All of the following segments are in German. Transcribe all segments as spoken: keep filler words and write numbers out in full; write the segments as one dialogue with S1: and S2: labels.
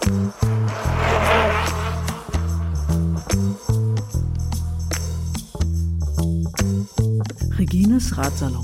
S1: Regines Ratsalon.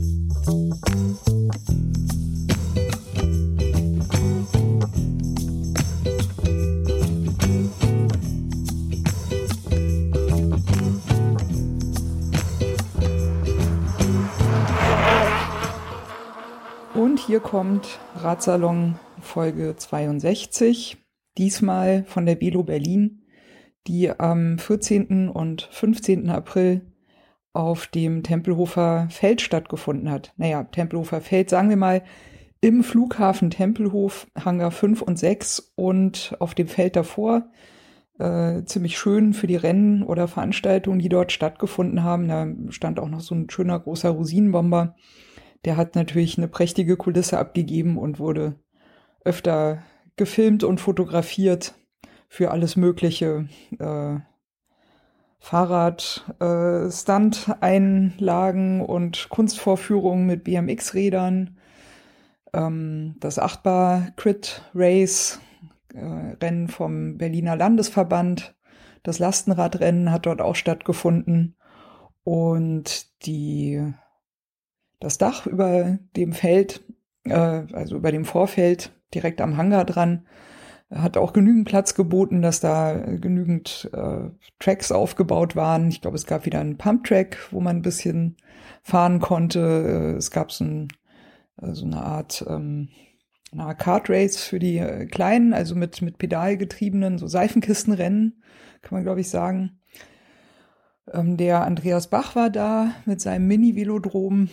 S2: Und hier kommt Ratsalon Folge zweiundsechzig, diesmal von der Velo Berlin, die am vierzehnten und fünfzehnten April auf dem Tempelhofer Feld stattgefunden hat. Naja, Tempelhofer Feld, sagen wir mal, im Flughafen Tempelhof, Hangar fünf und sechs und auf dem Feld davor. Äh, ziemlich schön für die Rennen oder Veranstaltungen, die dort stattgefunden haben. Da stand auch noch so ein schöner großer Rosinenbomber. Der hat natürlich eine prächtige Kulisse abgegeben und wurde öfter gefilmt und fotografiert für alles Mögliche. Äh, Fahrrad, äh, Stunt-Einlagen und Kunstvorführungen mit B M X-Rädern. Ähm, das Achtbar-Crit-Race, äh, Rennen vom Berliner Landesverband. Das Lastenradrennen hat dort auch stattgefunden. Und die Das Dach über dem Feld, äh, also über dem Vorfeld, direkt am Hangar dran, hat auch genügend Platz geboten, dass da genügend äh, Tracks aufgebaut waren. Ich glaube, es gab wieder einen Pump-Track, wo man ein bisschen fahren konnte. Es gab so, ein, so eine Art ähm, eine Art Kart-Race für die äh, Kleinen, also mit, mit pedalgetriebenen, so Seifenkistenrennen, kann man glaube ich sagen. Ähm, der Andreas Bach war da mit seinem Mini-Velodrom.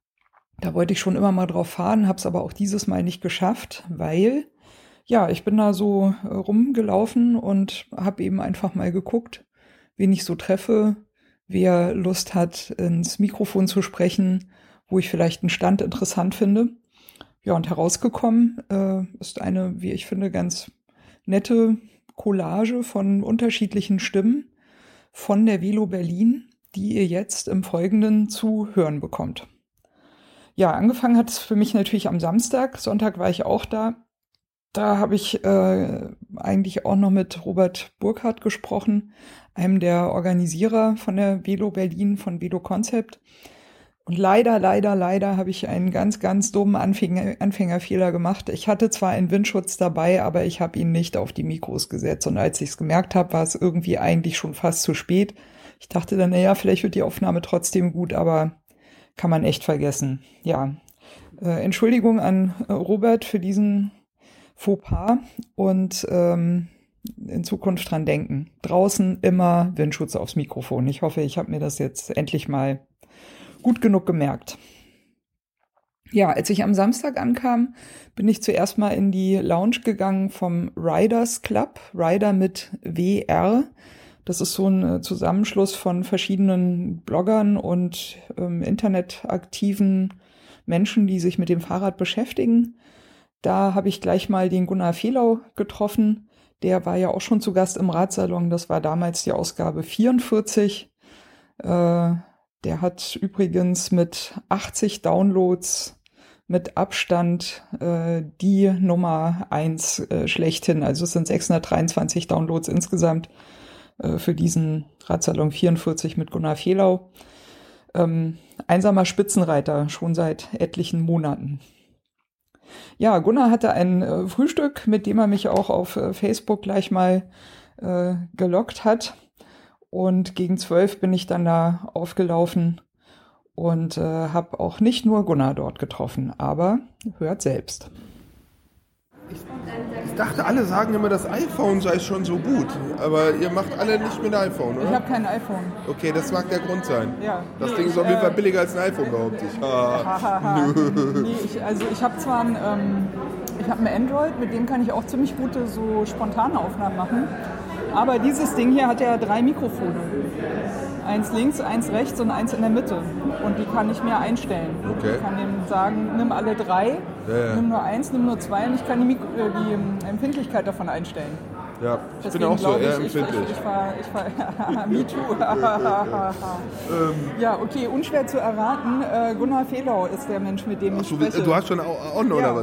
S2: Da wollte ich schon immer mal drauf fahren, habe es aber auch dieses Mal nicht geschafft, weil, ja, ich bin da so äh, rumgelaufen und habe eben einfach mal geguckt, wen ich so treffe, wer Lust hat, ins Mikrofon zu sprechen, wo ich vielleicht einen Stand interessant finde. Ja, und herausgekommen äh, ist eine, wie ich finde, ganz nette Collage von unterschiedlichen Stimmen von der Velo Berlin, die ihr jetzt im Folgenden zu hören bekommt. Ja, angefangen hat es für mich natürlich am Samstag. Sonntag war ich auch da. Da habe ich äh, eigentlich auch noch mit Robert Burkhardt gesprochen, einem der Organisierer von der Velo Berlin, von Velo Concept. Und leider, leider, leider habe ich einen ganz, ganz dummen Anfänger, Anfängerfehler gemacht. Ich hatte zwar einen Windschutz dabei, aber ich habe ihn nicht auf die Mikros gesetzt. Und als ich es gemerkt habe, war es irgendwie eigentlich schon fast zu spät. Ich dachte dann, naja, vielleicht wird die Aufnahme trotzdem gut, aber kann man echt vergessen. Ja, äh, Entschuldigung an äh, Robert für diesen Fauxpas und ähm, in Zukunft dran denken. Draußen immer Windschutz aufs Mikrofon. Ich hoffe, ich habe mir das jetzt endlich mal gut genug gemerkt. Ja, als ich am Samstag ankam, bin ich zuerst mal in die Lounge gegangen vom Riders Club, Rider mit W R. Das ist so ein Zusammenschluss von verschiedenen Bloggern und ähm, internetaktiven Menschen, die sich mit dem Fahrrad beschäftigen. Da habe ich gleich mal den Gunnar Fehlau getroffen. Der war ja auch schon zu Gast im Ratsalon. Das war damals die Ausgabe vierundvierzig. Äh, der hat übrigens mit achtzig Downloads mit Abstand äh, die Nummer eins äh, schlechthin. Also es sind sechshundertdreiundzwanzig Downloads insgesamt für diesen Ratsalon vierundvierzig mit Gunnar Fehlau. Ähm, einsamer Spitzenreiter, schon seit etlichen Monaten. Ja, Gunnar hatte ein äh, Frühstück, mit dem er mich auch auf äh, Facebook gleich mal äh, gelockt hat. Und gegen zwölf bin ich dann da aufgelaufen und äh, habe auch nicht nur Gunnar dort getroffen, aber hört selbst.
S3: Ich dachte, alle sagen immer, das iPhone sei schon so gut, aber ihr macht alle nicht mit iPhone, oder?
S2: Ich habe kein iPhone.
S3: Okay, das mag der Grund sein.
S2: Ja.
S3: Das
S2: Nee,
S3: Ding ist auf
S2: ich,
S3: jeden Fall
S2: äh,
S3: billiger als ein iPhone, behaupte ich. Ah,
S2: nee, ich, also ich habe zwar ein, ähm, ich habe ein Android, mit dem kann ich auch ziemlich gute so spontane Aufnahmen machen, aber dieses Ding hier hat ja drei Mikrofone. Eins links, eins rechts und eins in der Mitte. Und die kann ich mir einstellen.
S3: Okay.
S2: Ich kann ihm sagen, nimm alle drei,
S3: ja, ja.
S2: nimm nur eins, nimm nur zwei und ich kann die, Mik- äh, die Empfindlichkeit davon einstellen.
S3: Ja, ich
S2: Deswegen
S3: bin auch so
S2: ich,
S3: eher
S2: ich,
S3: empfindlich.
S2: Ich, ich, ich fahr, ich fahr, me too.
S3: ähm,
S2: ja, okay, unschwer zu erraten. Äh, Gunnar Fehlau ist der Mensch, mit dem ich
S3: Achso,
S2: spreche.
S3: du hast schon on,
S2: ja.
S3: oder was?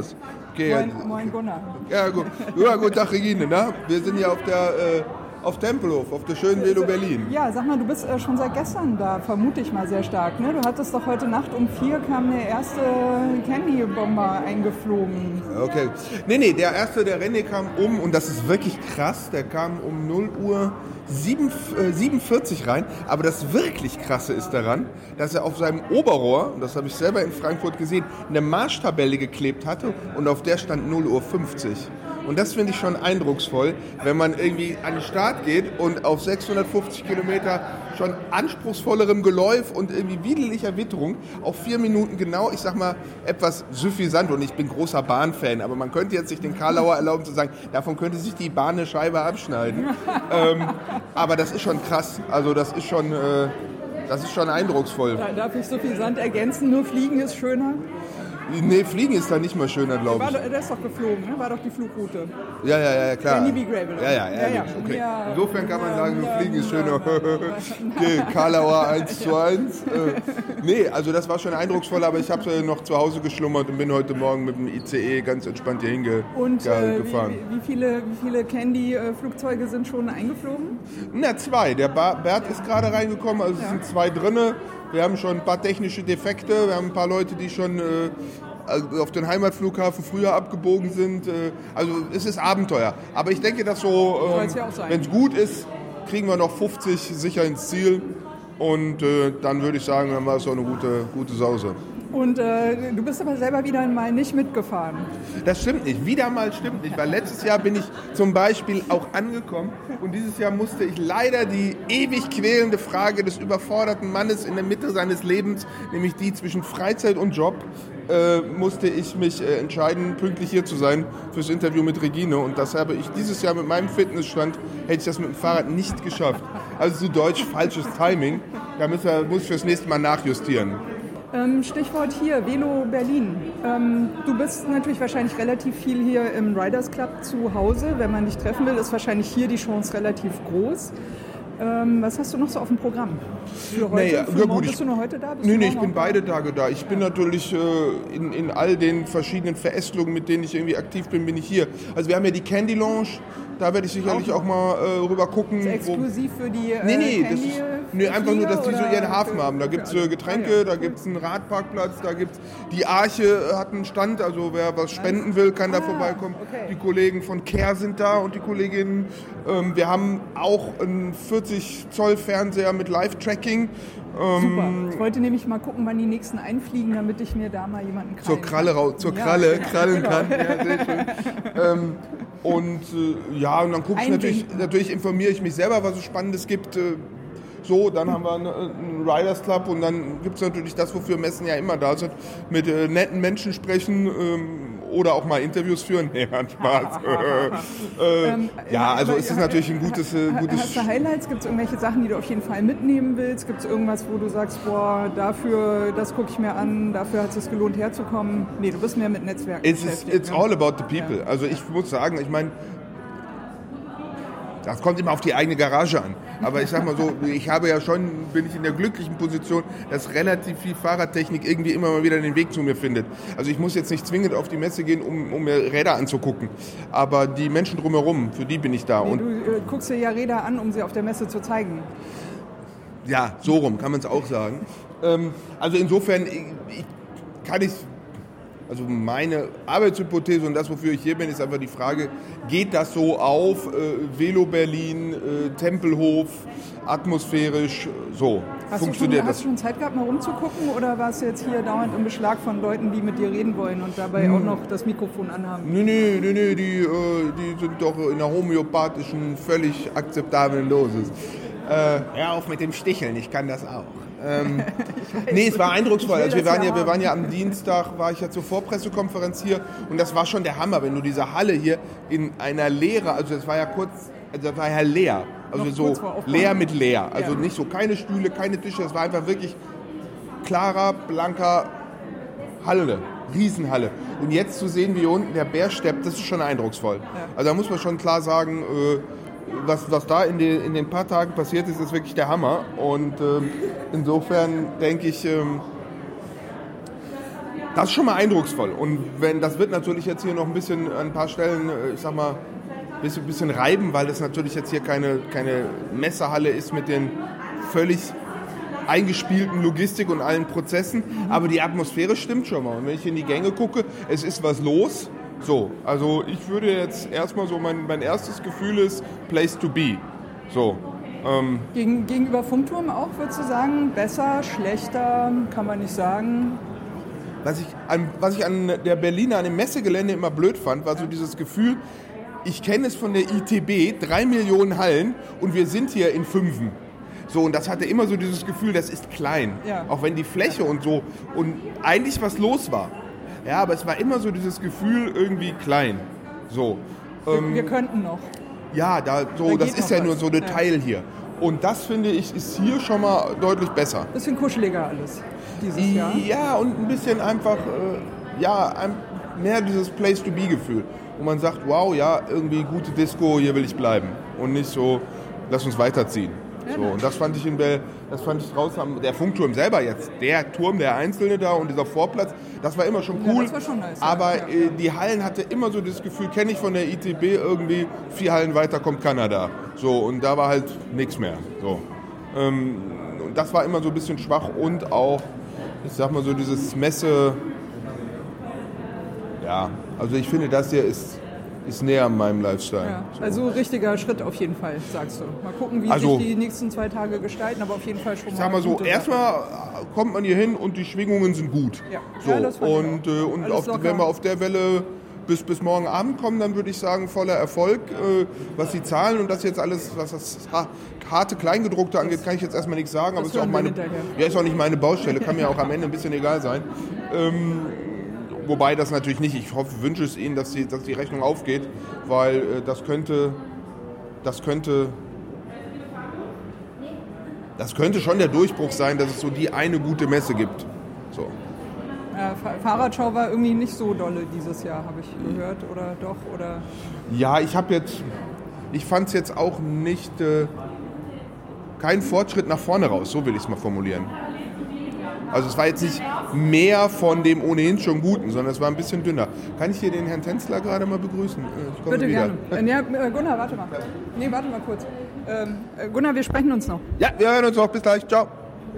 S3: Okay,
S2: Moin, moin Gunnar.
S3: Ja, gut. Ja, guten Tag, Regine. Ne? Wir sind ja auf der äh, auf Tempelhof, auf der schönen Velo Berlin.
S2: Ja, sag mal, du bist äh, schon seit gestern da, vermute ich mal sehr stark. Ne? Du hattest doch heute Nacht um vier kam der erste Candy-Bomber eingeflogen.
S3: Okay. Nee, nee, der erste, der René kam um, und das ist wirklich krass, der kam um null Uhr siebenundvierzig rein. Aber das wirklich Krasse ist daran, dass er auf seinem Oberrohr, und das habe ich selber in Frankfurt gesehen, eine Marschtabelle geklebt hatte und auf der stand null Uhr fünfzig. Und das finde ich schon eindrucksvoll, wenn man irgendwie an den Start geht und auf sechshundertfünfzig Kilometer schon anspruchsvollerem Geläuf und irgendwie wideliger Witterung auf vier Minuten genau, ich sag mal, etwas suffisant. Und ich bin großer Bahnfan, aber man könnte jetzt sich den Karlauer erlauben zu sagen, davon könnte sich die Bahn eine Scheibe abschneiden. ähm, aber das ist schon krass, also das ist schon, äh, das ist schon eindrucksvoll.
S2: Darf ich suffisant ergänzen, nur Fliegen ist schöner?
S3: Nee, Fliegen ist da nicht mal schöner, glaube ich.
S2: War, der ist doch geflogen, ne? War doch die Flugroute.
S3: Ja, ja, ja, klar.
S2: Danny B. Gravel.
S3: Ja, ja, ja,
S2: ja, ja.
S3: okay.
S2: Ja,
S3: Insofern kann man sagen,
S2: ja,
S3: Fliegen ist
S2: ja,
S3: schöner. Okay, Karlauer eins zu eins. Nee, also das war schon eindrucksvoll, aber ich habe noch zu Hause geschlummert und bin heute Morgen mit dem I C E ganz entspannt hier hingefahren.
S2: Und äh, wie, wie viele, wie viele Candy-Flugzeuge sind schon eingeflogen?
S3: Na, zwei. Der Bert ist gerade reingekommen, also es ja. sind zwei drinne. Wir haben schon ein paar technische Defekte, wir haben ein paar Leute, die schon äh, auf den Heimatflughafen früher abgebogen sind. Äh, also es ist Abenteuer. Aber ich denke, dass so, äh, ja wenn es gut ist, kriegen wir noch fünfzig sicher ins Ziel. Und äh, dann würde ich sagen, dann war es so eine gute, gute Sause.
S2: Und äh, du bist aber selber wieder mal nicht mitgefahren.
S3: Das stimmt nicht. Wieder mal stimmt nicht, weil letztes Jahr bin ich zum Beispiel auch angekommen und dieses Jahr musste ich leider die ewig quälende Frage des überforderten Mannes in der Mitte seines Lebens, nämlich die zwischen Freizeit und Job, äh, musste ich mich äh, entscheiden, pünktlich hier zu sein fürs Interview mit Regine. Und das habe ich dieses Jahr mit meinem Fitnessstand, hätte ich das mit dem Fahrrad nicht geschafft. Also zu Deutsch falsches Timing. Da muss ich fürs nächste Mal nachjustieren.
S2: Stichwort hier, Velo Berlin. Du bist natürlich wahrscheinlich relativ viel hier im Riders Club zu Hause. Wenn man dich treffen will, ist wahrscheinlich hier die Chance relativ groß. Was hast du noch so auf dem Programm? Für heute?
S3: Naja,
S2: für
S3: ja,
S2: morgen
S3: gut,
S2: bist du noch heute da? Bist
S3: nee,
S2: du
S3: nee, ich
S2: noch
S3: bin beide Tage da. Ich bin ja. natürlich äh, in, in all den verschiedenen Verästelungen, mit denen ich irgendwie aktiv bin, bin ich hier. Also wir haben ja die Candy Lounge, da werde ich sicherlich auch, auch mal äh, rüber gucken.
S2: Ist exklusiv wo, für die äh,
S3: Nee, nee,
S2: Candy
S3: das ist, nee einfach nur, dass die so ihren Hafen haben. Da gibt es äh, Getränke, ah, ja. da gibt es einen Radparkplatz, da gibt es die Arche hat einen Stand, also wer was spenden will, kann ah, da vorbeikommen. Okay. Die Kollegen von Care sind da und die Kolleginnen. Ähm, wir haben auch einen vierzig Zoll Fernseher mit Live-Tracking.
S2: Ähm, Super. Ich wollte nämlich mal gucken, wann die nächsten einfliegen, damit ich mir da mal jemanden krallen
S3: Zur Kralle raus, zur ja, Kralle, genau, krallen genau. kann. Ja, sehr schön. ähm, und äh, ja, und dann gucke ich natürlich, natürlich informiere ich mich selber, was es Spannendes gibt. Äh, so, dann haben wir einen, einen Riders Club und dann gibt es natürlich das, wofür Messen ja immer da sind, mit äh, netten Menschen sprechen, ähm, oder auch mal Interviews führen. Nee, hat Spaß. äh, ähm, ja, also ist es natürlich ein gutes... Äh, gutes
S2: Hast du Highlights? Gibt es irgendwelche Sachen, die du auf jeden Fall mitnehmen willst? Gibt es irgendwas, wo du sagst, boah, dafür, das gucke ich mir an, dafür hat es sich gelohnt herzukommen? Nee, du bist mehr mit Netzwerken
S3: it's, beschäftigt. It's ne? all about the people. Ja. Also ich muss sagen, ich meine, das kommt immer auf die eigene Garage an. Aber ich sag mal so, ich habe ja schon, bin ich in der glücklichen Position, dass relativ viel Fahrradtechnik irgendwie immer mal wieder den Weg zu mir findet. Also ich muss jetzt nicht zwingend auf die Messe gehen, um, um mir Räder anzugucken. Aber die Menschen drumherum, für die bin ich da.
S2: Nee,
S3: und
S2: du äh, guckst dir ja Räder an, um sie auf der Messe zu zeigen.
S3: Ja, so rum kann man es auch sagen. Ähm, also insofern ich, ich, kann ich... Also meine Arbeitshypothese und das, wofür ich hier bin, ist einfach die Frage, geht das so auf, äh, Velo Berlin, äh, Tempelhof, atmosphärisch, so,
S2: hast funktioniert du schon, das? Hast du schon Zeit gehabt, mal rumzugucken oder warst du jetzt hier dauernd im Beschlag von Leuten, die mit dir reden wollen und dabei hm. auch noch das Mikrofon anhaben? Nee,
S3: nee, nee, nee die, äh, die sind doch in einer homöopathischen, völlig akzeptablen Dosis. Äh, hör auf mit dem Sticheln, ich kann das auch. Ähm, nee, es war eindrucksvoll. Also wir waren ja, wir waren ja am Dienstag, war ich ja zur Vorpressekonferenz hier und das war schon der Hammer, wenn du diese Halle hier in einer Leere, also das war ja kurz, also das war ja leer, also noch so leer mit leer, also ja. nicht so keine Stühle, keine Tische, das war einfach wirklich klarer, blanker Halle, Riesenhalle. Und jetzt zu sehen, wie hier unten der Bär steppt, das ist schon eindrucksvoll. Ja. Also da muss man schon klar sagen, äh, Was, was da in den, in den paar Tagen passiert ist, ist wirklich der Hammer. Und ähm, insofern denke ich, ähm, Das ist schon mal eindrucksvoll. Und wenn das wird natürlich jetzt hier noch ein bisschen an ein paar Stellen, ich sag mal, ein bisschen, bisschen reiben, weil das natürlich jetzt hier keine, keine Messehalle ist mit den völlig eingespielten Logistik und allen Prozessen. Aber die Atmosphäre stimmt schon mal. Und wenn ich in die Gänge gucke, es ist was los. So, also ich würde jetzt erstmal so, mein, mein erstes Gefühl ist Place to be. So. Ähm,
S2: Gegen, gegenüber Funkturm auch, würdest du sagen, besser, schlechter, kann man nicht sagen?
S3: Was ich, an, was ich an der Berliner, an dem Messegelände immer blöd fand, war so dieses Gefühl, ich kenne es von der I T B, drei Millionen Hallen und wir sind hier in Fünfen. So, und das hatte immer so dieses Gefühl, das ist klein. Ja. Auch wenn die Fläche und so und eigentlich was los war. Ja, aber es war immer so dieses Gefühl irgendwie klein. So.
S2: Ähm, wir, wir könnten noch.
S3: Ja, da, so,
S2: da
S3: das ist ja was. Nur so ein Detail ja. hier. Und das, finde ich, ist hier schon mal deutlich besser.
S2: Bisschen kuscheliger alles dieses Jahr.
S3: Ja, und ein bisschen einfach, äh, ja, ein, mehr dieses Place-to-be-Gefühl. Wo man sagt, wow, ja, irgendwie gute Disco, hier will ich bleiben. Und nicht so, lass uns weiterziehen. Ja, so, und das fand ich in Bell, das fand ich draußen, der Funkturm selber jetzt, der Turm, der Einzelne da und dieser Vorplatz, das war immer schon cool. Ja, das war schon nice, aber ja. äh, die Hallen hatte immer so das Gefühl, kenne ich von der I T B irgendwie, vier Hallen weiter kommt Kanada. So, und da war halt nichts mehr. So. Ähm, und das war immer so ein bisschen schwach und auch, ich sag mal so, dieses Messe, ja, also ich finde, das hier ist ist näher an meinem Lifestyle.
S2: Ja, also richtiger Schritt auf jeden Fall, sagst du. Mal gucken, wie
S3: also,
S2: sich die nächsten zwei Tage gestalten, aber auf jeden Fall schon mal.
S3: Ich sag mal so, erstmal kommt man hier hin und die Schwingungen sind gut.
S2: Ja,
S3: so,
S2: ja das
S3: und äh, und auf, wenn wir auf der Welle bis, bis morgen Abend kommen, dann würde ich sagen, voller Erfolg. Äh, was die Zahlen und das jetzt alles, was das harte Kleingedruckte angeht, kann ich jetzt erstmal nichts sagen, aber es ist auch meine, ja, ist auch nicht meine Baustelle, kann mir auch am Ende ein bisschen egal sein. Ähm, Wobei das natürlich nicht, ich hoffe, wünsche es Ihnen, dass die, dass die Rechnung aufgeht, weil äh, das könnte, das könnte, das könnte schon der Durchbruch sein, dass es so die eine gute Messe gibt. So.
S2: Ja, Fahrradschau war irgendwie nicht so dolle dieses Jahr, habe ich gehört, oder doch? Oder?
S3: Ja, ich habe jetzt, ich fand es jetzt auch nicht, äh, kein Fortschritt nach vorne raus, so will ich es mal formulieren. Also es war jetzt nicht mehr von dem ohnehin schon Guten, sondern es war ein bisschen dünner. Kann ich hier den Herrn Tänzler gerade mal begrüßen? Ich komme
S2: Bitte
S3: wieder.
S2: gerne. Ja, Gunnar, warte mal. Nee, warte mal kurz. Ähm, Gunnar, wir sprechen uns noch.
S3: Ja, wir hören uns noch. Bis gleich. Ciao.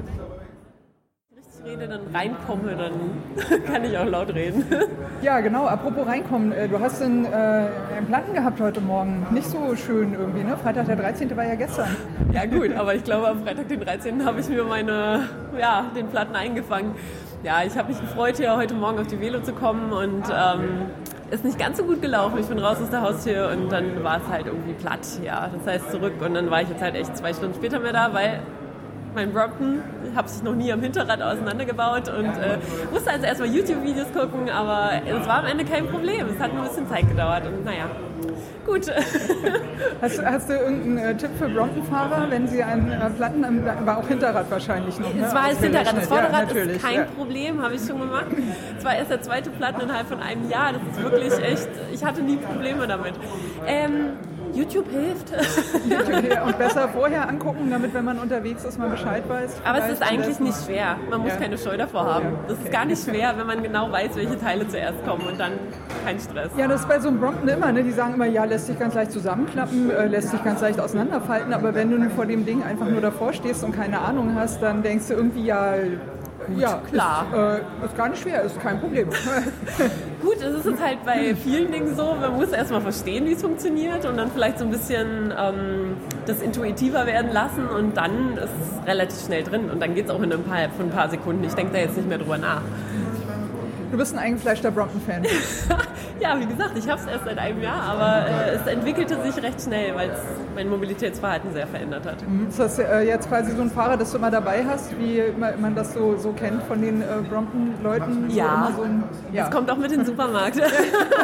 S4: Wenn ich rede, dann reinkomme, dann kann ich auch laut reden.
S2: Ja, genau. Apropos reinkommen. Du hast einen, äh, einen Platten gehabt heute Morgen. Nicht so schön irgendwie, ne? Freitag der dreizehnte war ja gestern.
S4: Ja gut, aber ich glaube, am Freitag den dreizehnten habe ich mir meine, ja, den Platten eingefangen. Ja, ich habe mich gefreut, hier heute Morgen auf die Velo zu kommen und ähm, ist nicht ganz so gut gelaufen. Ich bin raus aus der Haustür und dann war es halt irgendwie platt. Ja, das heißt zurück und dann war ich jetzt halt echt zwei Stunden später mehr da, weil mein Brompton habe sich noch nie am Hinterrad auseinandergebaut und äh, musste also erstmal YouTube-Videos gucken, aber es war am Ende kein Problem. Es hat nur ein bisschen Zeit gedauert und naja, gut.
S2: Hast, hast du irgendeinen äh, Tipp für Brompton-Fahrer, wenn sie einen äh, Platten, am, war auch Hinterrad wahrscheinlich noch, ne?
S4: Es war das Hinterrad, das Vorderrad
S2: ja,
S4: ist kein ja. Problem, habe ich schon gemacht. Es war erst der zweite Platten innerhalb von einem Jahr, das ist wirklich echt, ich hatte nie Probleme damit. Ähm, YouTube hilft.
S2: Okay, und besser vorher angucken, damit, wenn man unterwegs ist, man Bescheid weiß.
S4: Aber es ist eigentlich nicht schwer. Man muss ja. keine Scheu davor haben. Ja, das okay. ist gar nicht schwer, wenn man genau weiß, welche Teile zuerst kommen und dann kein Stress.
S2: Ja, das ist bei so einem Brompton immer. Ne? Die sagen immer, ja, lässt sich ganz leicht zusammenklappen, äh, lässt sich ganz leicht auseinanderfalten. Aber wenn du vor dem Ding einfach nur davor stehst und keine Ahnung hast, dann denkst du irgendwie, ja...
S4: Gut,
S2: ja,
S4: klar.
S2: Ist, äh, ist gar nicht schwer, ist kein Problem.
S4: Gut, es ist jetzt halt bei vielen Dingen so, man muss erstmal verstehen, wie es funktioniert und dann vielleicht so ein bisschen ähm, das intuitiver werden lassen und dann ist es relativ schnell drin und dann geht es auch in ein paar, von ein paar Sekunden. Ich denke da jetzt nicht mehr drüber nach.
S2: Du bist ein eingefleischter Brompton-Fan.
S4: Ja, wie gesagt, ich habe es erst seit einem Jahr, aber äh, es entwickelte sich recht schnell, weil es mein Mobilitätsverhalten sehr verändert hat.
S2: Ist das äh, jetzt quasi so ein Fahrer, das du immer dabei hast, wie man das so, so kennt von den äh, Brompton-Leuten?
S4: Ja,
S2: so so ein, ja,
S4: das kommt auch mit in den Supermarkt.
S2: Da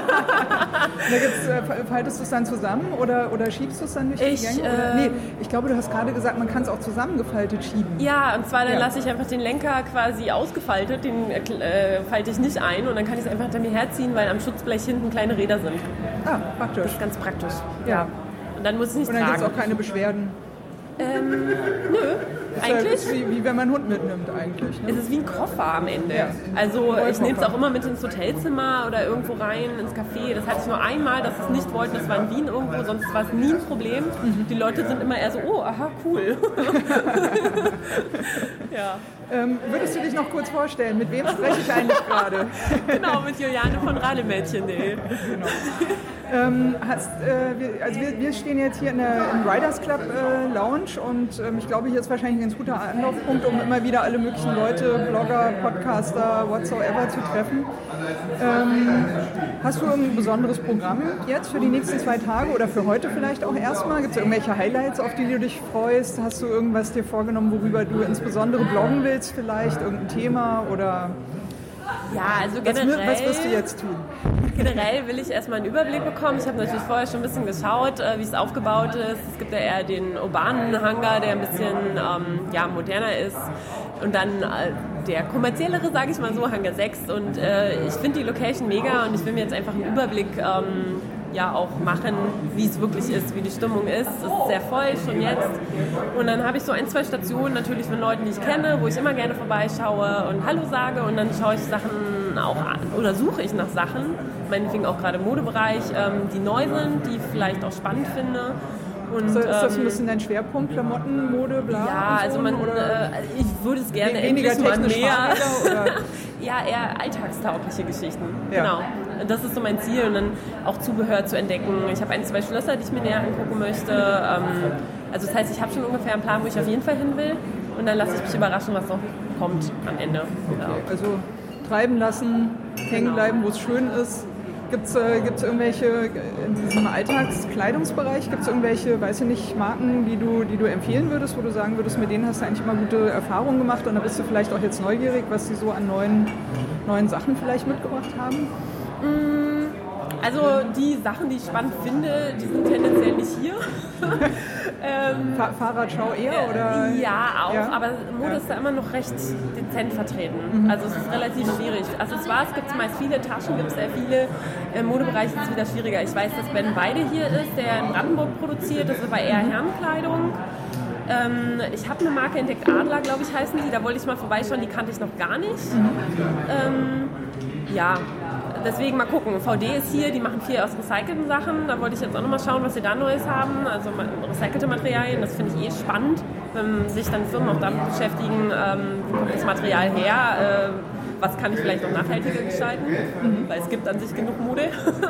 S2: gibt's, äh, faltest du es dann zusammen oder, oder schiebst du es dann durch die
S4: ich,
S2: Gänge? Oder? Nee, ich glaube, du hast gerade gesagt, man kann es auch zusammengefaltet schieben.
S4: Ja, und zwar dann
S2: ja.
S4: lasse ich einfach den Lenker quasi ausgefaltet, den äh, falte ich nicht ein und dann kann ich es einfach hinter mir herziehen, weil am Schutzblech hinten kleine Räder sind.
S2: Ah, praktisch.
S4: Das ist ganz praktisch.
S2: Ja.
S4: Und dann muss ich nicht
S2: tragen. Und dann gibt es auch keine Beschwerden?
S4: Ähm, nö. Eigentlich?
S2: Es ist wie, wie wenn man einen Hund mitnimmt eigentlich. Ne?
S4: Es ist wie ein Koffer am Ende.
S2: Ja.
S4: Also ich nehme es auch immer mit ins Hotelzimmer oder irgendwo rein, ins Café. Das hatte ich nur einmal, dass sie es nicht wollten. Das war in Wien irgendwo, sonst war es nie ein Problem. Mhm. Die Leute sind immer eher so, oh, aha, cool. Ja.
S2: Ähm, würdest du dich noch kurz vorstellen, mit wem spreche ich eigentlich gerade?
S4: Genau, mit Juliane von Rademädchen punkt de.
S2: Genau. Ähm, hast, äh, wir, also wir, wir stehen jetzt hier in der, im Riders Club äh, Lounge und ähm, ich glaube, hier ist wahrscheinlich ein ganz guter Anlaufpunkt, um immer wieder alle möglichen Leute, Blogger, Podcaster, whatsoever zu treffen. Ähm, hast du ein besonderes Programm jetzt für die nächsten zwei Tage oder für heute vielleicht auch erstmal? Gibt es irgendwelche Highlights, auf die du dich freust? Hast du irgendwas dir vorgenommen, worüber du insbesondere bloggen willst vielleicht? Irgendein Thema oder...
S4: Ja, also generell...
S2: Was, was wirst du jetzt tun?
S4: Generell will ich erstmal einen Überblick bekommen. Ich habe natürlich vorher schon ein bisschen geschaut, wie es aufgebaut ist. Es gibt ja eher den urbanen Hangar, der ein bisschen ähm, ja, moderner ist. Und dann äh, der kommerziellere, sage ich mal so, Hangar sechs. Und äh, ich finde die Location mega und ich will mir jetzt einfach einen Überblick ähm, ja auch machen, wie es wirklich ist, wie die Stimmung ist. Es ist sehr voll, schon jetzt. Und dann habe ich so ein, zwei Stationen natürlich von Leuten, die ich kenne, wo ich immer gerne vorbeischaue und Hallo sage. Und dann schaue ich Sachen auch an oder suche ich nach Sachen, meinetwegen auch gerade im Modebereich, ähm, die neu sind, die ich vielleicht auch spannend finde. Und,
S2: so, ist das
S4: ähm,
S2: ein bisschen dein Schwerpunkt, Klamotten, Mode, bla?
S4: Ja,
S2: so,
S4: also man, äh, ich würde es gerne
S2: weniger
S4: endlich mal
S2: technisch
S4: mehr.
S2: Oder?
S4: Ja, eher alltagstaugliche Geschichten.
S2: Ja.
S4: Genau. Das ist so mein Ziel und dann auch Zubehör zu entdecken. Ich habe ein, zwei Schlösser, die ich mir näher angucken möchte. Ähm, also das heißt, ich habe schon ungefähr einen Plan, wo ich auf jeden Fall hin will und dann lasse ich mich überraschen, was noch kommt am Ende.
S2: Okay.
S4: Ja.
S2: Also treiben lassen, hängen bleiben, wo es schön ist. Gibt es äh, gibt's irgendwelche, in diesem Alltagskleidungsbereich, gibt es irgendwelche, weiß ich nicht, Marken, die du, die du empfehlen würdest, wo du sagen würdest, mit denen hast du eigentlich immer gute Erfahrungen gemacht und da bist du vielleicht auch jetzt neugierig, was sie so an neuen, neuen Sachen vielleicht mitgebracht haben?
S4: Also die Sachen, die ich spannend finde, die sind tendenziell nicht hier. ähm,
S2: Fahr- Fahrradschau eher? Oder?
S4: Ja, auch,
S2: ja?
S4: aber Mode
S2: ja.
S4: ist da immer noch recht dezent vertreten. Mhm. Also es ist relativ schwierig. Accessoires gibt es meist viele, Taschen gibt es sehr viele. Im Modebereich ist es wieder schwieriger. Ich weiß, dass Ben Weide hier ist, der in Brandenburg produziert. Das ist aber eher Herrenkleidung. Ähm, ich habe eine Marke entdeckt, Adler, glaube ich, heißen die. Da wollte ich mal vorbeischauen, die kannte ich noch gar nicht. Mhm. Ähm, ja, deswegen mal gucken. V D ist hier, die machen viel aus recycelten Sachen. Da wollte ich jetzt auch noch mal schauen, was sie da Neues haben. Also recycelte Materialien, das finde ich eh spannend, wenn sich dann Firmen auch damit beschäftigen, ähm, wo kommt das Material her, äh, was kann ich vielleicht noch nachhaltiger gestalten, mhm. weil es gibt an sich genug Mode.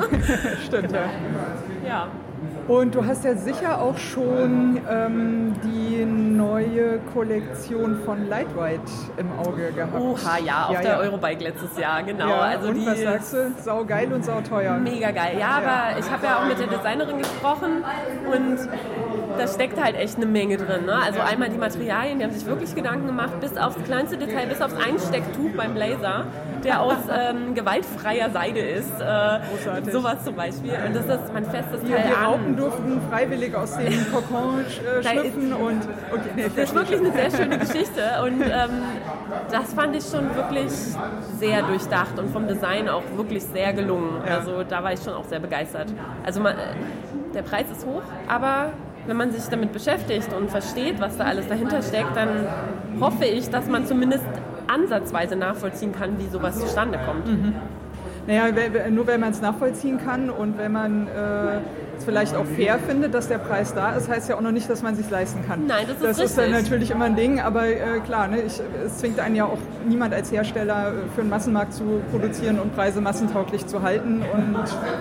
S2: Stimmt, ja.
S4: Ja.
S2: Und du hast ja sicher auch schon ähm, die neue Kollektion von Lightweight im Auge gehabt.
S4: Oha, ja, auf
S2: ja,
S4: der
S2: ja.
S4: Eurobike letztes Jahr, genau.
S2: Ja,
S4: also
S2: und
S4: die
S2: was sagst du? Sau geil und sau teuer.
S4: Mega geil. Ja, aber ich habe ja auch mit der Designerin gesprochen und da steckt halt echt eine Menge drin. Ne? Also einmal die Materialien, die haben sich wirklich Gedanken gemacht, bis aufs kleinste Detail, bis aufs Einstecktuch beim Blazer, der aus ähm, gewaltfreier Seide ist. Äh, sowas zum Beispiel. Und das ist mein festes
S2: Die,
S4: Teil
S2: die
S4: an.
S2: Raupen durften freiwillig aus dem Kokon äh, schlüpfen und... Okay, nee,
S4: das ist wirklich eine sehr schöne Geschichte und ähm, das fand ich schon wirklich sehr durchdacht und vom Design auch wirklich sehr gelungen.
S2: Ja.
S4: Also da war ich schon auch sehr begeistert. Also man, der Preis ist hoch, aber wenn man sich damit beschäftigt und versteht, was da alles dahinter steckt, dann hoffe ich, dass man zumindest ansatzweise nachvollziehen kann, wie sowas zustande kommt.
S2: Mhm. Naja, nur wenn man es nachvollziehen kann und wenn man äh, es vielleicht auch fair findet, dass der Preis da ist, heißt ja auch noch nicht, dass man es sich leisten kann.
S4: Nein, das ist
S2: Das
S4: richtig.
S2: ist dann natürlich immer ein Ding, aber äh, klar, ne, ich, es zwingt einen ja auch niemand als Hersteller für einen Massenmarkt zu produzieren und Preise massentauglich zu halten. Und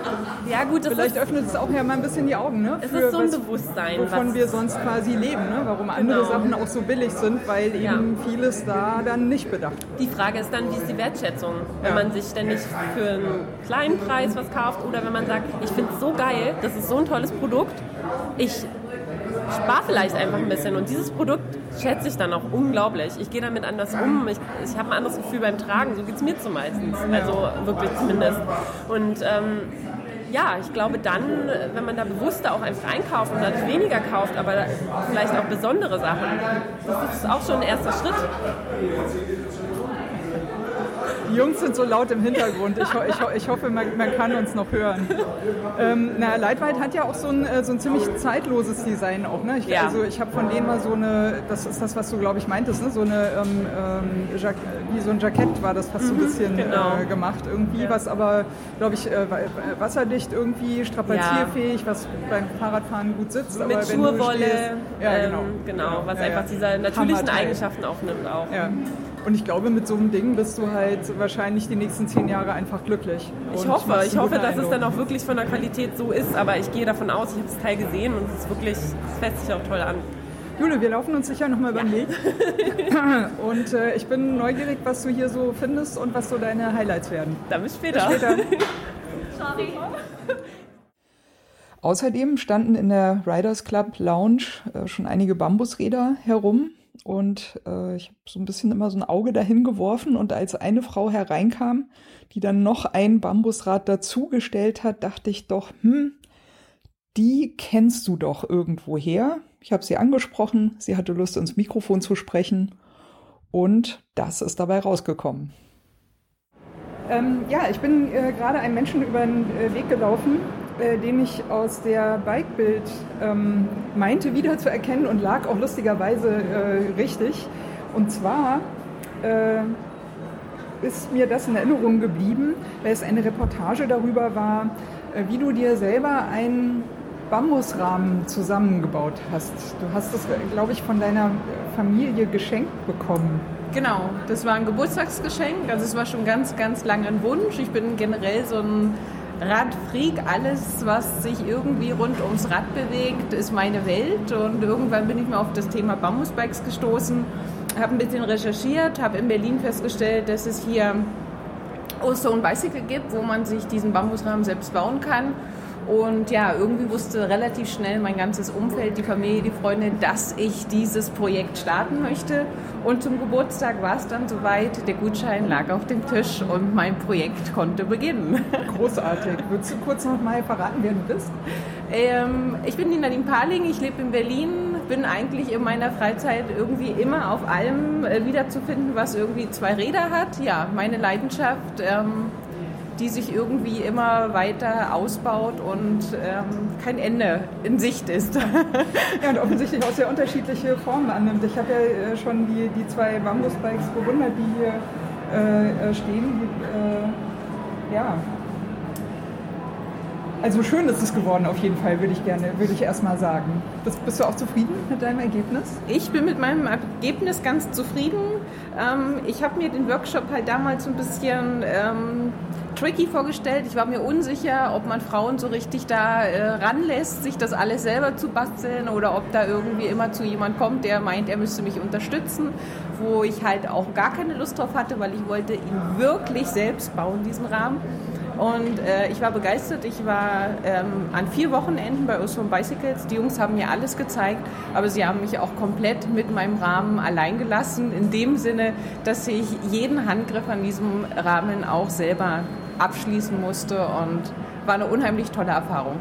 S4: ja, gut, das
S2: vielleicht
S4: ist,
S2: öffnet es auch ja mal ein bisschen die Augen, ne,
S4: es
S2: für
S4: ist so ein
S2: was,
S4: Bewusstsein,
S2: wovon
S4: was
S2: wir sonst quasi leben, ne, warum andere
S4: Genau.
S2: Sachen auch so billig sind, weil eben
S4: Ja.
S2: vieles da dann nicht bedacht wird.
S4: Die Frage ist dann, wie ist die Wertschätzung? Wenn
S2: Ja.
S4: man sich ständig für einen kleinen Preis was kauft oder wenn man sagt, ich finde es so geil, das ist so ein tolles Produkt, ich spare vielleicht einfach ein bisschen und dieses Produkt schätze ich dann auch unglaublich. Ich gehe damit anders um, ich, ich habe ein anderes Gefühl beim Tragen, so geht es mir zumeist, also wirklich zumindest. Und ähm, ja, ich glaube dann, wenn man da bewusster auch einfach einkauft und dadurch weniger kauft, aber vielleicht auch besondere Sachen, das ist auch schon ein erster Schritt.
S2: Die Jungs sind so laut im Hintergrund. Ich, ho- ich, ho- ich hoffe, man, man kann uns noch hören. Ähm, na, Lightweight hat ja auch so ein, so ein ziemlich zeitloses Design auch. Ne? Ich,
S4: Ja.
S2: Also ich habe von denen mal so eine, das ist das, was du, glaube ich, meintest, ne? So eine, ähm, ähm, Jack, wie so ein Jackett war das fast so ein bisschen
S4: genau.
S2: äh, gemacht irgendwie,
S4: Ja.
S2: was aber, glaube ich, äh, wasserdicht irgendwie, strapazierfähig, was beim Fahrradfahren gut sitzt. Aber
S4: Mit
S2: wenn du
S4: Schurwolle,
S2: stehst, ja, genau,
S4: ähm, genau, was
S2: Ja,
S4: einfach
S2: ja.
S4: diese natürlichen
S2: Hammerteil.
S4: Eigenschaften aufnimmt auch.
S2: Ja. Und ich glaube, mit so einem Ding bist du halt wahrscheinlich die nächsten zehn Jahre einfach glücklich.
S4: Ich
S2: Und
S4: hoffe,
S2: machst
S4: ich
S2: einen
S4: hoffe,
S2: guten
S4: dass es
S2: Eindruck.
S4: dann auch wirklich von der Qualität so ist, aber ich gehe davon aus, ich habe das Teil gesehen und es ist wirklich, es fässt sich auch toll an.
S2: Jule, wir laufen uns sicher nochmal beim Weg. Und äh, ich bin neugierig, was du hier so findest und was so deine Highlights werden.
S4: Dann bis später.
S2: Bis später. Außerdem standen in der Riders Club Lounge äh, schon einige Bambusräder herum und äh, ich habe so ein bisschen immer so ein Auge dahin geworfen und als eine Frau hereinkam, die dann noch ein Bambusrad dazugestellt hat, dachte ich doch, hm, die kennst du doch irgendwoher. Ich habe sie angesprochen, sie hatte Lust ins Mikrofon zu sprechen und das ist dabei rausgekommen. Ähm, ja, ich bin äh, gerade einem Menschen über den äh, Weg gelaufen, äh, den ich aus der Bikebild ähm, meinte wiederzuerkennen und lag auch lustigerweise äh, richtig. Und zwar äh, ist mir das in Erinnerung geblieben, weil es eine Reportage darüber war, äh, wie du dir selber einen Bambusrahmen zusammengebaut hast. Du hast das, glaube ich, von deiner Familie geschenkt bekommen.
S5: Genau, das war ein Geburtstagsgeschenk, also es war schon ganz, ganz lange ein Wunsch. Ich bin generell so ein Radfreak, alles, was sich irgendwie rund ums Rad bewegt, ist meine Welt und irgendwann bin ich mal auf das Thema Bambusbikes gestoßen, habe ein bisschen recherchiert, habe in Berlin festgestellt, dass es hier Ozone Bicycle gibt, wo man sich diesen Bambusrahmen selbst bauen kann. Und ja, irgendwie wusste relativ schnell mein ganzes Umfeld, die Familie, die Freunde, dass ich dieses Projekt starten möchte. Und zum Geburtstag war es dann soweit, der Gutschein lag auf dem Tisch und mein Projekt konnte beginnen.
S2: Großartig. Würdest du kurz noch mal verraten, wer du bist?
S5: Ähm, ich bin die Nadine Parling, ich lebe in Berlin, bin eigentlich in meiner Freizeit irgendwie immer auf allem äh, wiederzufinden, was irgendwie zwei Räder hat. Ja, meine Leidenschaft, ähm, die sich irgendwie immer weiter ausbaut und ähm, kein Ende in Sicht ist.
S2: Ja, und offensichtlich auch sehr unterschiedliche Formen annimmt. Ich habe ja äh, schon die, die zwei Bambusbikes bewundert, die hier äh, stehen. Die, äh, ja. Also schön ist es geworden auf jeden Fall, würde ich gerne, würde ich erstmal sagen. Bist, bist du auch zufrieden mit deinem Ergebnis?
S5: Ich bin mit meinem Ergebnis ganz zufrieden. Ähm, ich habe mir den Workshop halt damals ein bisschen ähm, tricky vorgestellt. Ich war mir unsicher, ob man Frauen so richtig da äh, ranlässt, sich das alles selber zu basteln oder ob da irgendwie immer zu jemand kommt, der meint, er müsste mich unterstützen, wo ich halt auch gar keine Lust drauf hatte, weil ich wollte ihn wirklich selbst bauen, diesen Rahmen. Und äh, ich war begeistert. Ich war ähm, an vier Wochenenden bei Ozone Bicycles. Die Jungs haben mir alles gezeigt, aber sie haben mich auch komplett mit meinem Rahmen allein gelassen. In dem Sinne, dass ich jeden Handgriff an diesem Rahmen auch selber abschließen musste und war eine unheimlich tolle Erfahrung.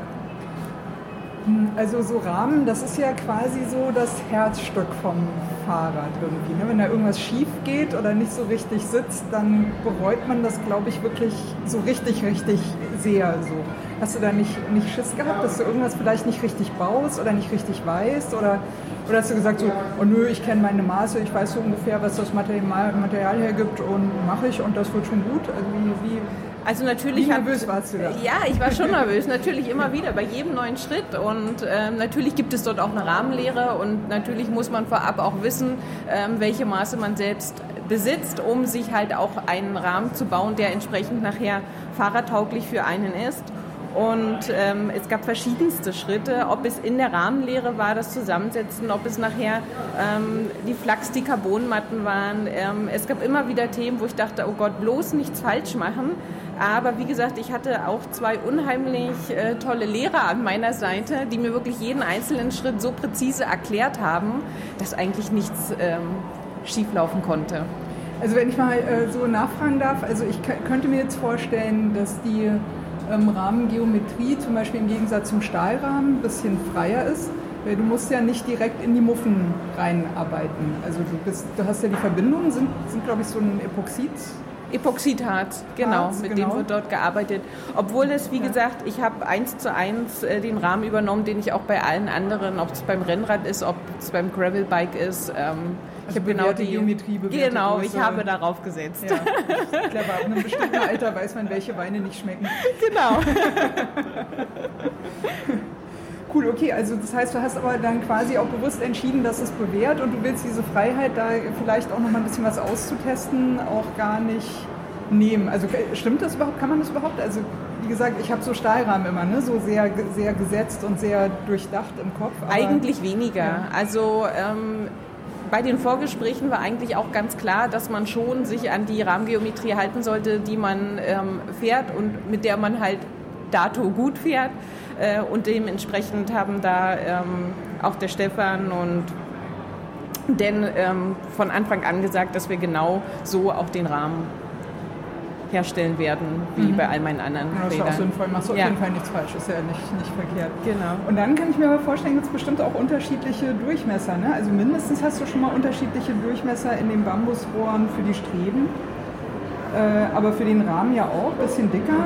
S2: Also so Rahmen, das ist ja quasi so das Herzstück vom Fahrrad irgendwie. Ne? Wenn da irgendwas schief geht oder nicht so richtig sitzt, dann bereut man das, glaube ich, wirklich so richtig, richtig sehr. So. Hast du da nicht, nicht Schiss gehabt, dass du irgendwas vielleicht nicht richtig baust oder nicht richtig weißt? Oder, oder hast du gesagt so, oh nö, ich kenne meine Maße, ich weiß so ungefähr, was das Material, Material hergibt und mache ich und das wird schon gut? Also wie... wie
S5: Also natürlich
S2: Wie nervös warst du da?
S5: Ja, ich war schon nervös, natürlich immer wieder, bei jedem neuen Schritt. Und ähm, natürlich gibt es dort auch eine Rahmenlehre und natürlich muss man vorab auch wissen, ähm, welche Maße man selbst besitzt, um sich halt auch einen Rahmen zu bauen, der entsprechend nachher fahrradtauglich für einen ist. Und ähm, es gab verschiedenste Schritte, ob es in der Rahmenlehre war, das Zusammensetzen, ob es nachher ähm, die Flachs, die Carbonmatten waren. Ähm, es gab immer wieder Themen, wo ich dachte, oh Gott, bloß nichts falsch machen. Aber wie gesagt, ich hatte auch zwei unheimlich äh, tolle Lehrer an meiner Seite, die mir wirklich jeden einzelnen Schritt so präzise erklärt haben, dass eigentlich nichts ähm, schieflaufen konnte.
S2: Also wenn ich mal äh, so nachfragen darf, also ich k- könnte mir jetzt vorstellen, dass die ähm, Rahmengeometrie zum Beispiel im Gegensatz zum Stahlrahmen ein bisschen freier ist, weil du musst ja nicht direkt in die Muffen reinarbeiten. Also du, bist, du hast ja die Verbindungen, sind, sind glaube ich so ein Epoxid.
S5: Epoxidharz, genau,
S2: Harz,
S5: mit
S2: genau.
S5: dem wird dort gearbeitet. Obwohl es, wie gesagt, ich habe eins zu eins äh, den Rahmen übernommen, den ich auch bei allen anderen, ob es beim Rennrad ist, ob es beim Gravelbike ist. Ähm, ich
S2: Also
S5: habe genau
S2: bewährte
S5: die
S2: Geometrie, bewährte
S5: Genau,
S2: Größe.
S5: ich habe darauf gesetzt.
S2: Ja, clever. Ab einem bestimmten Alter weiß man, welche Weine nicht schmecken.
S5: Genau.
S2: Cool, okay, also das heißt, du hast aber dann quasi auch bewusst entschieden, dass es bewährt und du willst diese Freiheit, da vielleicht auch noch mal ein bisschen was auszutesten, auch gar nicht nehmen. Also stimmt das überhaupt? Kann man das überhaupt? Also wie gesagt, ich habe so Stahlrahmen immer, ne? So sehr, sehr gesetzt und sehr durchdacht im Kopf. Aber
S5: Eigentlich weniger.
S2: Ja.
S5: Also ähm, bei den Vorgesprächen war eigentlich auch ganz klar, dass man schon sich an die Rahmengeometrie halten sollte, die man ähm, fährt und mit der man halt dato gut fährt. Äh, und dementsprechend haben da ähm, auch der Stefan und Dan ähm, von Anfang an gesagt, dass wir genau so auch den Rahmen herstellen werden, wie
S2: Mhm.
S5: bei all meinen anderen
S2: Ja, das ist ja auch
S5: Rädern.
S2: sinnvoll, machst du auf
S5: Ja.
S2: jeden Fall nichts falsch, ist ja nicht, nicht verkehrt.
S5: Genau.
S2: Und dann kann ich mir aber vorstellen, gibt es bestimmt auch unterschiedliche Durchmesser. Ne? Also mindestens hast du schon mal unterschiedliche Durchmesser in den Bambusrohren für die Streben, äh, aber für den Rahmen ja auch, ein bisschen dicker.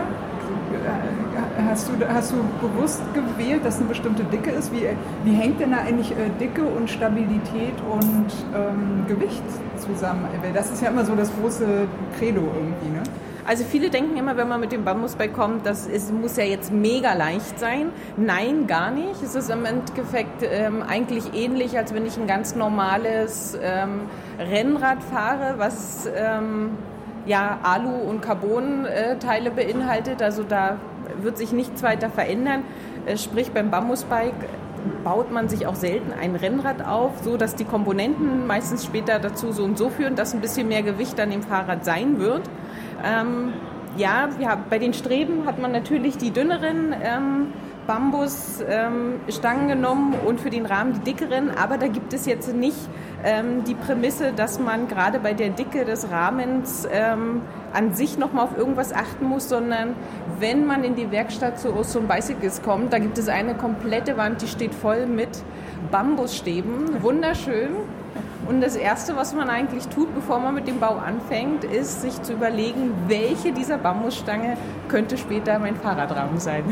S2: Hast du, hast du bewusst gewählt, dass eine bestimmte Dicke ist? Wie, wie hängt denn da eigentlich äh, Dicke und Stabilität und ähm, Gewicht zusammen? Weil das ist ja immer so das große Credo irgendwie, ne?
S5: Also viele denken immer, wenn man mit dem Bambusbike kommt, das ist, muss ja jetzt mega leicht sein. Nein, gar nicht. Es ist im Endeffekt ähm, eigentlich ähnlich, als wenn ich ein ganz normales ähm, Rennrad fahre, was ähm, ja, Alu- und Carbon-Teile beinhaltet. Also da wird sich nichts weiter verändern. Äh, sprich, beim Bambusbike baut man sich auch selten ein Rennrad auf, so dass die Komponenten meistens später dazu so und so führen, dass ein bisschen mehr Gewicht an dem Fahrrad sein wird. Ähm, ja, ja, bei den Streben hat man natürlich die dünneren ähm, Bambusstangen ähm, genommen und für den Rahmen die dickeren, aber da gibt es jetzt nicht ähm, die Prämisse, dass man gerade bei der Dicke des Rahmens ähm, an sich nochmal auf irgendwas achten muss, sondern wenn man in die Werkstatt zu Awesome Bicycles kommt, da gibt es eine komplette Wand, die steht voll mit Bambusstäben, wunderschön. Und das Erste, was man eigentlich tut, bevor man mit dem Bau anfängt, ist, sich zu überlegen, welche dieser Bambusstange könnte später mein Fahrradrahmen sein.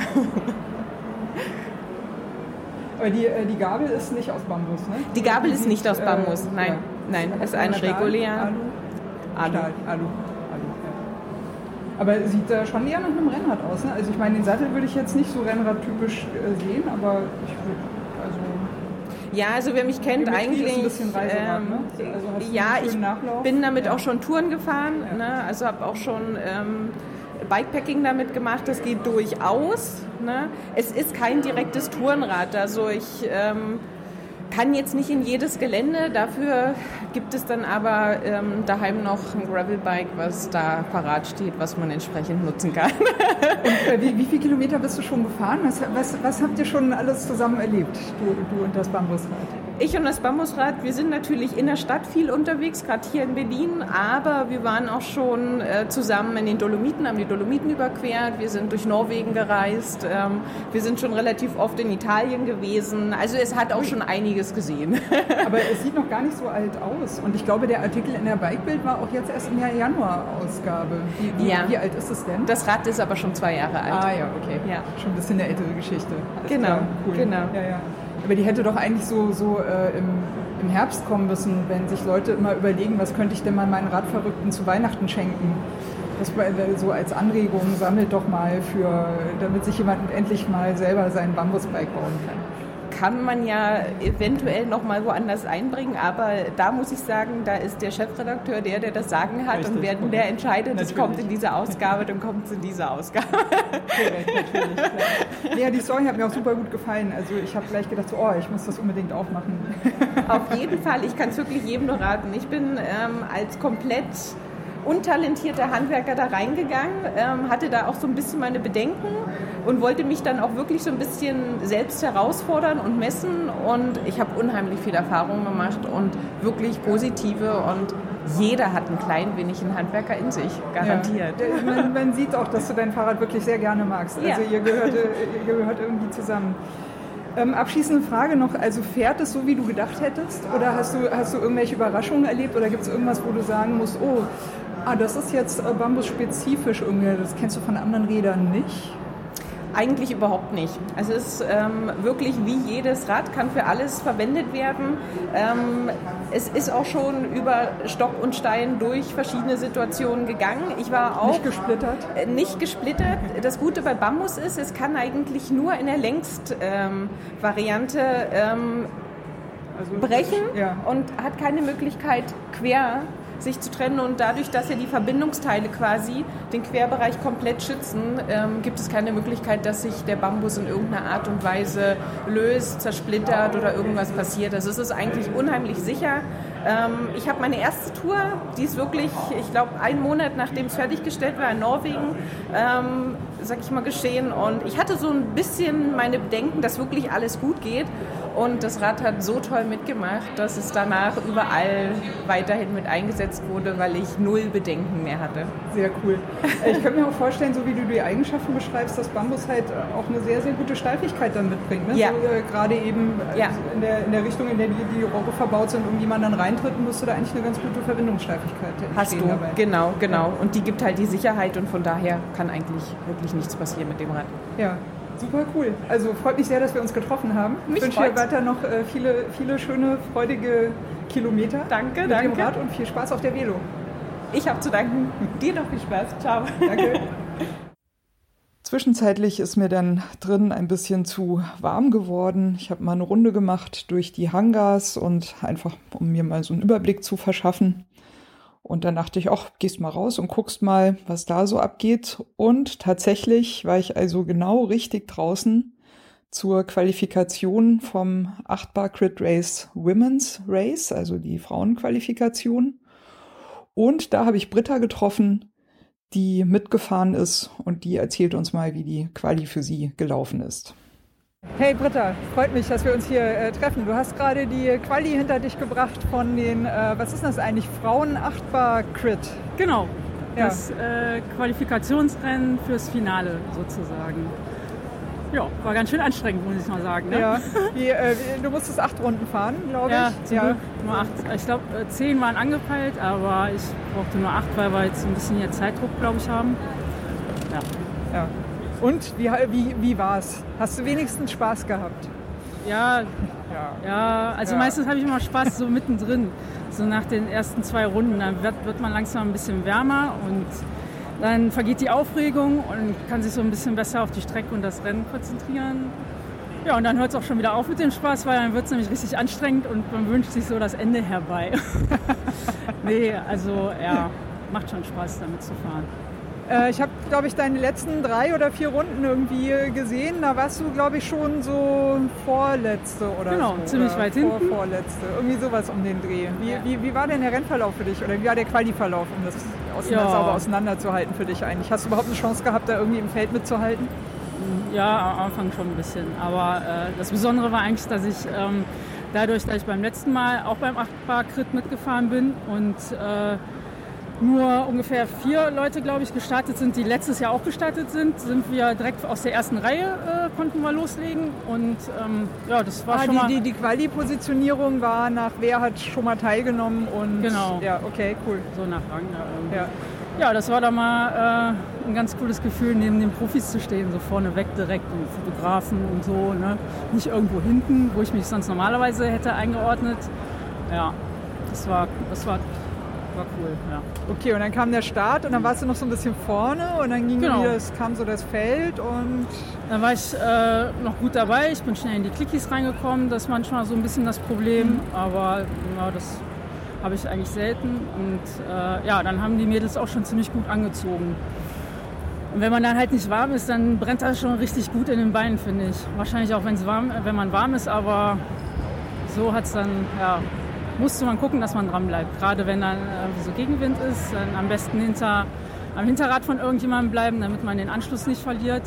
S2: Aber die, äh, die Gabel ist nicht aus Bambus, ne?
S5: Die Gabel ist nicht aus
S2: äh,
S5: Bambus, nein.
S2: ja.
S5: Nein,
S2: Hat
S5: ist
S2: man
S5: eine
S2: Stahl,
S5: reguläre
S2: Alu?
S5: Alu.
S2: Stahl, Alu. Alu, ja. Aber sieht äh, schon eher nach einem Rennrad aus, ne? Also ich meine, den Sattel würde ich jetzt nicht so rennradtypisch äh, sehen, aber ich würde, also...
S5: Ja, also wer mich kennt,
S2: Geometrie
S5: eigentlich,
S2: ist ein bisschen Reiserad,
S5: ähm,
S2: ne? Also hast du
S5: ja,
S2: einen
S5: ich
S2: schönen Nachlauf?
S5: bin damit
S2: Ja.
S5: auch schon Touren gefahren,
S2: Ja.
S5: ne? Also habe auch schon ähm, Bikepacking damit gemacht, das geht durchaus. Ne? Es ist kein direktes Tourenrad, also ich ähm, kann jetzt nicht in jedes Gelände, dafür gibt es dann aber ähm, daheim noch ein Gravelbike, was da parat steht, was man entsprechend nutzen kann.
S2: Und, äh, wie, wie viele Kilometer bist du schon gefahren? Was, was, was habt ihr schon alles zusammen erlebt, du, du und das Bambusrad?
S5: Ich und das Bambusrad, wir sind natürlich in der Stadt viel unterwegs, gerade hier in Berlin, aber wir waren auch schon äh, zusammen in den Dolomiten, haben die Dolomiten überquert, wir sind durch Norwegen gereist, ähm, wir sind schon relativ oft in Italien gewesen, also es hat auch schon einiges gesehen.
S2: Aber es sieht noch gar nicht so alt aus und ich glaube, der Artikel in der Bikebild war auch jetzt erst in der Januar-Ausgabe. Wie, wie,
S5: Ja.
S2: wie alt ist es denn?
S5: Das Rad ist aber schon zwei Jahre alt.
S2: Ah ja, okay.
S5: Ja.
S2: Schon ein bisschen eine ältere Geschichte. Alles
S5: Genau,
S2: klar, cool.
S5: genau.
S2: Ja, ja. Aber die hätte doch eigentlich so, so äh, im, im Herbst kommen müssen, wenn sich Leute immer überlegen, was könnte ich denn mal meinen Radverrückten zu Weihnachten schenken. Das war, äh, so als Anregung, sammelt doch mal für, damit sich jemand endlich mal selber seinen Bambusbike bauen kann.
S5: Kann man ja eventuell noch mal woanders einbringen, aber da muss ich sagen, da ist der Chefredakteur der, der das Sagen hat.
S2: Richtig,
S5: und wer
S2: okay.
S5: der entscheidet, es
S2: Natürlich.
S5: kommt in diese Ausgabe, dann kommt es in diese Ausgabe.
S2: Korrekt, natürlich. Klar. Ja, die Story hat mir auch super gut gefallen. Also ich habe gleich gedacht, so, oh, ich muss das unbedingt auch machen.
S5: Auf jeden Fall, ich kann es wirklich jedem nur raten. Ich bin ähm, als komplett untalentierter Handwerker da reingegangen, ähm, hatte da auch so ein bisschen meine Bedenken und wollte mich dann auch wirklich so ein bisschen selbst herausfordern und messen und ich habe unheimlich viel Erfahrung gemacht und wirklich positive und jeder hat ein klein wenig einen Handwerker in sich, garantiert.
S2: Ja, man, man sieht auch, dass du dein Fahrrad wirklich sehr gerne magst. Also
S5: Ja.
S2: ihr gehört, ihr gehört irgendwie zusammen. Ähm, abschließende Frage noch, also fährt es so, wie du gedacht hättest? Oder hast du, hast du irgendwelche Überraschungen erlebt? Oder gibt es irgendwas, wo du sagen musst, oh, ah, das ist jetzt äh, Bambus-spezifisch irgendwie, das kennst du von anderen Rädern nicht?
S5: Eigentlich überhaupt nicht. Also es ist ähm, wirklich wie jedes Rad, kann für alles verwendet werden. Ähm, es ist auch schon über Stock und Stein durch verschiedene Situationen gegangen. Ich war auch
S2: nicht gesplittert.
S5: Äh, nicht gesplittert. Das Gute bei Bambus ist, es kann eigentlich nur in der Längst-Variante ähm, also, brechen ja. und hat keine Möglichkeit quer sich zu trennen, und dadurch, dass ja die Verbindungsteile quasi den Querbereich komplett schützen, ähm, gibt es keine Möglichkeit, dass sich der Bambus in irgendeiner Art und Weise löst, zersplittert oder irgendwas passiert. Also es ist eigentlich unheimlich sicher. Ähm, ich habe meine erste Tour, die ist wirklich, ich glaube, einen Monat nachdem es fertiggestellt war in Norwegen, ähm, sag ich mal, geschehen, und ich hatte so ein bisschen meine Bedenken, dass wirklich alles gut geht. Und das Rad hat so toll mitgemacht, dass es danach überall weiterhin mit eingesetzt wurde, weil ich null Bedenken mehr hatte.
S2: Sehr cool. Ich könnte mir auch vorstellen, so wie du die Eigenschaften beschreibst, dass Bambus halt auch eine sehr, sehr gute Steifigkeit dann mitbringt. Ne?
S5: Ja.
S2: So, äh, gerade eben
S5: ja.
S2: in, der, in der Richtung, in der die, die Rohre verbaut sind, irgendwie man dann reintritt, musst du da eigentlich eine ganz gute Verbindungssteifigkeit
S5: hast du,
S2: dabei.
S5: Genau, genau. Ja. Und die gibt halt die Sicherheit, und von daher kann eigentlich wirklich nichts passieren mit dem Rad.
S2: Ja. Super cool. Also freut mich sehr, dass wir uns getroffen haben. Ich wünsche dir weiter noch äh, viele, viele schöne, freudige Kilometer
S5: danke,
S2: mit
S5: danke.
S2: dem Rad und viel Spaß auf der Velo.
S5: Ich habe zu danken. Dir noch viel Spaß. Ciao.
S2: Danke. Zwischenzeitlich ist mir dann drin ein bisschen zu warm geworden. Ich habe mal eine Runde gemacht durch die Hangars und einfach, um mir mal so einen Überblick zu verschaffen. Und dann dachte ich, ach, gehst mal raus und guckst mal, was da so abgeht. Und tatsächlich war ich also genau richtig draußen zur Qualifikation vom acht Bar Crit Race Women's Race, also die Frauenqualifikation. Und da habe ich Britta getroffen, die mitgefahren ist, und die erzählt uns mal, wie die Quali für sie gelaufen ist. Hey Britta, freut mich, dass wir uns hier äh, treffen. Du hast gerade die Quali hinter dich gebracht von den, äh, was ist das eigentlich, Frauen acht Bar Crit?
S6: Genau,
S2: ja.
S6: Das äh, Qualifikationsrennen fürs Finale sozusagen. Ja, war ganz schön anstrengend, muss ich mal sagen. Ne?
S2: Ja. Wie, äh, wie, du musstest acht Runden fahren, glaube ich.
S6: Ja, zum ja. Glück nur acht. Ich glaube, äh, zehn waren angepeilt, aber ich brauchte nur acht, weil wir jetzt ein bisschen hier Zeitdruck, glaube ich, haben. Ja.
S2: Ja. Und wie, wie, wie war es? Hast du wenigstens Spaß gehabt?
S6: Ja, ja. ja also ja. Meistens habe ich immer Spaß so mittendrin, so nach den ersten zwei Runden. Dann wird, wird man langsam ein bisschen wärmer und dann vergeht die Aufregung und kann sich so ein bisschen besser auf die Strecke und das Rennen konzentrieren. Ja, und dann hört es auch schon wieder auf mit dem Spaß, weil dann wird es nämlich richtig anstrengend und man wünscht sich so das Ende herbei. Nee, also ja, macht schon Spaß, damit zu fahren.
S2: Ich habe, glaube ich, deine letzten drei oder vier Runden irgendwie gesehen. Da warst du, glaube ich, schon so Vorletzte oder
S6: genau,
S2: so.
S6: Genau, ziemlich
S2: oder
S6: weit hinten.
S2: Vorletzte, irgendwie sowas um den Dreh. Wie,
S6: ja. wie,
S2: wie war denn der Rennverlauf für dich? Oder wie war der Quali-Verlauf, um das auseinander, ja. sauber auseinanderzuhalten für dich eigentlich? Hast du überhaupt eine Chance gehabt, da irgendwie im Feld mitzuhalten?
S6: Ja, am Anfang schon ein bisschen. Aber äh, das Besondere war eigentlich, dass ich ähm, dadurch, dass ich beim letzten Mal auch beim acht Bar Crit mitgefahren bin und äh, nur ungefähr vier Leute, glaube ich, gestartet sind, die letztes Jahr auch gestartet sind, sind wir direkt aus der ersten Reihe, äh, konnten wir loslegen. Und ähm, ja, das war
S2: ah,
S6: schon
S2: die,
S6: mal...
S2: Die, die Quali-Positionierung war nach, wer hat schon mal teilgenommen und...
S6: Genau.
S2: Ja, okay, cool.
S6: So nach Rang. Ja,
S2: ja.
S6: ja, das war da mal äh, ein ganz cooles Gefühl, neben den Profis zu stehen, so vorne weg direkt und Fotografen und so, ne? Nicht irgendwo hinten, wo ich mich sonst normalerweise hätte eingeordnet. Ja, das war... Das war War cool, ja.
S2: Okay, und dann kam der Start und dann warst du noch so ein bisschen vorne und dann ging
S6: genau.
S2: wieder, es kam so das Feld und...
S6: Dann war ich äh, noch gut dabei, ich bin schnell in die Clickies reingekommen, das ist manchmal so ein bisschen das Problem, mhm. aber ja, das habe ich eigentlich selten und äh, ja, dann haben die Mädels auch schon ziemlich gut angezogen. Und wenn man dann halt nicht warm ist, dann brennt das schon richtig gut in den Beinen, finde ich. Wahrscheinlich auch, wenn's warm, wenn man warm ist, aber so hat es dann, ja... musste man gucken, dass man dran bleibt. Gerade wenn dann äh, so Gegenwind ist, dann am besten hinter, am Hinterrad von irgendjemandem bleiben, damit man den Anschluss nicht verliert.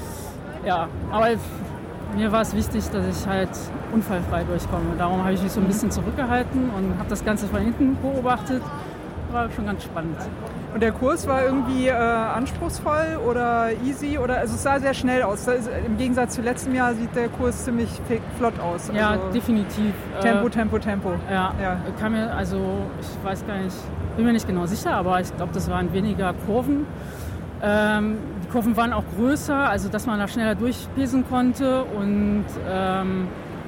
S6: Ja, aber mir war es wichtig, dass ich halt unfallfrei durchkomme. Darum habe ich mich so ein bisschen zurückgehalten und habe das Ganze von hinten beobachtet. War schon ganz spannend.
S2: Und der Kurs war irgendwie äh, anspruchsvoll oder easy? Oder, also es sah sehr schnell aus. Ist, im Gegensatz zu letztem Jahr sieht der Kurs ziemlich flott aus.
S6: Ja,
S2: also
S6: definitiv.
S2: Tempo,
S6: äh,
S2: Tempo, Tempo.
S6: Ja,
S2: ja.
S6: Kann mir, also ich weiß gar nicht, bin mir nicht genau sicher, aber ich glaube, das waren weniger Kurven. Ähm, die Kurven waren auch größer, also dass man da schneller durchpesen konnte. Und ähm,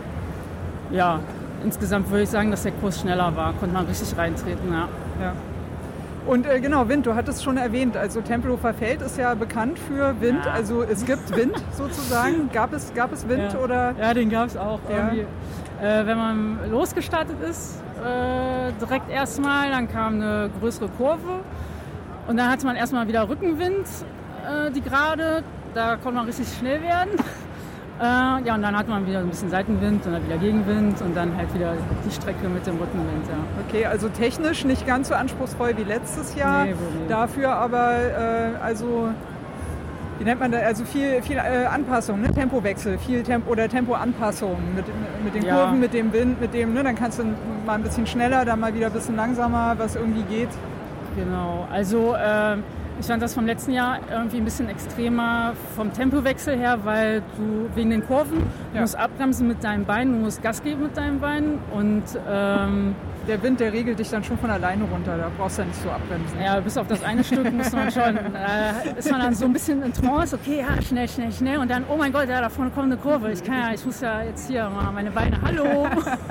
S6: ja, insgesamt würde ich sagen, dass der Kurs schneller war. Konnte man richtig reintreten, ja.
S2: ja. Und äh, genau, Wind, du hattest schon erwähnt, also Tempelhofer Feld ist ja bekannt für Wind,
S6: ja.
S2: Also es gibt Wind sozusagen. Gab es, gab es Wind
S6: ja.
S2: oder?
S6: Ja, den gab es auch.
S2: Ja.
S6: Äh, wenn man losgestartet ist, äh, direkt erstmal, dann kam eine größere Kurve und dann hatte man erstmal wieder Rückenwind, äh, die Gerade, da konnte man richtig schnell werden. Äh, ja, und dann hat man wieder ein bisschen Seitenwind und dann wieder Gegenwind und dann halt wieder die Strecke mit dem Rückenwind. Ja.
S2: Okay, also technisch nicht ganz so anspruchsvoll wie letztes Jahr,
S6: nee, nee.
S2: Dafür aber, äh, also, wie nennt man das, also viel, viel äh, Anpassung, ne? Tempowechsel, viel Tempo oder Tempoanpassung mit, mit den
S6: ja.
S2: Kurven, mit dem Wind, mit dem, ne? Dann kannst du mal ein bisschen schneller, dann mal wieder ein bisschen langsamer, was irgendwie geht.
S6: Genau, also äh, ich fand das vom letzten Jahr irgendwie ein bisschen extremer vom Tempowechsel her, weil du wegen den Kurven, du
S2: ja.
S6: musst abbremsen mit deinen Beinen, du musst Gas geben mit deinen Beinen und ähm,
S2: der Wind, der regelt dich dann schon von alleine runter, da brauchst du ja nicht so abbremsen.
S6: Ja, bis auf das eine Stück muss man schon, äh, ist man dann so ein bisschen in Trance, okay, ja, schnell, schnell, schnell und dann, oh mein Gott, ja, da vorne kommt eine Kurve, ich kann ja, ich muss ja jetzt hier mal meine Beine, hallo.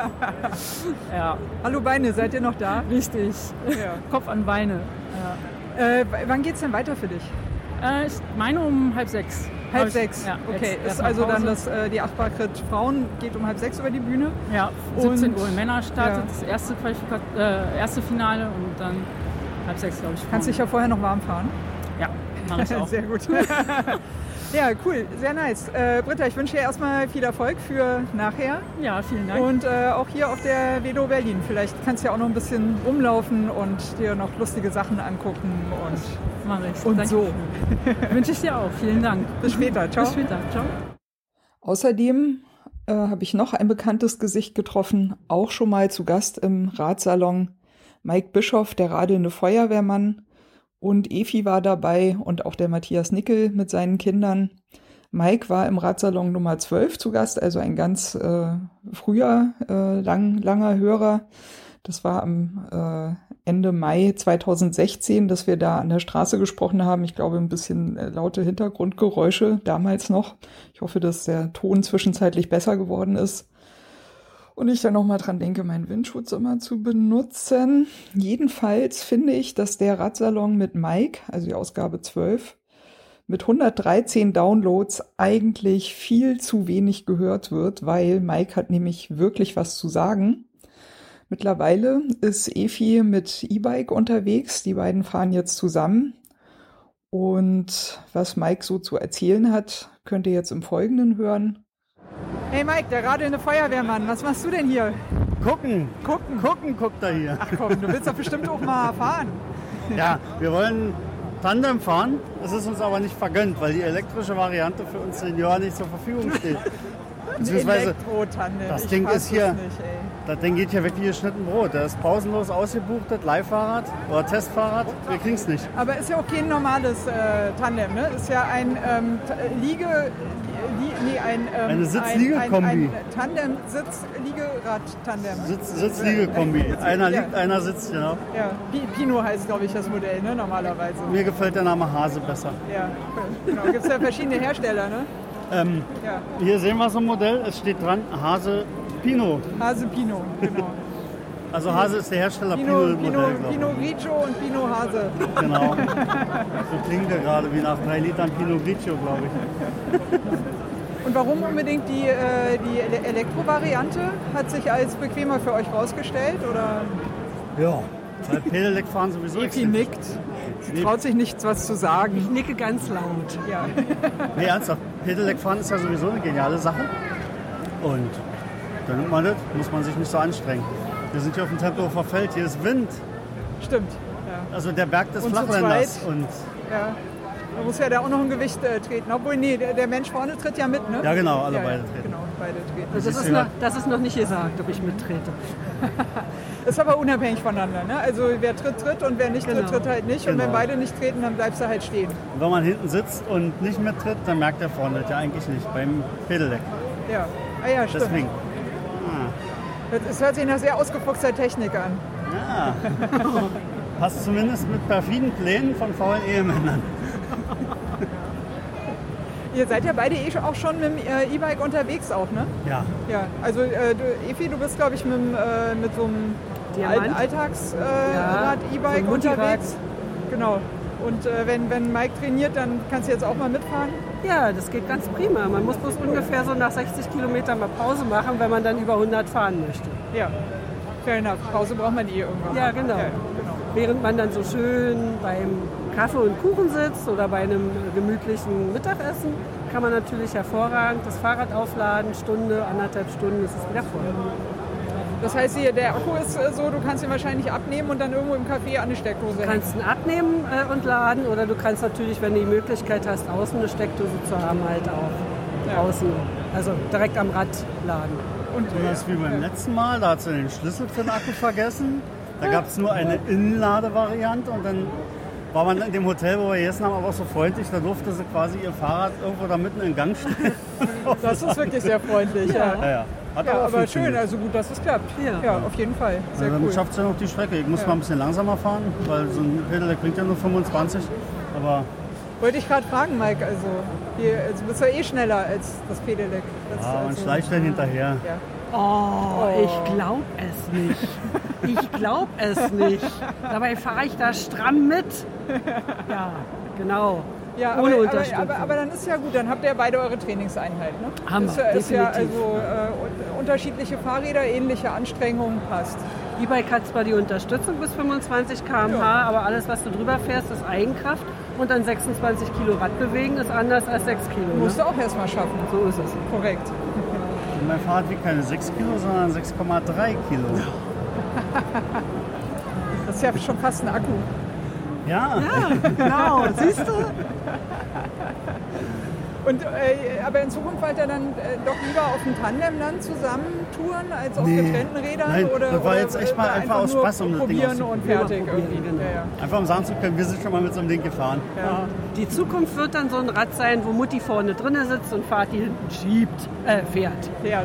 S6: ja.
S2: Hallo Beine, seid ihr noch da?
S6: Richtig,
S2: ja.
S6: Kopf an Beine. Ja.
S2: Äh, wann geht's denn weiter für dich?
S6: Äh, ich meine um halb sechs.
S2: Halb
S6: ich,
S2: sechs,
S6: ja,
S2: okay. Ist also dann das, äh, die Achtbar-Crit Frauen geht um halb sechs über die Bühne?
S6: Ja, siebzehn Uhr
S2: und,
S6: Männer startet
S2: ja.
S6: das erste, Qualifika- äh, erste Finale und dann halb sechs, glaube ich. Frauen.
S2: Kannst dich ja vorher noch warm fahren?
S6: Ja, mach ich auch.
S2: Sehr gut. Ja, cool, sehr nice. Äh, Britta, ich wünsche dir erstmal viel Erfolg für nachher.
S6: Ja, vielen Dank.
S2: Und äh, auch hier auf der Velo Berlin. Vielleicht kannst du ja auch noch ein bisschen rumlaufen und dir noch lustige Sachen angucken. Und,
S6: mach ich.
S2: Und
S6: Danke.
S2: so.
S6: Wünsche ich dir auch. Vielen Dank.
S2: Bis später. Ciao.
S6: Bis später. Ciao.
S2: Außerdem äh, habe ich noch ein bekanntes Gesicht getroffen, auch schon mal zu Gast im Radsalon. Mike Bischoff, der radelnde Feuerwehrmann. Und Efi war dabei und auch der Matthias Nickel mit seinen Kindern. Mike war im Radsalon Nummer zwölf zu Gast, also ein ganz äh, früher, äh, lang, langer Hörer. Das war am äh, Ende Mai zweitausendsechzehn, dass wir da an der Straße gesprochen haben. Ich glaube, ein bisschen äh, laute Hintergrundgeräusche damals noch. Ich hoffe, dass der Ton zwischenzeitlich besser geworden ist. Und ich dann nochmal dran denke, meinen Windschutz immer zu benutzen. Jedenfalls finde ich, dass der Radsalon mit Mike, also die Ausgabe zwölf, mit hundertdreizehn Downloads eigentlich viel zu wenig gehört wird, weil Mike hat nämlich wirklich was zu sagen. Mittlerweile ist Efi mit E-Bike unterwegs. Die beiden fahren jetzt zusammen. Und was Mike so zu erzählen hat, könnt ihr jetzt im Folgenden hören. Hey Mike, der radelnde Feuerwehrmann, was machst du denn hier?
S7: Gucken.
S2: Gucken?
S7: Gucken guckt er hier.
S2: Ach komm, du willst doch bestimmt auch mal fahren.
S7: Ja, wir wollen Tandem fahren. Das ist uns aber nicht vergönnt, weil die elektrische Variante für uns Senioren nicht zur Verfügung steht. Beziehungsweise
S2: Elektro-Tandem.
S7: das
S2: Ich
S7: Ding
S2: fass
S7: ist hier,
S2: nicht, ey.
S7: das Ding geht hier weg wie geschnitten Brot. Das ist pausenlos ausgebucht, das Leihfahrrad oder Testfahrrad. Wir kriegen es nicht.
S2: Aber ist ja auch kein normales äh, Tandem, ne? Ist ja ein ähm, T- Liege... Li- nee, ein, ähm,
S7: Eine Sitz-Liege-Kombi.
S2: Ein, ein, ein Tandem-Sitz-Liegerad-Tandem.
S7: Sitz-Sitz-Liege-Kombi. Einer liegt,
S2: Ja.
S7: einer sitzt, genau.
S2: Ja, Pi- Pino heißt, glaube ich, das Modell, ne? Normalerweise.
S7: Mir gefällt der Name Hase besser.
S2: Ja, genau. Gibt es ja verschiedene Hersteller, ne?
S7: Ähm,
S2: Ja.
S7: hier sehen wir so ein Modell. Es steht dran Hase Pino.
S2: Hase Pino, genau.
S7: Also Hase ist der Hersteller
S2: Pino,
S7: Pino-Modell,
S2: Pino,
S7: glaube ich.
S2: Pino Grigio und Pino Hase.
S7: Genau. So klingt er gerade wie nach drei Litern Pinot Grigio, glaube ich.
S2: Und warum unbedingt die, äh, die Ele- Elektro-Variante? Hat sich als bequemer für euch rausgestellt? Oder?
S7: Ja. Weil Pedelec fahren sowieso
S2: Efi
S7: extrem.
S2: nickt. Sie traut sich nichts was zu sagen.
S1: Ich nicke ganz laut.
S2: Ja.
S7: Nee, ernsthaft. Pedelec fahren ist ja sowieso eine geniale Sache. Und dann nimmt man das, muss man sich nicht so anstrengen. Wir sind hier auf dem Tempelhofer Feld, hier ist Wind.
S2: Stimmt. Ja.
S7: Also der Berg des
S2: Und zu
S7: Flachländers.
S2: zweit.
S7: Und
S2: Ja. Da muss ja da auch noch ein Gewicht äh, treten. Obwohl, nee, der, der Mensch vorne tritt ja mit, ne?
S7: ja genau, alle
S2: Ja,
S7: beide
S2: ja,
S7: treten.
S2: Genau. beide treten.
S8: Das ist, noch, das ist noch nicht gesagt, ob ich mittrete.
S2: Das ist aber unabhängig voneinander. Ne? Also wer tritt, tritt und wer nicht
S8: Genau.
S2: tritt, tritt halt nicht. Und
S7: Genau.
S2: wenn beide nicht treten, dann bleibst du halt stehen.
S7: Und wenn man hinten sitzt und nicht mittritt, dann merkt der vorne das ja eigentlich nicht beim Pedelec.
S2: Ja, ah, ja stimmt.
S7: Deswegen.
S2: Es hört sich nach sehr ausgefuchster Technik an.
S7: Ja. Passt zumindest mit perfiden Plänen von faulen Ehemännern.
S2: Ihr seid ja beide eh auch schon mit dem äh, E-Bike unterwegs auch, ne?
S7: Ja.
S2: Ja, also äh, du, Efi, du bist, glaube ich, mit, dem, äh, mit so einem
S8: Diamant?
S2: Alltags-E-Bike
S8: Ja, so ein Multirad.
S2: unterwegs. Genau. Und äh, wenn, wenn Mike trainiert, dann kannst du jetzt auch mal mitfahren?
S8: Ja, das geht ganz prima. Man muss bloß ungefähr so nach sechzig Kilometern mal Pause machen, wenn man dann über hundert fahren möchte.
S2: Ja, fair enough. Pause braucht man eh irgendwann.
S8: Ja, genau.
S2: Ja, genau.
S8: Während man dann so schön beim Kaffee und Kuchen sitzt oder bei einem gemütlichen Mittagessen, kann man natürlich hervorragend das Fahrrad aufladen, Stunde, anderthalb Stunden, ist es wieder voll.
S2: Das heißt, hier, der Akku ist äh, so, du kannst ihn wahrscheinlich abnehmen und dann irgendwo im Café an eine Steckdose
S8: Du
S2: hängen.
S8: kannst ihn abnehmen äh, und laden oder du kannst natürlich, wenn du die Möglichkeit hast, außen eine Steckdose zu haben, halt auch
S2: Ja.
S8: außen, also direkt am Rad laden.
S2: Und,
S7: Und das ist wie beim letzten Mal, da hat sie den Schlüssel für den Akku vergessen. Da gab es nur eine Innenladevariante und dann war man in dem Hotel, wo wir gegessen haben, aber auch so freundlich, da durfte sie quasi ihr Fahrrad irgendwo da mitten in Gang stellen.
S2: das ist wirklich sehr freundlich. Ja,
S7: Ja, ja. Hat
S2: ja
S7: auch
S2: aber
S7: funktioniert.
S2: schön, also gut, dass es klappt.
S8: Ja.
S2: Ja, auf jeden Fall. Sehr
S7: Also damit
S2: cool.
S7: schafft sie noch die Strecke. Ich muss
S2: Ja.
S7: mal ein bisschen langsamer fahren, weil so ein Pedelec bringt ja nur fünfundzwanzig. Aber
S2: Wollte ich gerade fragen, Mike, also, hier, also bist du ja eh schneller als das Pedelec. Das,
S7: ja, man
S2: also,
S7: schleicht dann hinterher.
S2: ja.
S8: Oh, ich glaub es nicht. Ich glaub es nicht. Dabei fahre ich da stramm mit. Ja, genau.
S2: Ja,
S8: Ohne
S2: aber,
S8: Unterstützung.
S2: aber, aber, aber dann ist ja gut, dann habt ihr beide eure Trainingseinheit. Ne?
S8: Haben
S2: ist
S8: wir,
S2: ja, ist ja
S8: definitiv.
S2: also äh, unterschiedliche Fahrräder, ähnliche Anstrengungen, passt.
S8: E-Bike hat zwar die Unterstützung bis fünfundzwanzig Kilometer pro Stunde, aber alles, was du drüber fährst, ist Eigenkraft. Und dann sechsundzwanzig Kilo Rad bewegen ist anders als sechs Kilo.
S2: Musst
S8: Ne?
S2: du auch erstmal schaffen.
S8: So ist es.
S2: Korrekt.
S7: Und mein Fahrrad wiegt keine sechs Kilo, sondern sechs Komma drei Kilo.
S2: Das ist ja schon fast ein Akku.
S7: Ja,
S8: Genau, siehst du?
S2: Und, äh, aber in Zukunft wollt ihr dann äh, doch lieber auf dem Tandem dann zusammen touren, als auf
S7: Nee.
S2: getrennten Rädern?
S7: Nein,
S2: oder,
S7: das war
S2: oder,
S7: jetzt echt
S2: äh,
S7: mal einfach aus
S2: nur
S7: Spaß, um das Ding
S2: probieren und
S7: auszuprobieren.
S2: fertig
S8: Mal probieren,
S2: irgendwie.
S8: genau.
S2: Ja, ja.
S7: einfach um sagen zu können, wir sind schon mal mit so einem Ding gefahren.
S2: Ja.
S8: Die Zukunft wird dann so ein Rad sein, wo Mutti vorne drin sitzt und Vati hinten schiebt, äh, fährt.
S2: Fährt.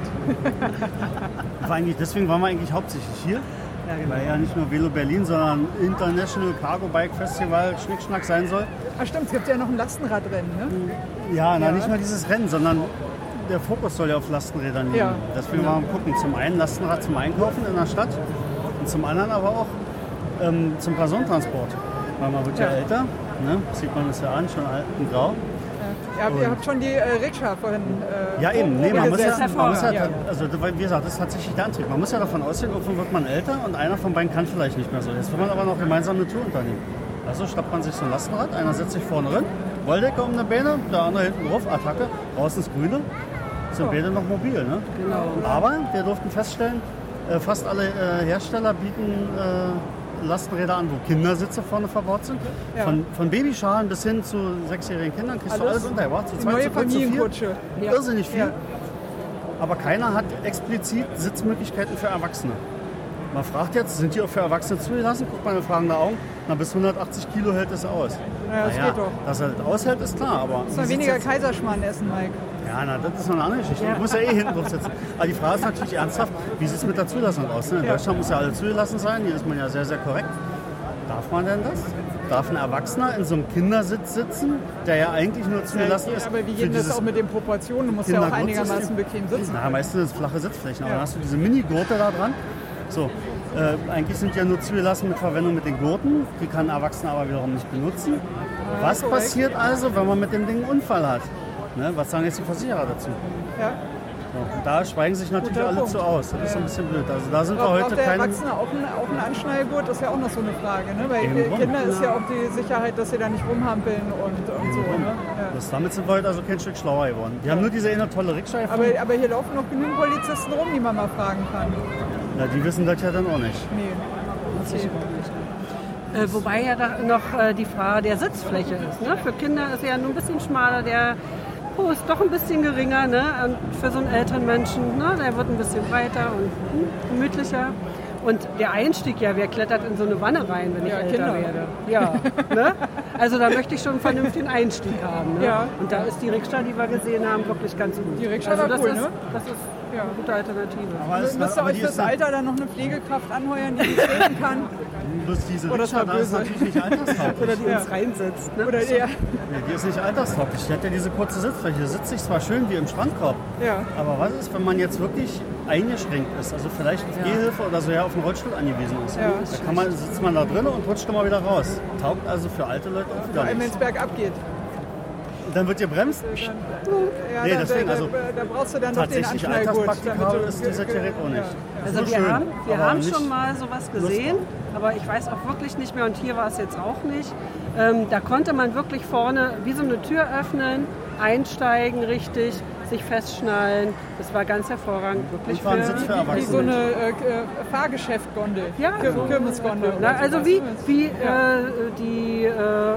S7: War eigentlich, deswegen waren wir eigentlich hauptsächlich hier.
S8: Ja, genau.
S7: Weil ja nicht nur Velo Berlin, sondern International Cargo Bike Festival Schnickschnack sein soll.
S2: Ach stimmt, es gibt ja noch ein Lastenradrennen, ne?
S7: Ja, na,
S2: Ja.
S7: nicht nur dieses Rennen, sondern der Fokus soll ja auf Lastenrädern liegen.
S2: Ja.
S7: Deswegen wollen wir gucken, zum einen Lastenrad zum Einkaufen in der Stadt und zum anderen aber auch ähm, zum Personentransport. Weil man wird ja,
S2: Ja.
S7: älter, ne? Sieht man es ja an, schon alt und grau.
S2: Ja, ihr habt schon die äh, Rikscha vorhin. Äh,
S7: Ja eben, nee, man muss ja,
S2: gesessen.
S7: man muss ja,
S2: Ja.
S7: also wie gesagt, das ist tatsächlich der Antrieb. Man muss ja davon ausgehen, irgendwann wird man älter und einer von beiden kann vielleicht nicht mehr so. Jetzt will man aber noch gemeinsam eine Tour unternehmen. Also schnappt man sich so ein Lastenrad, einer setzt sich vorne rein, Wolldecke um eine Beine, der andere hinten drauf, Attacke, raus ins Grüne. Sind beide noch mobil, ne?
S8: Genau.
S7: Aber wir durften feststellen, äh, fast alle äh, Hersteller bieten äh, Lastenräder an, wo Kindersitze vorne verbaut sind.
S2: Ja.
S7: Von, von Babyschalen bis hin zu sechsjährigen Kindern kriegst du
S2: Alles
S7: alles unter. Ja, zu
S2: Die
S7: zweit,
S2: neue
S7: zu dritt, zu viert.
S2: Familienkutsche.
S7: Irrsinnig viel.
S2: Ja.
S7: Aber keiner hat explizit Sitzmöglichkeiten für Erwachsene. Man fragt jetzt, sind die auch für Erwachsene zugelassen? Guckt mal mit fragende Augen. Na, bis hundertachtzig Kilo hält es aus.
S2: Ja, das
S7: Naja,
S2: geht doch.
S7: dass er das aushält, ist klar. Aber
S2: Muss man
S7: wie
S2: weniger
S7: sitzt jetzt-
S2: Kaiserschmarrn essen, Mike.
S7: Ja, na, das ist noch eine andere Geschichte. Ich muss ja eh hinten drauf sitzen. Aber die Frage ist natürlich ernsthaft, wie sieht es mit der Zulassung aus? Ne? In
S2: Ja.
S7: Deutschland muss ja alle zugelassen sein. Hier ist man ja sehr, sehr korrekt. Darf man denn das? Darf ein Erwachsener in so einem Kindersitz sitzen, der ja eigentlich nur zugelassen
S2: Ja,
S7: ist?
S2: aber wie
S7: für
S2: geht das
S7: dieses
S2: auch mit den Proportionen? Du musst ja auch
S7: Kindergurtsystem?
S2: einigermaßen bequem sitzen.
S7: Na, meistens sind es flache Sitzflächen, aber
S2: Ja.
S7: dann hast du diese Mini-Gurte da dran. So, äh, eigentlich sind die ja nur zugelassen mit Verwendung mit den Gurten. Die kann ein Erwachsener aber wiederum nicht benutzen. Was
S2: korrekt.
S7: passiert also, wenn man mit dem Ding einen Unfall hat? Ne, was sagen jetzt die Versicherer dazu?
S2: Ja.
S7: So, und da schweigen sich natürlich
S2: Guter
S7: alle
S2: Punkt.
S7: zu aus. Das ist so ein bisschen blöd. Also da sind wir
S2: Braucht
S7: heute
S2: der
S7: keine...
S2: Erwachsene auch einen, auch einen Anschnallgurt? Das ist ja auch noch so eine Frage. Ne? Weil
S7: Eben
S2: äh,
S7: drum.
S2: Kinder ist ja auch die Sicherheit, dass sie da nicht rumhampeln und, und so. Ne? Ja.
S7: Das, damit sind wir heute also kein Stück schlauer geworden. Die haben nur diese eine tolle Rikscha
S2: Aber,
S7: gefunden.
S2: aber hier laufen noch genügend Polizisten rum, die man mal fragen kann.
S7: Na, die wissen das ja dann auch nicht.
S2: Nee.
S8: Äh, wobei ja da noch äh, die Frage der Sitzfläche ist. Ne? Für Kinder ist ja nur ein bisschen schmaler der Tempo ist doch ein bisschen geringer, ne? Und für so einen älteren Menschen, ne? Der wird ein bisschen breiter und hm, gemütlicher. Und der Einstieg, ja, wer klettert in so eine Wanne rein, wenn ich
S2: Ja,
S8: älter
S2: Kinder.
S8: werde? Ja, ne? Also da möchte ich schon einen vernünftigen Einstieg haben. Ne?
S2: Ja.
S8: Und da ist die Rikscha, die wir gesehen haben, wirklich ganz gut.
S2: Die Rikscha
S8: also
S2: war
S8: das
S2: cool,
S8: ist,
S2: ne?
S8: Das ist
S2: Ja.
S8: eine gute Alternative.
S7: Aber es-
S2: Müsst ihr
S7: aber
S2: euch
S7: die
S2: fürs
S7: ist dann-
S2: Alter dann noch eine Pflegekraft anheuern, die treten kann?
S7: Bloß diese
S2: Oder ist
S7: Rikscha,
S2: er
S7: da ist
S2: böse?
S7: natürlich nicht alterstauglich.
S8: Oder die
S2: Ja.
S8: uns reinsetzt. Ne?
S2: Oder ja.
S7: Nee, die ist nicht alterstauglich. Die hat ja diese kurze Sitzfläche. Hier sitze ich zwar schön wie im Strandkorb,
S2: Ja.
S7: aber was ist, wenn man jetzt wirklich eingeschränkt ist, also vielleicht auf Gehhilfe oder so ja auf den Rollstuhl angewiesen ist.
S2: Ja.
S7: Da kann man, sitzt man da drin und rutscht immer wieder raus. Taugt also für alte Leute auch
S2: Vor
S7: wieder
S2: allem, wenn
S7: nichts.
S2: es bergab geht.
S7: Und dann wird gebremst.
S2: Ja,
S7: Nee,
S2: da,
S7: deswegen,
S2: da,
S7: also
S2: da, da brauchst du dann noch den
S7: Tatsächlich
S2: Anschnallgurt.
S7: alterspraktikabel
S2: damit du-
S7: ist dieser Gerät auch nicht.
S2: Ja.
S8: Also
S7: Nur
S8: wir
S7: schön,
S8: haben, wir
S7: aber
S8: haben
S7: nicht
S8: schon mal sowas
S7: Lust
S8: gesehen, aber ich weiß auch wirklich nicht mehr und hier war es jetzt auch nicht. Ähm, da konnte man wirklich vorne wie so eine Tür öffnen, einsteigen richtig, sich festschnallen. Das war ganz hervorragend, wirklich.
S7: Und war ein Sitz für
S2: Wie
S7: Erwachsene.
S2: so eine äh, äh, Fahrgeschäftgondel.
S8: Ja,
S2: Kir
S8: so.
S2: Kirmesgondel.
S8: Na,
S2: oder
S8: also
S2: sowas.
S8: wie, wie äh, die äh,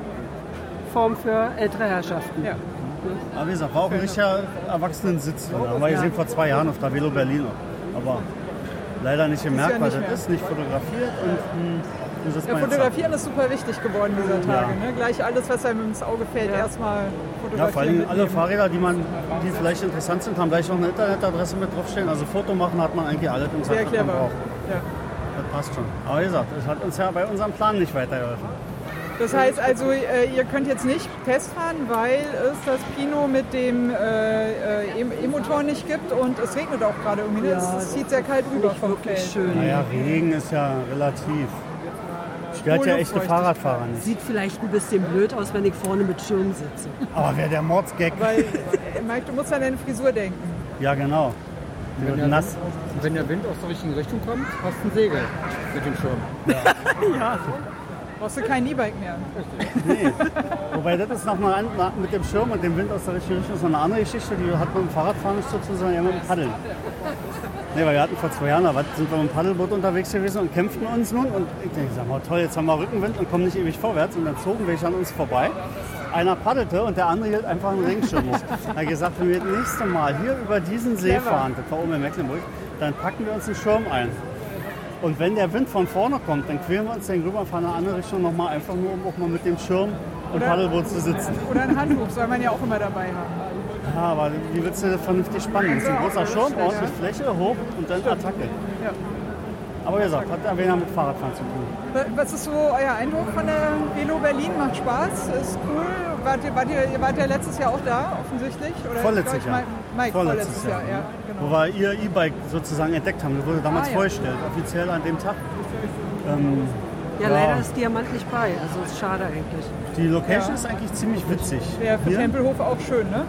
S8: Form für ältere Herrschaften.
S2: Ja.
S7: Aber wie gesagt, war auch ein richtiger Erwachsenensitz. Da haben wir gesehen vor zwei Jahren auf der Velo Berlin. Aber leider nicht gemerkt,
S2: ja
S7: weil
S2: nicht
S7: das
S2: mehr.
S7: ist nicht fotografiert und mh, du sitzt
S2: Ja,
S7: mal jetzt da.
S2: fotografieren ist super wichtig geworden dieser Tage. Ne? Gleich alles, was einem ins Auge fällt, erstmal fotografieren.
S7: Ja, vor allem alle
S2: mitnehmen.
S7: Fahrräder, die, man, die vielleicht interessant sind, haben gleich noch eine Internetadresse mit draufstehen. Also Foto machen hat man eigentlich alles im Sack,
S2: Sehr
S7: was man
S2: clever.
S7: braucht.
S2: Ja.
S7: Das passt schon. Aber wie gesagt, es hat uns ja bei unserem Plan nicht weitergeholfen.
S2: Das heißt also, äh, ihr könnt jetzt nicht Testfahren, weil es das Pino mit dem äh, äh, E-Motor nicht gibt und es regnet auch gerade irgendwie. Ne?
S8: Ja,
S2: es, es zieht sehr kalt rüber vom
S8: Wirklich
S2: Feld.
S8: schön.
S7: Naja, Regen ist ja relativ. Stört ja echte
S2: Luftfeuchtigkeit.
S7: Fahrradfahrer nicht.
S8: Sieht vielleicht ein bisschen blöd aus, wenn ich vorne mit Schirm sitze.
S7: Aber wer der Mordsgag.
S2: Weil, äh, Mike, du musst an deine Frisur denken.
S7: Ja, genau. Die
S9: Wenn
S7: wird
S9: der,
S7: nass.
S9: Wind, wenn der Wind aus der richtigen Richtung kommt, hast du ein Segel mit dem Schirm.
S2: Brauchst du kein E-Bike mehr.
S7: Nee. Wobei das ist nochmal an, na, mit dem Schirm und dem Wind aus der richtigen Richtung ist noch eine andere Geschichte, die hat man im Fahrradfahren nicht so zu sagen, ja mit dem Paddeln. Nee, weil wir hatten vor zwei Jahren, da sind wir mit dem Paddelboot unterwegs gewesen und kämpften uns nun und ich denke, sag mal, toll, jetzt haben wir Rückenwind und kommen nicht ewig vorwärts und dann zogen welche an uns vorbei. Einer paddelte und der andere hielt einfach einen Regenschirm hoch. Er hat gesagt, wenn wir das nächste Mal hier über diesen See fahren, das war oben in Mecklenburg, dann packen wir uns einen Schirm ein. Und wenn der Wind von vorne kommt, dann quälen wir uns den rüber und fahren in eine andere Richtung nochmal, einfach nur, um auch mal mit dem Schirm und Paddelboot zu sitzen.
S2: Oder ein Handtuch soll man ja auch immer dabei haben.
S7: Ja, aber wie willst du das vernünftig spannen? Das ist ein großer Schirm, ordentlich Fläche, hoch und dann Attacke.
S2: Ja.
S7: Aber wie gesagt, hat ja mit Fahrradfahren zu tun.
S2: Was ist so euer Eindruck von der Velo Berlin? Macht Spaß? Ist cool? Wart ihr, wart ihr, ihr wart ja letztes Jahr auch da, offensichtlich? Oder
S7: Vorletztes Jahr.
S2: Mike, Mike,
S7: Vorletztes
S2: vorletztes Jahr,
S7: Jahr,
S2: ja.
S7: Wo
S2: Genau.
S7: wir ihr E-Bike sozusagen entdeckt haben. Das wurde damals
S2: Ah, ja.
S7: vorgestellt, offiziell an dem Tag. Ähm,
S8: Ja,
S7: Ja.
S8: leider ist Diamant nicht bei, also ist schade eigentlich.
S7: die Location
S2: Ja.
S7: ist eigentlich ziemlich witzig.
S2: Ja, für
S7: Hier.
S2: Tempelhof auch schön, ne?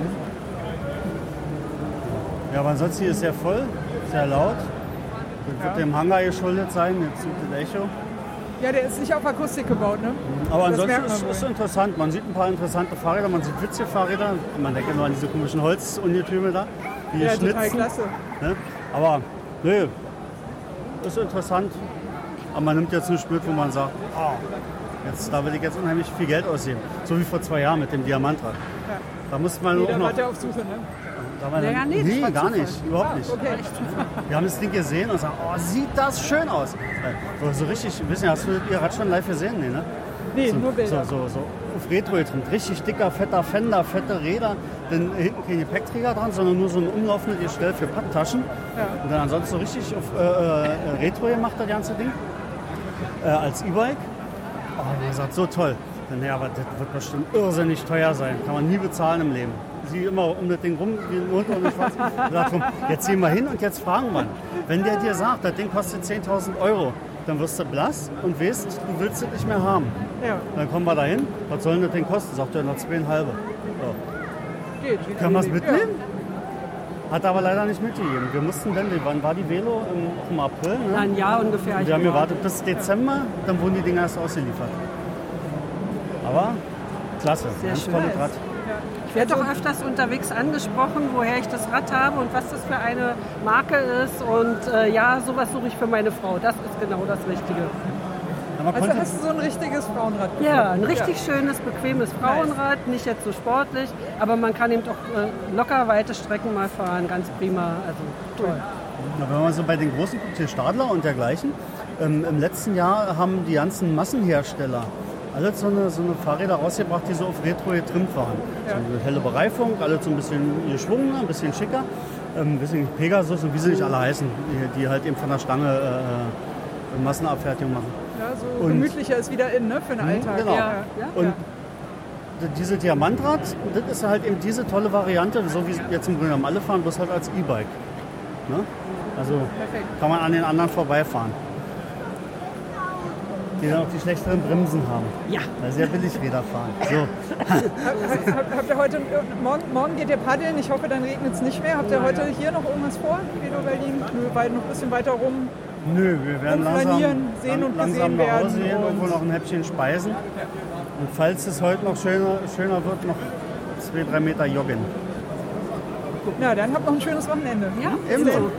S7: Ja, aber ansonsten hier ist sehr voll, sehr laut. Das wird
S2: Ja.
S7: dem Hangar geschuldet sein, jetzt mit dem Echo.
S2: Ja, der ist nicht auf Akustik gebaut, ne?
S7: Aber
S2: Das
S7: ansonsten
S2: merkt man
S7: ist es
S2: wohl.
S7: interessant. Man sieht ein paar interessante Fahrräder, man sieht witzige Fahrräder. Man denkt nur an diese komischen Holzungetüme da, die
S2: Ja,
S7: schnitzen.
S2: total klasse.
S7: Ne? Aber nö, ist interessant. Aber man nimmt jetzt nicht mit, wo man sagt, oh, jetzt, da will ich jetzt unheimlich viel Geld ausgeben. So wie vor zwei Jahren mit dem Diamantrad.
S2: Ja.
S7: Da musste man
S2: Nee,
S7: auch
S2: da
S7: noch...
S2: wart ihr auf Suche, ne?
S7: Da war
S8: Naja,
S7: dann,
S8: nee, das war
S7: gar
S8: Zufall.
S7: nicht, überhaupt nicht.
S2: Okay.
S7: Wir haben das Ding gesehen und sagen, oh, sieht das schön aus. So, so richtig, wissen Sie, hast du Ihr Rad schon live gesehen? Nee, ne?
S2: Nee,
S7: so,
S2: nur Bilder.
S7: So, so, so auf Retro getrimmt. Richtig dicker, fetter Fender, fette Räder. Dann hinten kein Gepäckträger dran, sondern nur so ein umlaufendes Gestell für Papptaschen.
S2: Ja.
S7: Und dann ansonsten so richtig auf äh, äh, Retro gemacht, das ganze Ding. Äh, als E-Bike. Oh, man sagt, so toll. Dann, ja, aber das wird bestimmt irrsinnig teuer sein. Kann man nie bezahlen im Leben. Sie immer um das Ding rum, wie ein Mond und ein Schwarz. Sagt, komm, jetzt gehen wir hin und jetzt fragen wir ihn. Wenn der dir sagt, das Ding kostet zehntausend Euro, dann wirst du blass und weißt, du willst es nicht mehr haben.
S2: Ja,
S7: Dann kommen wir da hin, was soll denn das Ding kosten? Sagt er, noch zweieinhalb. So.
S2: geht.
S7: Können wir es mitnehmen? Hat er aber leider nicht mitgegeben. Wir mussten dann, wann war die Velo? Im, im April? Ne?
S8: Na, ein Jahr ungefähr.
S7: Wir haben gewartet bis Dezember, dann wurden die Dinger erst ausgeliefert. Aber klasse,
S8: Sehr
S7: ganz
S8: schön.
S7: tolles Rad.
S8: Ich werde doch öfters unterwegs angesprochen, woher ich das Rad habe und was das für eine Marke ist. Und äh, ja, sowas suche ich für meine Frau. Das ist genau das Richtige.
S7: Aber
S2: Also
S7: konnte-
S2: hast du so ein richtiges Frauenrad gefunden?
S8: Ja, ein richtig schönes, bequemes Frauenrad, nicht jetzt so sportlich, aber man kann eben auch äh, locker weite Strecken mal fahren, ganz prima, also toll.
S7: Na, wenn man so bei den großen guckt, hier Stadler und dergleichen, ähm, im letzten Jahr haben die ganzen Massenhersteller alle so eine, so eine Fahrräder rausgebracht, die so auf Retro getrimmt waren. So eine helle Bereifung, alle so ein bisschen geschwungener, ein bisschen schicker. Ähm, ein bisschen Pegasus und wie sie nicht alle heißen, die, die halt eben von der Stange äh, Massenabfertigung machen.
S2: Ja, so
S7: Und-
S2: gemütlicher ist wieder in, ne, für den Alltag.
S7: Genau.
S2: Ja.
S7: Und
S2: Ja.
S7: d- diese Diamantrad, das ist halt eben diese tolle Variante, so wie jetzt im Grunde genommen alle fahren, bloß halt als E-Bike. Ne? Also kann man an den anderen vorbeifahren. Die dann auch die schlechteren Bremsen haben.
S2: Ja.
S7: Weil sie ja Billigräder fahren. So.
S2: Habt, habt ihr heute, morgen, morgen geht ihr paddeln, ich hoffe, dann regnet es nicht mehr. Habt ihr heute hier noch irgendwas vor, Velo Berlin? Nö, weil noch ein bisschen weiter rum.
S7: Nö, wir werden langsam,
S2: Umflanieren, sehen und
S7: langsam
S2: gesehen
S7: nach Hause
S2: werden
S7: gehen,
S2: und-
S7: irgendwo noch ein Häppchen speisen. Und falls es heute noch schöner, schöner wird, noch zwei, drei Meter joggen.
S2: Na, dann habt noch ein schönes Wochenende. Ja,
S7: Ebenso.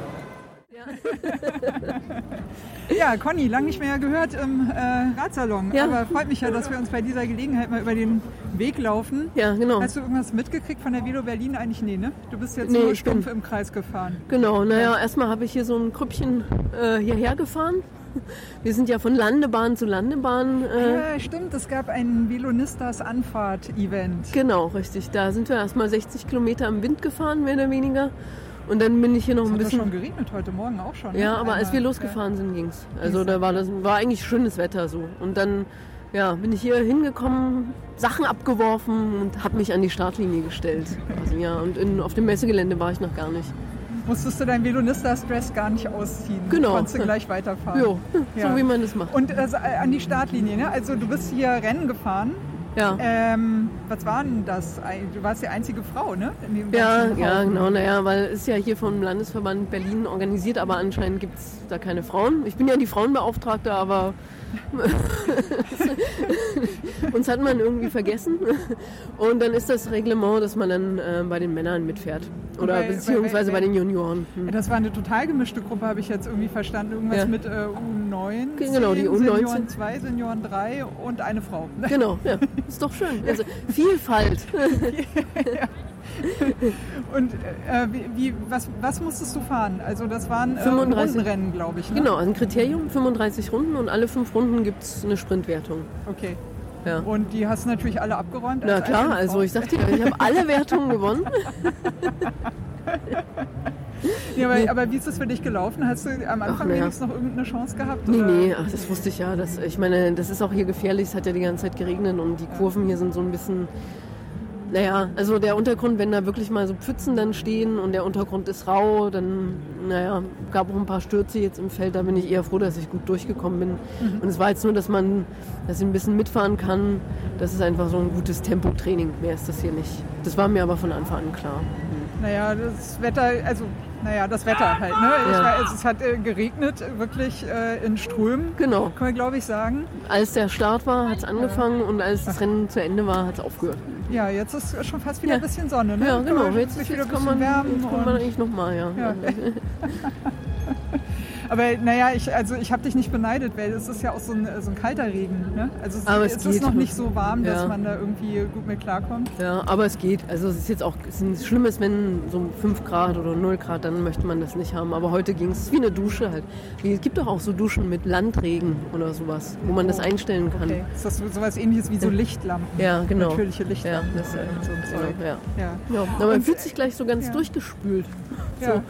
S2: Ja, Conny, lang nicht mehr gehört im äh, Radsalon.
S4: Ja.
S2: Aber freut mich ja, dass wir uns bei dieser Gelegenheit mal über den Weg laufen.
S4: Ja, genau.
S2: Hast du irgendwas mitgekriegt von der Velo Berlin? Eigentlich nee, ne? Du bist jetzt
S4: Nee,
S2: nur
S4: ich bin-
S2: stumpf im Kreis gefahren.
S4: Genau, naja, erstmal habe ich hier so ein Krüppchen äh, hierher gefahren. Wir sind ja von Landebahn zu Landebahn. Äh,
S2: Ja, stimmt, es gab ein Velonistas Anfahrt-Event.
S4: Genau, richtig. Da sind wir erstmal sechzig Kilometer im Wind gefahren, mehr oder weniger. Und dann bin ich hier noch
S2: Es
S4: ein
S2: hat doch
S4: bisschen...
S2: schon geregnet heute Morgen auch schon. ne?
S4: Ja, aber als wir
S2: Einmal.
S4: losgefahren sind, ging's. Also da war das war eigentlich schönes Wetter so. Und dann ja, bin ich hier hingekommen, Sachen abgeworfen und habe mich an die Startlinie gestellt. Also, ja, und in, auf dem Messegelände war ich noch gar nicht.
S2: Musstest du dein Velonistas-Dress gar nicht ausziehen?
S4: Genau.
S2: Konntest du gleich weiterfahren.
S4: Jo,
S2: Ja.
S4: so wie man das macht.
S2: Und also, äh, an die Startlinie, ne? Also du bist hier Rennen gefahren.
S4: Ja.
S2: Ähm, was war denn das? Du warst die einzige Frau, ne? In dem
S4: Ja,
S2: ganzen
S4: ja,
S2: Raum.
S4: genau. Naja, weil es ist ja hier vom Landesverband Berlin organisiert, aber anscheinend gibt es da keine Frauen. Ich bin ja die Frauenbeauftragte, aber uns hat man irgendwie vergessen. Und dann ist das Reglement, dass man dann äh, bei den Männern mitfährt. Oder
S2: bei-
S4: beziehungsweise
S2: bei-
S4: bei den Junioren. Hm.
S2: Ja, das war eine total gemischte Gruppe, habe ich jetzt irgendwie verstanden. Irgendwas
S4: Ja.
S2: mit äh, U neunzehn,
S4: Genau, die U neunzehn.
S2: Senioren zwei, Senioren drei und eine Frau.
S4: Genau, ja, ist doch schön. Also Vielfalt.
S2: Und äh, wie, wie, was, was musstest du fahren? Also das waren äh,
S4: fünfunddreißig
S2: Rundenrennen, glaube ich. Ne?
S4: Genau, ein Kriterium, fünfunddreißig Runden und alle fünf Runden gibt es eine Sprintwertung.
S2: Okay.
S4: Ja.
S2: Und die hast du natürlich alle abgeräumt?
S4: Na
S2: als
S4: klar,
S2: einzelne
S4: also
S2: Frau?
S4: ich sagte ja, ich habe alle Wertungen gewonnen.
S2: Ja, aber,
S4: Nee.
S2: aber wie ist das für dich gelaufen? Hast du am Anfang
S4: na ja.
S2: wenigstens noch irgendeine Chance gehabt?
S4: Nee,
S2: oder?
S4: nee, ach, das wusste ich ja. Das, ich meine, das ist auch hier gefährlich. Es hat ja die ganze Zeit geregnet und die Kurven hier sind so ein bisschen... Naja, also der Untergrund, wenn da wirklich mal so Pfützen dann stehen und der Untergrund ist rau, dann, naja, gab auch ein paar Stürze jetzt im Feld. Da bin ich eher froh, dass ich gut durchgekommen bin.
S2: Mhm.
S4: Und es war jetzt nur, dass man, dass ich ein bisschen mitfahren kann. Das ist einfach so ein gutes Tempotraining. Mehr ist das hier nicht. Das war mir aber von Anfang an klar.
S2: Naja, das Wetter, also, naja, das Wetter halt, ne? Ich
S4: Ja.
S2: weiß, es hat äh, geregnet, wirklich äh, in Strömen,
S4: Genau.
S2: kann man glaube ich sagen.
S4: Als der Start war, hat es angefangen und als das Rennen zu Ende war, hat es aufgehört.
S2: Ja, jetzt ist schon fast wieder
S4: Ja.
S2: ein bisschen Sonne, ne?
S4: Ja,
S2: Kann
S4: genau.
S2: man
S4: Jetzt,
S2: sich
S4: ist,
S2: wieder
S4: jetzt
S2: ein
S4: kann man,
S2: bisschen wärmen.
S4: jetzt kann man
S2: und-
S4: eigentlich nochmal, ja.
S2: Ja. Aber naja, ich, also ich habe dich nicht beneidet, weil es ist ja auch so ein, so ein kalter Regen. Ne? Also es,
S4: Aber es
S2: es ist
S4: geht.
S2: noch nicht so warm, dass
S4: Ja.
S2: man da irgendwie gut mit klarkommt.
S4: Ja, aber es geht. Also es ist jetzt auch es ist schlimm, ist, wenn so fünf Grad oder null Grad, dann möchte man das nicht haben. Aber heute ging es. Es ist wie eine Dusche halt. Wie, es gibt doch auch so Duschen mit Landregen oder sowas, wo man das einstellen kann.
S2: Okay. Ist das so, sowas ähnliches wie so Lichtlampen?
S4: Ja, genau.
S2: Natürliche
S4: Ja,
S2: Lichtlampen.
S4: das, äh,
S2: so ein Zeug.
S4: ja.
S2: Ja.
S4: Ja, aber man
S2: Und,
S4: fühlt sich gleich so ganz
S2: ja.
S4: durchgespült.
S2: Ja.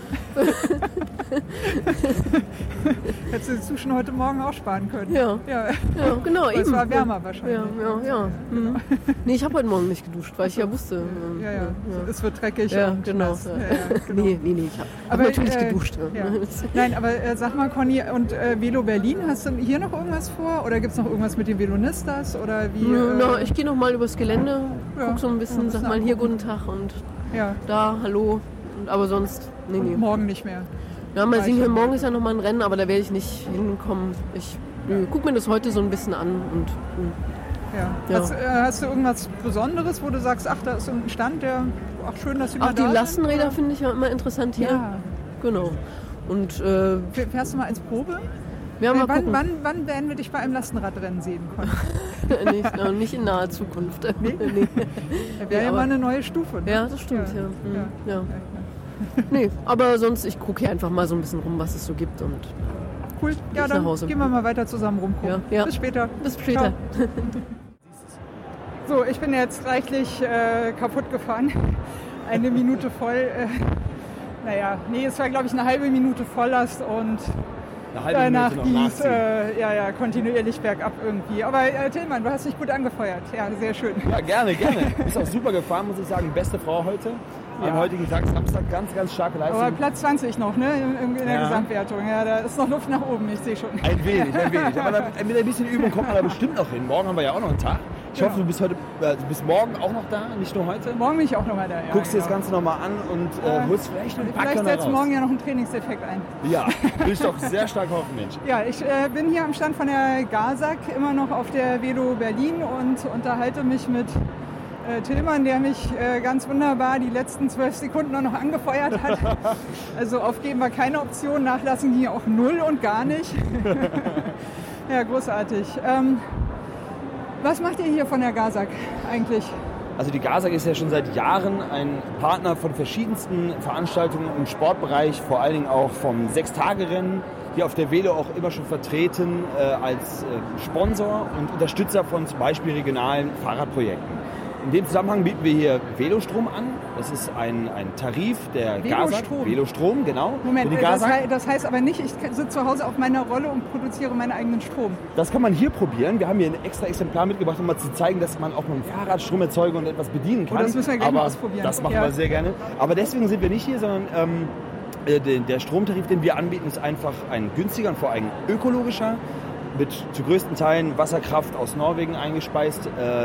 S2: Hättest du die Duschen heute Morgen auch sparen können.
S4: Ja.
S2: Ja,
S4: Ja, genau.
S2: Aber es
S4: eben.
S2: war wärmer wahrscheinlich.
S4: Ja, ja, ja. Mhm. Nee, ich habe heute Morgen nicht geduscht, weil ich ja wusste. ähm,
S2: Ja, ja. Es wird dreckig
S4: Ja,
S2: und
S4: genau.
S2: nass.
S4: Ja.
S2: Ja, ja, genau.
S4: Nee, nee, nee, ich habe hab
S2: Aber,
S4: natürlich
S2: äh,
S4: geduscht. Ja.
S2: Ja. Nein, aber äh, sag mal, Conny, und äh, Velo Berlin, hast du hier noch irgendwas vor? Oder gibt es noch irgendwas mit den Velonistas? Oder wie?
S4: Nö,
S2: äh,
S4: na, ich gehe noch mal übers Gelände,
S2: Ja,
S4: guck so ein
S2: ja,
S4: bisschen,
S2: ein
S4: sag
S2: bisschen
S4: mal hier guten Tag und
S2: ja.
S4: da hallo. Und, aber sonst, nee, nee.
S2: Morgen nicht mehr.
S4: Ja, mal sehen,
S2: Reicht.
S4: hier morgen ist ja noch mal ein Rennen, aber da werde ich nicht hinkommen. Ich nö, guck mir das heute so ein bisschen an und hm.
S2: Ja.
S4: Ja.
S2: Hast, äh, hast du irgendwas Besonderes, wo du sagst, ach, da ist irgendein Stand, der auch schön, dass die mal
S4: auch die
S2: da
S4: Lastenräder
S2: sind?
S4: finde ich ja immer interessant hier.
S2: Ja.
S4: Genau. Und äh,
S2: F- Fährst du mal ins Probe?
S4: Wir haben
S2: Äh,
S4: mal
S2: wann,
S4: gucken.
S2: wann, wann werden wir dich bei einem Lastenradrennen sehen können?
S4: nicht, noch nicht in naher Zukunft.
S2: Nee?
S4: nee.
S2: Das wäre ja
S4: aber-
S2: mal eine neue Stufe. Ne?
S4: Ja, das stimmt, ja.
S2: Ja,
S4: Mhm,
S2: ja.
S4: ja. Nee, aber sonst, ich gucke hier einfach mal so ein bisschen rum, was es so gibt und
S2: Cool. Ja,
S4: nach
S2: dann
S4: Hause.
S2: gehen wir mal weiter zusammen rumgucken.
S4: Ja, ja.
S2: Bis später.
S4: bis später.
S2: Ciao. So, ich bin jetzt reichlich äh, kaputt gefahren. Eine Minute voll. Äh, naja, nee, es war glaube ich eine halbe Minute Volllast und
S10: Eine halbe
S2: danach
S10: Minute noch
S2: ging es
S10: nachziehen.
S2: äh, ja, ja, kontinuierlich bergab irgendwie. Aber äh, Tillmann, du hast dich gut angefeuert. Ja, sehr schön.
S10: Ja, gerne, gerne. Ist auch super gefahren, muss ich sagen. Beste Frau heute.
S2: Ja.
S10: Am heutigen Tag, Samstag, ganz, ganz starke Leistung.
S2: Aber Platz zwanzig noch, ne, in, in der
S10: Ja.
S2: Gesamtwertung. Ja, da ist noch Luft nach oben, ich sehe schon.
S10: Ein wenig, ein wenig. Aber da, mit ein bisschen Übung kommt man da bestimmt noch hin. Morgen haben wir ja auch noch einen Tag. Ich hoffe, du bist, heute, äh, du bist morgen auch noch da, nicht nur heute.
S2: Morgen bin ich auch nochmal da. Ja,
S10: Guckst dir
S2: genau.
S10: das Ganze nochmal an und äh, holst vielleicht noch ein paar
S2: Vielleicht
S10: Körner
S2: setzt
S10: raus.
S2: morgen ja noch ein Trainingseffekt ein.
S10: Ja, will ich doch sehr stark hoffen, Mensch.
S2: Ja, ich äh, bin hier am Stand von der GASAG, immer noch auf der Velo Berlin und unterhalte mich mit äh, Tillmann, der mich äh, ganz wunderbar die letzten zwölf Sekunden nur noch angefeuert hat. Also aufgeben war keine Option, nachlassen ging auch null und gar nicht. Ja, großartig. Ähm, was macht ihr hier von der GASAG eigentlich?
S10: Also die GASAG ist ja schon seit Jahren ein Partner von verschiedensten Veranstaltungen im Sportbereich, vor allen Dingen auch vom Sechstagerennen, hier auf der Velo auch immer schon vertreten äh, als äh, Sponsor und Unterstützer von zum Beispiel regionalen Fahrradprojekten. In dem Zusammenhang bieten wir hier Velostrom an. Das ist ein, ein Tarif der GASAG.
S2: Velostrom?
S10: Velostrom, genau.
S2: Moment,
S10: Für die
S2: äh, das,
S10: GASAG.
S2: hei- das heißt aber nicht, ich sitze zu Hause auf meiner Rolle und produziere meinen eigenen Strom.
S10: Das kann man hier probieren. Wir haben hier ein extra Exemplar mitgebracht, um mal zu zeigen, dass man auch mit dem Fahrrad Strom erzeugen und etwas bedienen kann.
S2: Oh, das müssen wir gleich
S10: Aber
S2: mal ausprobieren.
S10: Das machen
S2: Ja.
S10: wir sehr gerne. Aber deswegen sind wir nicht hier, sondern ähm, äh, der, der Stromtarif, den wir anbieten, ist einfach ein günstiger und vor allem ökologischer, mit zu größten Teilen Wasserkraft aus Norwegen eingespeist.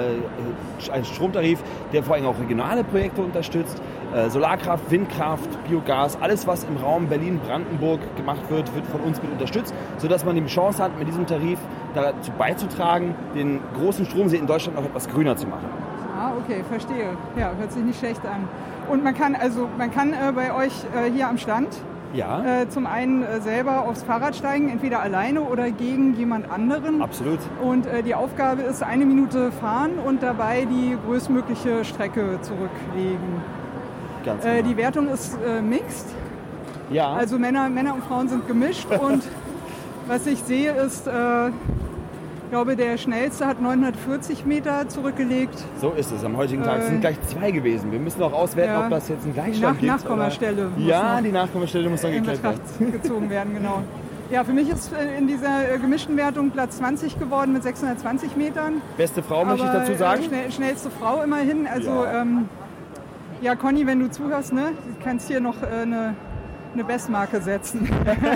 S10: Äh, ein Stromtarif, der vor allem auch regionale Projekte unterstützt. Äh, Solarkraft, Windkraft, Biogas, alles was im Raum Berlin-Brandenburg gemacht wird, wird von uns mit unterstützt, sodass man die Chance hat, mit diesem Tarif dazu beizutragen, den großen Stromsee in Deutschland noch etwas grüner zu machen.
S2: Ah, okay, verstehe. Ja, hört sich nicht schlecht an. Und man kann also man kann äh, bei euch äh, hier am Stand
S10: Ja,
S2: äh, zum einen äh, selber aufs Fahrrad steigen, entweder alleine oder gegen jemand anderen.
S10: absolut.
S2: Und äh, die Aufgabe ist eine Minute fahren und dabei die größtmögliche Strecke zurücklegen.
S10: Ganz
S2: Äh,
S10: genau.
S2: die Wertung ist äh, mixed,
S10: ja,
S2: also Männer, Männer und Frauen sind gemischt und was ich sehe ist, äh, ich glaube der schnellste hat neunhundertvierzig Meter zurückgelegt.
S10: so ist es. Am heutigen Tag
S2: Äh,
S10: sind gleich zwei gewesen. Wir müssen noch auswerten,
S2: ja.
S10: ob das jetzt einen
S2: Die
S10: Gleichstand
S2: Nach
S10: gibt.
S2: Nachkommastelle
S10: oder-
S2: muss
S10: Ja,
S2: noch
S10: die Nachkommastelle muss noch
S2: in
S10: geklärt werden.
S2: Betracht gezogen werden, genau. Ja, für mich ist äh, in dieser äh, gemischten Wertung Platz zwanzig geworden mit sechshundertzwanzig Metern.
S10: Beste Frau, möchte ich
S2: Aber,
S10: dazu sagen.
S2: Äh, schnell, schnellste Frau immerhin. Also
S10: Ja.
S2: ähm, ja, Conny, wenn du zuhörst, ne, du kannst hier noch äh, eine, eine Bestmarke setzen.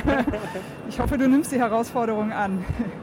S2: Ich hoffe, du nimmst die Herausforderung an.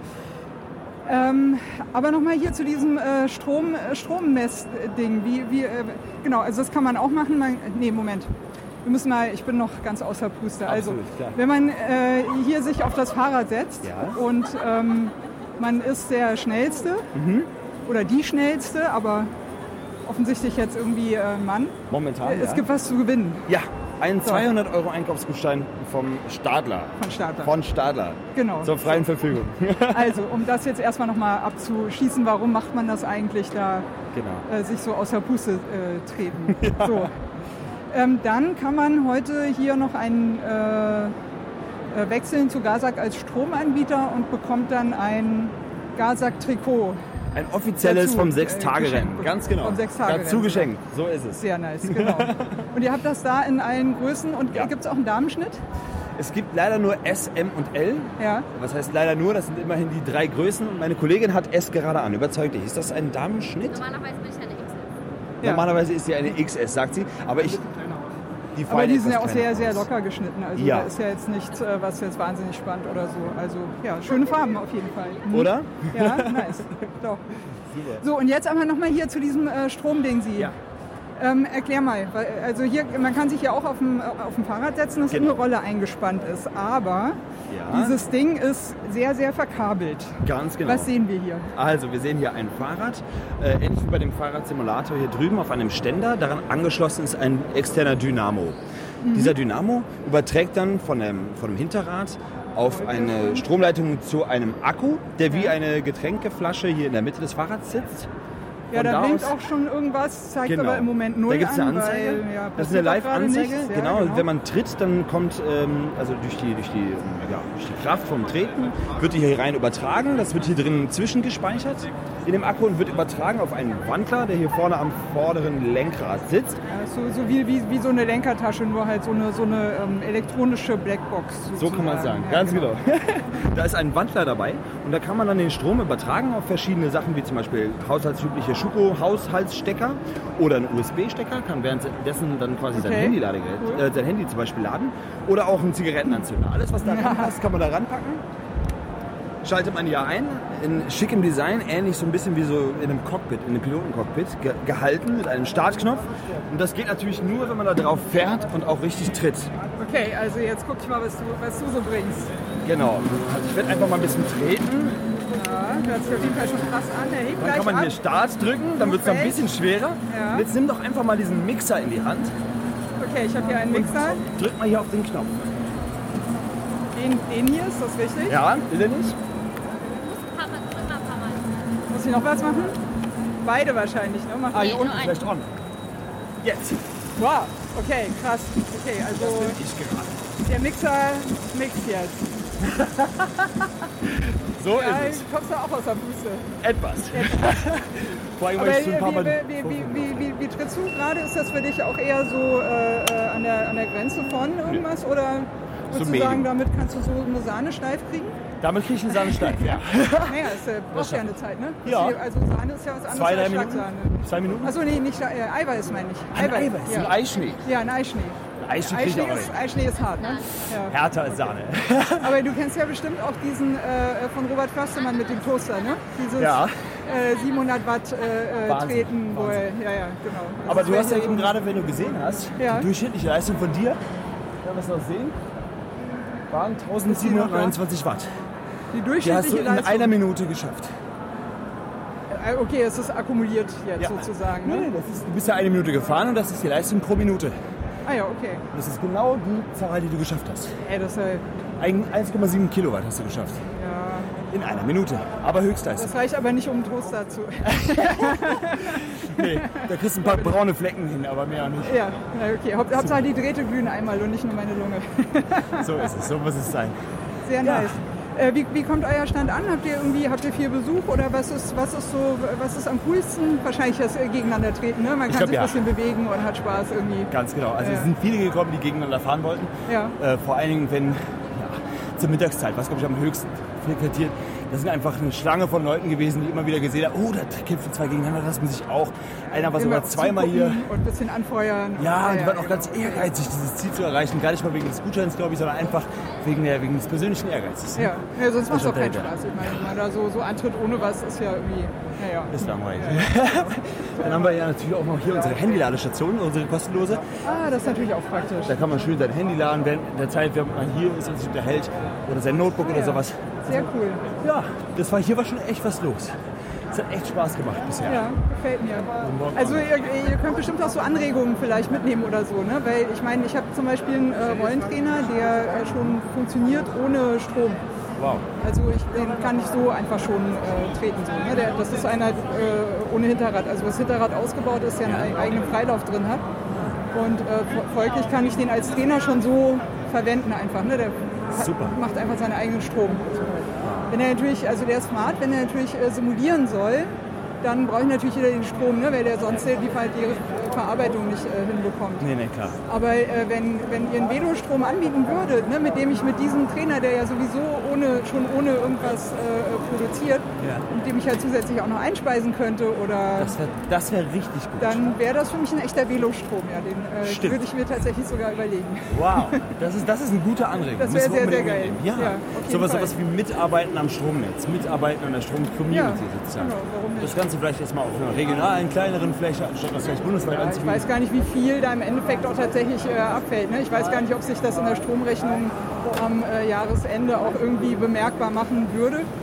S2: Ähm, aber nochmal hier zu diesem äh, Strom, äh, Strommessding. Wie, wie, äh, genau, also das kann man auch machen. Man, nee, Moment. Wir müssen mal, ich bin noch ganz außer Puste. Also,
S10: Absolut, klar.
S2: wenn man äh, hier sich auf das Fahrrad setzt
S10: Ja.
S2: und ähm, man ist der Schnellste oder die Schnellste, aber offensichtlich jetzt irgendwie äh, ein Mann.
S10: Momentan,
S2: Es
S10: ja.
S2: gibt was zu gewinnen
S10: Ja, einen zweihundert Euro Einkaufsgutschein vom Stadler.
S2: von Stadler.
S10: Von Stadler.
S2: Genau.
S10: Zur freien Verfügung.
S2: Also, um das jetzt erstmal nochmal abzuschießen, warum macht man das eigentlich da,
S10: Genau.
S2: äh, sich so außer Puste äh, treten? So. Ähm, dann kann man heute hier noch einen äh, äh, wechseln zu GASAG als Stromanbieter und bekommt dann ein GASAG-Trikot.
S10: Ein offizielles
S2: Dazu,
S10: vom
S2: äh,
S10: Sechstagerennen.
S2: geschenkt.
S10: Ganz genau.
S2: Vom Sechstagerennen.
S10: Dazu geschenkt. So ist es.
S2: Sehr nice, genau. Und ihr habt das da in allen Größen und
S10: Ja.
S2: gibt es auch einen Damenschnitt?
S10: Es gibt leider nur S, M und L.
S2: Ja.
S10: Was heißt leider nur? Das sind immerhin die drei Größen. Und meine Kollegin hat S gerade an. Überzeugt dich. Ist das ein Damenschnitt?
S11: Normalerweise bin ich eine X S.
S2: Ja.
S10: Normalerweise ist sie eine X S, sagt sie. Aber ich. Die
S2: Aber
S10: fallen
S2: die sind ja
S10: etwas
S2: auch sehr,
S10: kleiner
S2: sehr
S10: aus.
S2: locker geschnitten. Also
S10: Ja.
S2: da ist ja jetzt nichts, äh, was jetzt wahnsinnig spannend oder so. Also ja, schöne Farben auf jeden Fall. Mhm.
S10: Oder?
S2: Ja, nice. Doch. So, und jetzt aber nochmal hier zu diesem äh, Stromding, Sie.
S10: Ja.
S2: Ähm, erklär mal, weil, also hier, man kann sich ja auch auf dem, auf dem Fahrrad setzen, das
S10: Genau.
S2: in eine Rolle eingespannt ist. Aber
S10: Ja.
S2: dieses Ding ist sehr, sehr verkabelt.
S10: Ganz genau.
S2: Was sehen wir hier?
S10: Also, wir sehen hier ein Fahrrad, äh, ähnlich wie bei dem Fahrradsimulator hier drüben auf einem Ständer. Daran angeschlossen ist ein externer Dynamo.
S2: Mhm.
S10: Dieser Dynamo überträgt dann von dem, von dem Hinterrad auf eine Stromleitung zu einem Akku, der wie eine Getränkeflasche hier in der Mitte des Fahrrads sitzt.
S2: Ja,
S10: Von
S2: da
S10: da
S2: blinkt
S10: aus-
S2: auch schon irgendwas, zeigt
S10: Genau.
S2: aber im Moment null
S10: Da gibt es eine
S2: an,
S10: Anzeige.
S2: weil, ja,
S10: das ist eine
S2: passiert auch gerade
S10: Live-Anzeige.
S2: nichts. Ja,
S10: Genau.
S2: genau.
S10: Wenn man tritt, dann kommt, ähm, also durch die, durch, die, ähm, ja, durch die Kraft vom Treten, wird die hier rein übertragen. Das wird hier drin zwischengespeichert in dem Akku und wird übertragen auf einen Wandler, der hier vorne am vorderen Lenkrad sitzt.
S2: Ja, so so wie, wie, wie so eine Lenkertasche, nur halt so eine, so eine ähm, elektronische Blackbox.
S10: So
S2: sozusagen.
S10: kann man sagen,
S2: Ja,
S10: ganz genau. Da ist ein Wandler dabei und da kann man dann den Strom übertragen auf verschiedene Sachen, wie zum Beispiel haushaltsübliche Schuko-Haushaltsstecker oder einen U S B-Stecker, kann währenddessen dann quasi sein
S2: Okay.
S10: Handyladegerät,
S2: Cool.
S10: äh, sein Handy zum Beispiel laden oder auch einen Zigarettenanzünder. Alles, was da reinpasst, kann man da ranpacken. Schaltet man hier ein, in schickem Design, ähnlich so ein bisschen wie so in einem Cockpit, in einem Pilotencockpit, ge gehalten mit einem Startknopf. Und das geht natürlich nur, wenn man da drauf fährt und auch richtig tritt.
S2: Okay, also jetzt guck ich mal, was du, was du so bringst.
S10: Genau. Also ich werde einfach mal ein bisschen treten.
S2: Ja, hört sich auf jeden Fall schon krass an. Der hebt
S10: Dann
S2: gleich
S10: kann man hier
S2: ab.
S10: Start drücken, dann wird es ein bisschen schwerer.
S2: Ja.
S10: Und jetzt nimm doch einfach mal diesen Mixer in die Hand.
S2: Okay, ich habe hier einen Mixer.
S10: Drück mal hier auf den Knopf.
S2: Den, den hier, ist das richtig?
S10: Ja, will er nicht?
S2: Muss ich noch was machen? Beide wahrscheinlich, ne? Machen
S10: Ah, hier
S2: wir-
S10: unten vielleicht on. Jetzt.
S2: Wow, okay, krass. Okay, also
S10: Das bin ich gerade.
S2: der Mixer mixt jetzt.
S10: So
S2: Ja,
S10: ist es.
S2: kommst du auch aus der Puste.
S10: Etwas. Vor allem,
S2: Aber
S10: weil
S2: wie,
S10: ich so ein paar Mal...
S2: wie, wie, wie, wie, wie trittst du gerade? Ist das für dich auch eher so äh, äh, an, der, an der Grenze von irgendwas? Oder
S10: So
S2: würdest du
S10: medium.
S2: sagen, damit kannst du so eine Sahne steif kriegen?
S10: Damit kriege ich einen Sahnesteig, ja.
S2: Naja, es äh, braucht ja eine Zeit, ne?
S10: Ja.
S2: Also Sahne ist ja was anderes
S10: Zwei, drei
S2: als
S10: Minuten?
S2: Schlagsahne.
S10: Zwei Minuten?
S2: Achso, nee, nicht Schla- äh, Eiweiß meine ich.
S10: Ein Eiweiß,
S2: ja.
S10: ein Eischnee.
S2: Ja, ein Eischnee.
S10: Eischnee kriege ich
S2: Eischnee
S10: auch
S2: ist,
S10: nicht.
S2: Eischnee ist hart, ne? Ja.
S10: Härter als Sahne.
S2: Aber du kennst ja bestimmt auch diesen äh, von Robert Förstermann mit dem Toaster, ne? Dieses
S10: Ja.
S2: äh, siebenhundert Watt äh, äh,
S10: Wahnsinn,
S2: Treten, wo er, ja, ja, genau. Also
S10: Aber
S2: das
S10: du
S2: wär
S10: hast ja
S2: so
S10: eben
S2: ein-
S10: gerade, wenn du gesehen hast,
S2: Ja.
S10: die durchschnittliche Leistung von dir, wenn wir es noch sehen, waren eintausendsiebenhundertneunundzwanzig Watt.
S2: Die
S10: Die hast du
S2: durchschnittliche
S10: in
S2: Leistung.
S10: einer Minute geschafft.
S2: Äh, Okay, es ist akkumuliert jetzt
S10: Ja.
S2: sozusagen.
S10: Nee,
S2: Ne?
S10: nee, das ist, du bist ja eine Minute gefahren und das ist die Leistung pro Minute.
S2: Ah ja, okay.
S10: Das ist genau die Zahl, die du geschafft hast.
S2: Ey, das, äh,
S10: Ein- eins Komma sieben Kilowatt hast du geschafft.
S2: ja,
S10: In einer Minute. Aber Höchstleistung.
S2: das reicht aber nicht, um einen Toaster zu.
S10: Nee, da kriegst du ein paar braune Flecken hin, aber mehr auch nicht.
S2: Ja, na okay. Haupt, Hauptsache die Drähte glühen einmal und nicht nur meine Lunge.
S10: So ist es, so muss es sein.
S2: Sehr
S10: Ja.
S2: nice. Äh, wie, wie kommt euer Stand an? Habt ihr irgendwie, habt ihr viel Besuch oder was ist, was ist so, was ist am coolsten? Wahrscheinlich das äh, gegeneinander treten, ne? Man
S10: Ich
S2: kann
S10: glaub,
S2: sich
S10: ja.
S2: ein bisschen bewegen und hat Spaß irgendwie.
S10: Ganz genau. Also
S2: Ja.
S10: es sind viele gekommen, die gegeneinander fahren wollten.
S2: Ja.
S10: Äh, vor allen Dingen, wenn ja, zur Mittagszeit, was glaube ich am höchsten frequentiert, das sind einfach eine Schlange von Leuten gewesen, die immer wieder gesehen haben, oh, da kämpfen zwei gegeneinander, das muss ich auch. Einer war sogar
S2: Immer
S10: zweimal hier.
S2: zugucken und ein bisschen anfeuern.
S10: Ja, und die waren auch
S2: genau.
S10: ganz ehrgeizig, dieses Ziel zu erreichen. Gar nicht mal wegen des Gutscheins, glaube ich, sondern einfach wegen, der, wegen des persönlichen Ehrgeizes.
S2: Ja, ja sonst macht es
S10: Das
S2: auch keinen
S10: ist
S2: Spaß. Ich meine, wenn man da so, so antritt ohne was, ist ja irgendwie, naja.
S10: Ist langweilig. Dann haben wir ja natürlich auch noch hier unsere Handyladestation, unsere kostenlose.
S2: Ah, das ist natürlich auch praktisch.
S10: Da kann man schön sein Handy laden, während der Zeit, während man hier ist und sich unterhält. Oder sein Notebook oder
S2: Ja.
S10: sowas.
S2: Sehr cool.
S10: Ja, das war, hier war schon echt was los. Es hat echt Spaß gemacht bisher.
S2: Ja, gefällt mir.
S10: Morgen
S2: Also ihr, ihr könnt bestimmt auch so Anregungen vielleicht mitnehmen oder so, ne? Weil ich meine, ich habe zum Beispiel einen äh, Rollentrainer, der äh, schon funktioniert ohne Strom.
S10: Wow.
S2: Also ich, den kann ich so einfach schon äh, treten. So, ne? Der, das ist einer äh, ohne Hinterrad. Also das Hinterrad ausgebaut ist, der einen eigenen Freilauf drin hat. Und äh, folglich kann ich den als Trainer schon so verwenden einfach. Ne? Der hat,
S10: Super.
S2: macht einfach seinen eigenen Strom. Wenn er natürlich, also der ist smart, wenn er natürlich äh, simulieren soll, dann brauche ich natürlich wieder den Strom, ne? Weil der sonst die, die Verarbeitung nicht äh, hinbekommt.
S10: Nee, nee, klar.
S2: Aber äh, wenn, wenn ihr einen Velostrom anbieten würdet, ne, mit dem ich mit diesem Trainer, der ja sowieso ohne, schon ohne irgendwas äh, produziert,
S10: Ja.
S2: mit dem ich halt zusätzlich auch noch einspeisen könnte, oder
S10: Das wäre das wär richtig gut.
S2: dann wäre das für mich ein echter Velostrom. Ja, den äh,
S10: Stimmt.
S2: würde ich mir tatsächlich sogar überlegen.
S10: Wow, das ist, das ist eine gute Anregung.
S2: Das
S10: Müssen
S2: wär
S10: wir
S2: sehr,
S10: unbedingt
S2: sehr geil.
S10: mitnehmen. Ja,
S2: Ja, auf jeden
S10: sowas,
S2: Fall.
S10: sowas wie Mitarbeiten am Stromnetz, Mitarbeiten an der Strom-Community
S2: Ja,
S10: sozusagen.
S2: genau, warum nicht?
S10: Das Ganze vielleicht jetzt mal auf einer regionalen, kleineren Fläche, anstatt das gleich bundesweit
S2: Ja, ich
S10: anzubieten.
S2: weiß gar nicht, wie viel da im Endeffekt auch tatsächlich äh, abfällt. Ne? Ich weiß gar nicht, ob sich das in der Stromrechnung am äh, Jahresende auch irgendwie bemerkbar machen würde.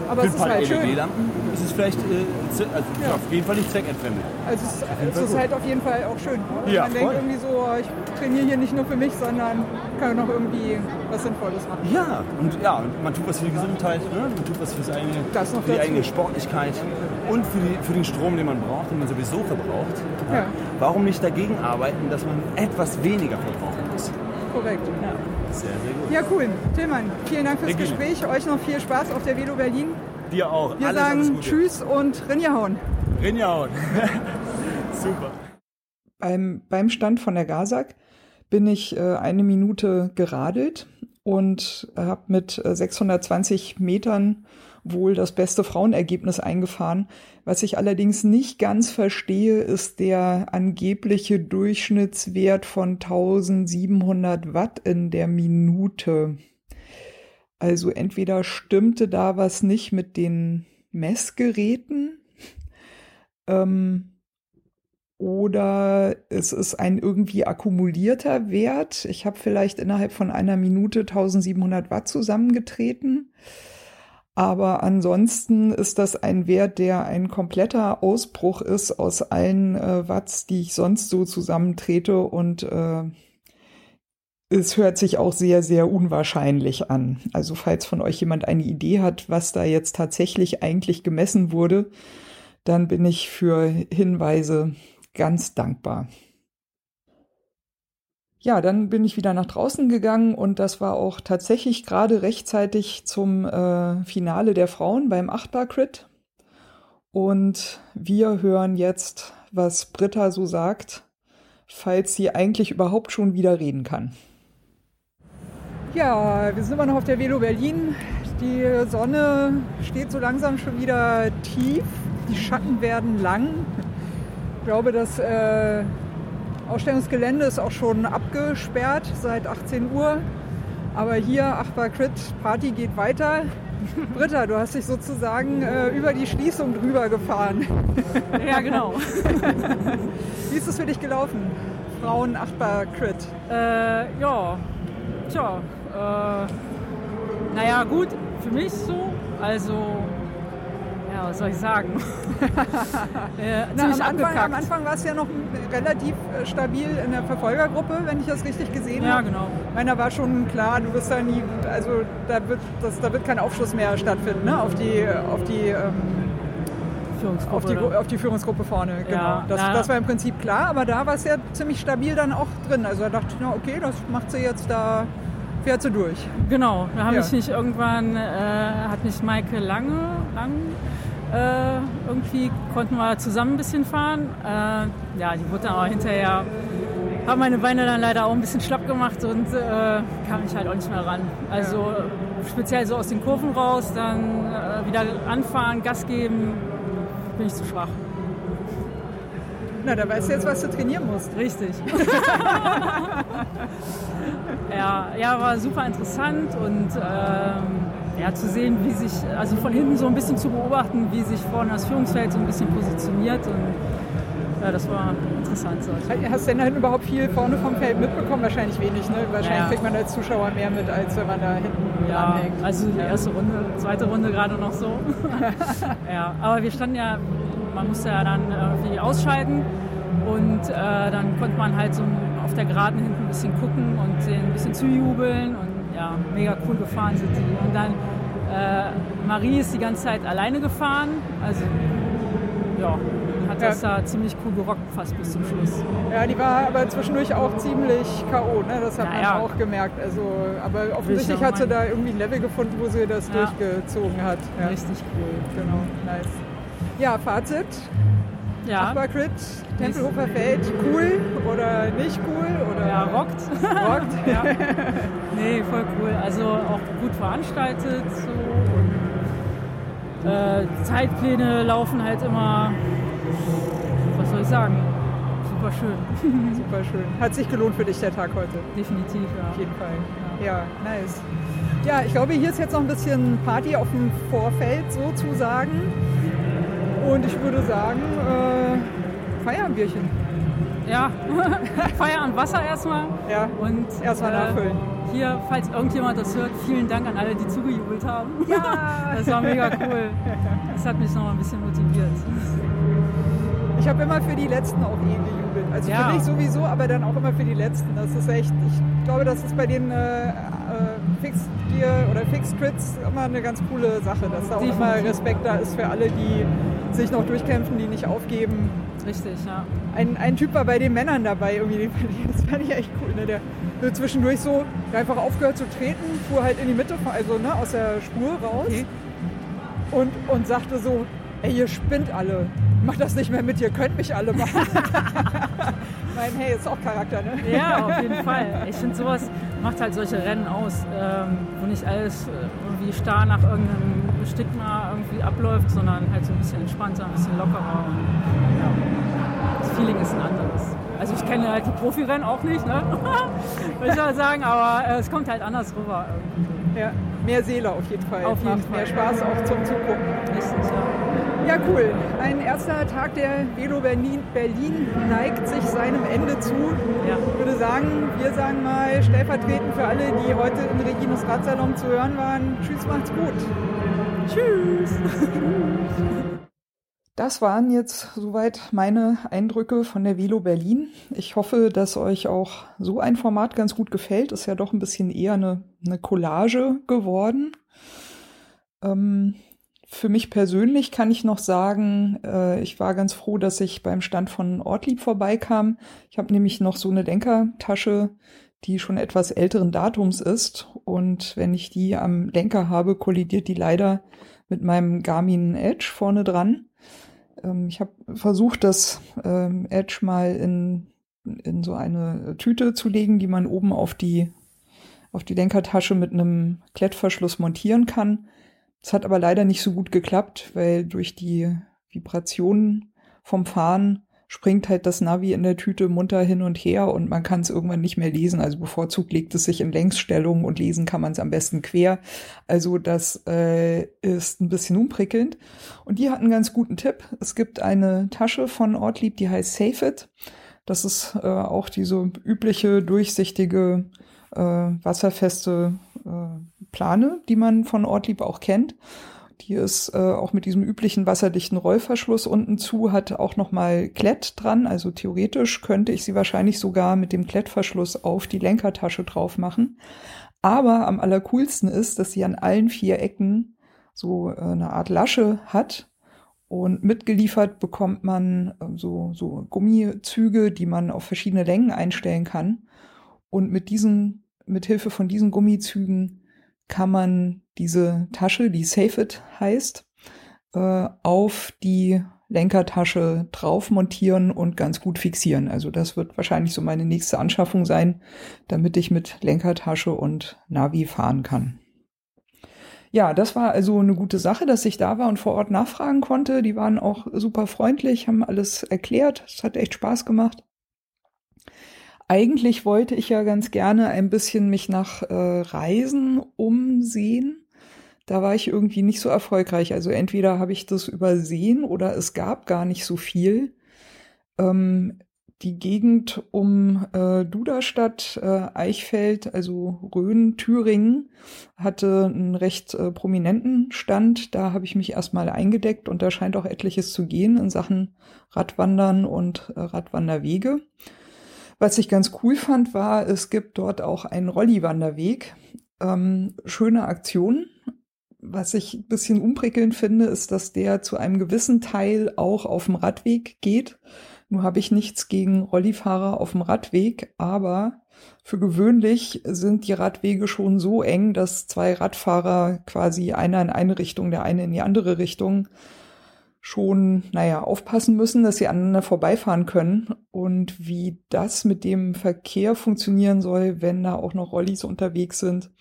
S2: Aber
S10: für
S2: es
S10: ein
S2: ist
S10: paar
S2: halt
S10: L E
S2: schön.
S10: D-Lampen ist es vielleicht äh, z- also
S2: Ja.
S10: auf jeden Fall nicht zweckentfremdet.
S2: Also es, es ist halt auf jeden Fall auch schön.
S10: Ja,
S2: Man
S10: voll.
S2: denkt irgendwie so, ich trainiere hier nicht nur für mich, sondern kann noch irgendwie was Sinnvolles machen.
S10: Ja, und ja, und man tut was für die Gesundheit, ne? Man tut was für, das eigene,
S2: Das noch
S10: für die
S2: dazu.
S10: eigene Sportlichkeit und für, die, für den Strom, den man braucht, den man sowieso verbraucht.
S2: Ja.
S10: Warum nicht dagegen arbeiten, dass man etwas weniger verbrauchen muss?
S2: Korrekt.
S10: Ja, sehr, sehr gut.
S2: Ja, cool. Tillmann, vielen Dank fürs
S10: Regine.
S2: Gespräch. Euch noch viel Spaß auf der Velo Berlin.
S10: Dir auch.
S2: Wir
S10: alles,
S2: sagen
S10: alles Gute.
S2: Tschüss und Rinjahauen.
S10: Rinjahauen. Super.
S2: Beim, beim Stand von der Gazak bin ich äh, eine Minute geradelt und habe mit äh, sechshundertzwanzig Metern wohl das beste Frauenergebnis eingefahren. Was ich allerdings nicht ganz verstehe, ist der angebliche Durchschnittswert von eintausendsiebenhundert Watt in der Minute. Also entweder stimmte da was nicht mit den Messgeräten, ähm, oder es ist ein irgendwie akkumulierter Wert. Ich habe vielleicht innerhalb von einer Minute eintausendsiebenhundert Watt zusammengetreten. Aber ansonsten ist das ein Wert, der ein kompletter Ausbruch ist aus allen äh, Watts, die ich sonst so zusammentrete. Und äh, es hört sich auch sehr, sehr unwahrscheinlich an. Also falls von euch jemand eine Idee hat, was da jetzt tatsächlich eigentlich gemessen wurde, dann bin ich für Hinweise ganz dankbar. Ja, dann bin ich wieder nach draußen gegangen und das war auch tatsächlich gerade rechtzeitig zum äh, Finale der Frauen beim acht-Bar-Crit. Und wir hören jetzt, was Britta so sagt, falls sie eigentlich überhaupt schon wieder reden kann. Ja, wir sind immer noch auf der Velo Berlin. Die Sonne steht so langsam schon wieder tief. Die Schatten werden lang. Ich glaube, das äh, Ausstellungsgelände ist auch schon abgesperrt seit achtzehn Uhr. Aber hier, acht-Bar-Crit, Party geht weiter. Britta, du hast dich sozusagen äh, über die Schließung drüber gefahren.
S6: Ja, genau.
S2: Wie ist es für dich gelaufen? Frauen acht-Bar-Crit.
S6: Äh, ja, tja, äh, naja, gut, für mich so, also, ja, was soll ich sagen? äh,
S2: Na,
S6: ziemlich
S2: am, Anfang,
S6: abgekackt.
S2: am Anfang war es ja noch relativ äh, stabil in der Verfolgergruppe, wenn ich das richtig gesehen
S6: Ja,
S2: habe.
S6: genau.
S2: Meiner war schon klar, du wirst da nie, also da wird, das, da wird kein Aufschluss mehr stattfinden, ne? auf die, auf die, ähm,
S6: Führungsgruppe,
S2: auf die,
S6: oder?
S2: auf die Führungsgruppe vorne. Genau.
S6: Ja,
S2: das,
S6: na,
S2: das war im Prinzip klar, aber da war es ja ziemlich stabil dann auch drin. Also da dachte ich, na okay, das macht sie jetzt da, fährt sie durch.
S6: Genau, da habe
S2: Ja.
S6: ich mich irgendwann, äh, hat mich Maike Lange, lang, äh, irgendwie konnten wir zusammen ein bisschen fahren. Äh, ja, die wurde dann aber hinterher, haben meine Beine dann leider auch ein bisschen schlapp gemacht und äh, kam ich halt auch nicht mehr ran. Also
S2: Ja.
S6: speziell so aus den Kurven raus, dann äh, wieder anfahren, Gas geben, bin ich zu schwach.
S2: Na, da weißt du jetzt, was du trainieren musst.
S6: Richtig. ja, ja, war super interessant und ähm, ja, zu sehen, wie sich, also von hinten so ein bisschen zu beobachten, wie sich vorne das Führungsfeld so ein bisschen positioniert und ja, das war interessant. So.
S2: Hast du denn dann überhaupt viel vorne vom Feld mitbekommen? Wahrscheinlich wenig, ne? Wahrscheinlich
S6: Ja.
S2: kriegt man als Zuschauer mehr mit, als wenn man da hinten
S6: Ja,
S2: dranhängt.
S6: also die erste Runde, zweite Runde gerade noch so. ja, aber wir standen ja, man musste ja dann irgendwie ausscheiden und äh, dann konnte man halt so auf der Geraden hinten ein bisschen gucken und denen ein bisschen zujubeln und ja, mega cool gefahren sind die. Und dann äh, Marie ist die ganze Zeit alleine gefahren, also ja, hat das
S2: Ja.
S6: da ziemlich cool gerockt fast bis zum Schluss.
S2: Ja, die war aber zwischendurch auch ziemlich K O, ne? Das hat
S6: Ja,
S2: man
S6: ja.
S2: auch gemerkt. Also, aber offensichtlich
S6: auch
S2: hat sie
S6: meinen.
S2: da irgendwie ein Level gefunden, wo sie das
S6: Ja.
S2: durchgezogen hat. Ja.
S6: Richtig cool.
S2: Genau, nice. Ja, Fazit.
S6: Ja,
S2: Acht-Bar-Crit, Tempelhofer Feld, cool oder nicht cool? Oder
S6: ja rockt.
S2: rockt?
S6: ja. Nee, voll cool. Also auch gut veranstaltet. So. Und, äh, Zeitpläne laufen halt immer, was soll ich sagen, super schön.
S2: Super schön. Hat sich gelohnt für dich der Tag heute?
S6: Definitiv, ja.
S2: Auf jeden Fall. Ja, nice. Ja, ich glaube, hier ist jetzt noch ein bisschen Party auf dem Vorfeld sozusagen. Und ich würde sagen, äh, Feierbierchen.
S6: ja, Feier und Wasser erstmal.
S2: Ja,
S6: und
S2: erstmal nachfüllen.
S6: Äh, hier, falls irgendjemand das hört, vielen Dank an alle, die zugejubelt haben.
S2: Ja.
S6: Das war mega cool. Das hat mich noch ein bisschen motiviert.
S2: Ich habe immer für die Letzten auch eh gejubelt. Also
S6: ja.
S2: für dich sowieso, aber dann auch immer für die Letzten. Das ist echt, ich glaube, das ist bei den äh, äh, Fixed Gear oder Fixed Crits immer eine ganz coole Sache, dass da auch immer Respekt da ist für alle, die sich noch durchkämpfen, die nicht aufgeben.
S6: Richtig, ja.
S2: Ein, ein Typ war bei den Männern dabei, irgendwie, das fand ich echt cool. Ne? Der so zwischendurch so der einfach aufgehört zu treten, fuhr halt in die Mitte, also ne, aus der Spur raus okay. und, und sagte so, ey, ihr spinnt alle. Macht das nicht mehr mit, ihr könnt mich alle machen. Ich meine, hey, ist auch Charakter, ne?
S6: Ja, auf jeden Fall. Ich finde, sowas macht halt solche Rennen aus, ähm, wo nicht alles irgendwie starr nach irgendeinem Stigma irgendwie abläuft, sondern halt so ein bisschen entspannter, ein bisschen lockerer. Und, ja, das Feeling ist ein anderes. Also ich kenne halt die Profirennen auch nicht, ne? Würde ich mal sagen, aber äh, es kommt halt anders rüber. Irgendwie.
S2: Ja, mehr Seele auf jeden Fall.
S6: Auf jeden
S2: Macht
S6: Fall.
S2: Mehr Spaß auch zum Zugucken.
S6: Richtig, ja.
S2: Ja, cool. Ein erster Tag der Velo Berlin, Berlin neigt sich seinem Ende zu.
S6: Ja.
S2: Ich würde sagen, wir sagen mal stellvertretend für alle, die heute in Reginos Radsalon zu hören waren, tschüss, macht's gut. Tschüss. Das waren jetzt soweit meine Eindrücke von der Velo Berlin. Ich hoffe, dass euch auch so ein Format ganz gut gefällt. Ist ja doch ein bisschen eher eine, eine Collage geworden. Ähm, Für mich persönlich kann ich noch sagen, äh, ich war ganz froh, dass ich beim Stand von Ortlieb vorbeikam. Ich habe nämlich noch so eine Lenkertasche, die schon etwas älteren Datums ist. Und wenn ich die am Lenker habe, kollidiert die leider mit meinem Garmin Edge vorne dran. Ähm, ich habe versucht, das ähm, Edge mal in, in so eine Tüte zu legen, die man oben auf die, auf die Lenkertasche mit einem Klettverschluss montieren kann. Es hat aber leider nicht so gut geklappt, weil durch die Vibrationen vom Fahren springt halt das Navi in der Tüte munter hin und her und man kann es irgendwann nicht mehr lesen. Also bevorzugt legt es sich in Längsstellung und lesen kann man es am besten quer. Also das äh, ist ein bisschen unprickelnd. Und die hat einen ganz guten Tipp. Es gibt eine Tasche von Ortlieb, die heißt Save It. Das ist äh, auch diese übliche, durchsichtige, äh, wasserfeste äh, Plane, die man von Ortlieb auch kennt. Die ist äh, auch mit diesem üblichen wasserdichten Rollverschluss unten zu, hat auch nochmal Klett dran. Also theoretisch könnte ich sie wahrscheinlich sogar mit dem Klettverschluss auf die Lenkertasche drauf machen. Aber am allercoolsten ist, dass sie an allen vier Ecken so äh, eine Art Lasche hat. Und mitgeliefert bekommt man äh, so, so Gummizüge, die man auf verschiedene Längen einstellen kann. Und mit diesen, mit Hilfe von diesen Gummizügen kann man diese Tasche, die Save It heißt, äh, auf die Lenkertasche drauf montieren und ganz gut fixieren. Also das wird wahrscheinlich so meine nächste Anschaffung sein, damit ich mit Lenkertasche und Navi fahren kann. Ja, das war also eine gute Sache, dass ich da war und vor Ort nachfragen konnte. Die waren auch super freundlich, haben alles erklärt. Es hat echt Spaß gemacht. Eigentlich wollte ich ja ganz gerne ein bisschen mich nach äh, Reisen umsehen. Da war ich irgendwie nicht so erfolgreich. Also entweder habe ich das übersehen oder es gab gar nicht so viel. Ähm, die Gegend um äh, Duderstadt, äh, Eichfeld, also Rhön, Thüringen, hatte einen recht äh, prominenten Stand. Da habe ich mich erstmal eingedeckt und da scheint auch etliches zu gehen in Sachen Radwandern und äh, Radwanderwege. Was ich ganz cool fand, war, es gibt dort auch einen Rolli-Wanderweg. Ähm, schöne Aktion. Was ich ein bisschen unprickelnd finde, ist, dass der zu einem gewissen Teil auch auf dem Radweg geht. Nur habe ich nichts gegen Rollifahrer auf dem Radweg, aber für gewöhnlich sind die Radwege schon so eng, dass zwei Radfahrer quasi einer in eine Richtung, der eine in die andere Richtung schon, naja, aufpassen müssen, dass sie aneinander vorbeifahren können. Und wie das mit dem Verkehr funktionieren soll, wenn da auch noch Rollis unterwegs sind.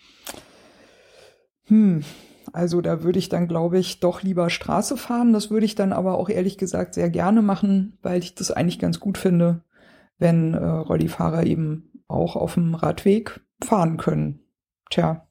S2: Hm, also da würde ich dann, glaube ich, doch lieber Straße fahren. Das würde ich dann aber auch ehrlich gesagt sehr gerne machen, weil ich das eigentlich ganz gut finde, wenn äh, Rollifahrer eben auch auf dem Radweg fahren können. Tja,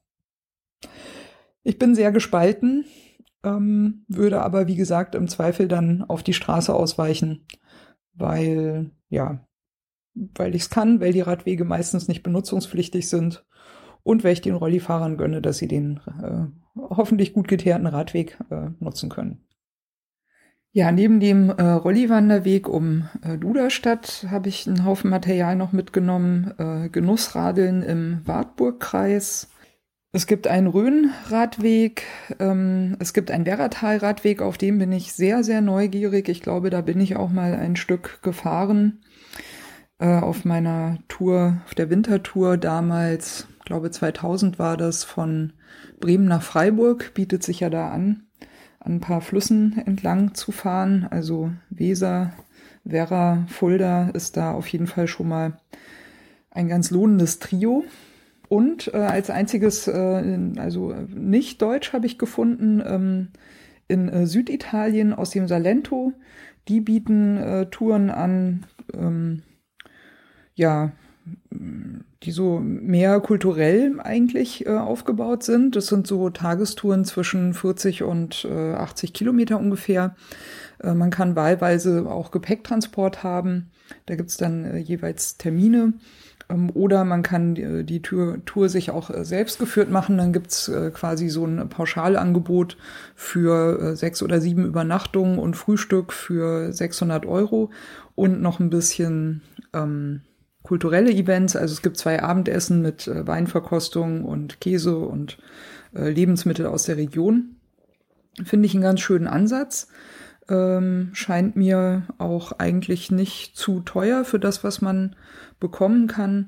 S2: ich bin sehr gespalten. Ähm, würde aber, wie gesagt, im Zweifel dann auf die Straße ausweichen, weil, ja, weil ich es kann, weil die Radwege meistens nicht benutzungspflichtig sind und weil ich den Rollifahrern gönne, dass sie den äh, hoffentlich gut geteerten Radweg äh, nutzen können. Ja, neben dem äh, Rolliwanderweg um äh, Duderstadt habe ich einen Haufen Material noch mitgenommen. Äh, Genussradeln im Wartburgkreis. Es gibt einen Rhön-Radweg. Ähm, es gibt einen Werratal-Radweg, auf dem bin ich sehr, sehr neugierig. Ich glaube, da bin ich auch mal ein Stück gefahren. Äh, auf meiner Tour, auf der Wintertour damals, ich glaube zweitausend war das, von Bremen nach Freiburg, bietet sich ja da an, an ein paar Flüssen entlang zu fahren. Also Weser, Werra, Fulda ist da auf jeden Fall schon mal ein ganz lohnendes Trio. Und äh, als einziges, äh, also nicht deutsch, habe ich gefunden, ähm, in äh, Süditalien aus dem Salento. Die bieten äh, Touren an, ähm, ja, die so mehr kulturell eigentlich äh, aufgebaut sind. Das sind so Tagestouren zwischen vierzig und äh, achtzig Kilometer ungefähr. Äh, man kann wahlweise auch Gepäcktransport haben. Da gibt's dann äh, jeweils Termine. Ähm, oder man kann die, die Tour, Tour sich auch äh, selbst geführt machen. Dann gibt's äh, quasi so ein Pauschalangebot für äh, sechs oder sieben Übernachtungen und Frühstück für sechshundert Euro und noch ein bisschen ähm, kulturelle Events, also es gibt zwei Abendessen mit äh, Weinverkostung und Käse und äh, Lebensmittel aus der Region. Finde ich einen ganz schönen Ansatz. Ähm, scheint mir auch eigentlich nicht zu teuer für das, was man bekommen kann.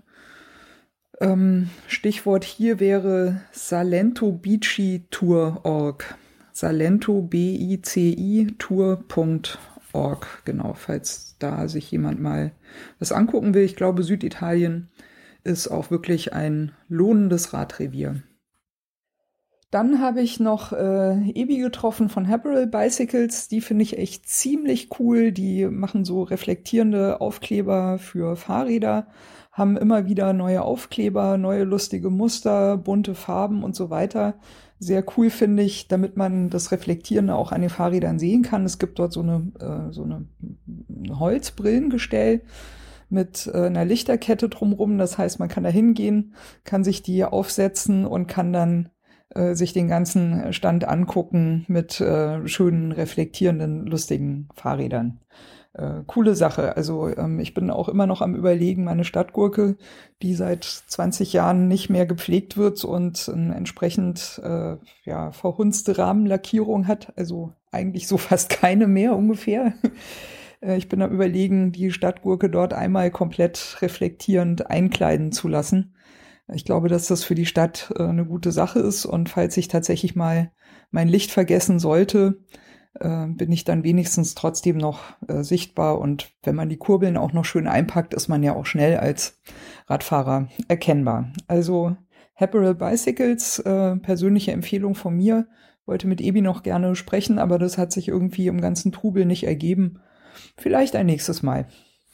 S2: Ähm, Stichwort hier wäre Salento Bici Tour Punkt org. Salento B I C I Tour Punkt org, genau, falls da sich jemand mal was angucken will. Ich glaube, Süditalien ist auch wirklich ein lohnendes Radrevier. Dann habe ich noch äh, Ebi getroffen von Haberal Bicycles. Die finde ich echt ziemlich cool. Die machen so reflektierende Aufkleber für Fahrräder, haben immer wieder neue Aufkleber, neue lustige Muster, bunte Farben und so weiter. Sehr cool finde ich, damit man das Reflektierende auch an den Fahrrädern sehen kann. Es gibt dort so eine, äh, so eine ein Holzbrillengestell mit äh, einer Lichterkette drumrum. Das heißt, man kann da hingehen, kann sich die aufsetzen und kann dann äh, sich den ganzen Stand angucken mit äh, schönen, reflektierenden, lustigen Fahrrädern. Äh, coole Sache. Also ähm, ich bin auch immer noch am Überlegen, meine Stadtgurke, die seit zwanzig Jahren nicht mehr gepflegt wird und eine entsprechend äh, ja, verhunzte Rahmenlackierung hat, also eigentlich so fast keine mehr ungefähr. äh, ich bin am Überlegen, die Stadtgurke dort einmal komplett reflektierend einkleiden zu lassen. Ich glaube, dass das für die Stadt äh, eine gute Sache ist und falls ich tatsächlich mal mein Licht vergessen sollte, äh, bin ich dann wenigstens trotzdem noch äh, sichtbar und wenn man die Kurbeln auch noch schön einpackt, ist man ja auch schnell als Radfahrer erkennbar. Also Haberal Bicycles, äh, persönliche Empfehlung von mir, wollte mit Ebi noch gerne sprechen, aber das hat sich irgendwie im ganzen Trubel nicht ergeben. Vielleicht ein nächstes Mal.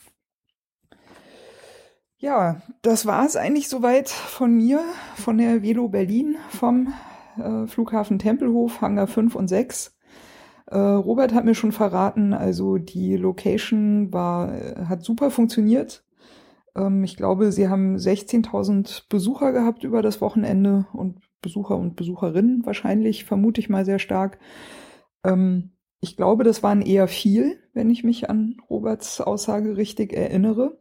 S2: Ja, das war es eigentlich soweit von mir, von der Velo Berlin, vom äh, Flughafen Tempelhof, Hangar fünf und sechs. Äh, Robert hat mir schon verraten, also die Location war, hat super funktioniert. Ähm, ich glaube, sie haben sechzehntausend Besucher gehabt über das Wochenende und Besucher und Besucherinnen wahrscheinlich, vermute ich mal sehr stark. Ähm, ich glaube, das waren eher viel, wenn ich mich an Roberts Aussage richtig erinnere.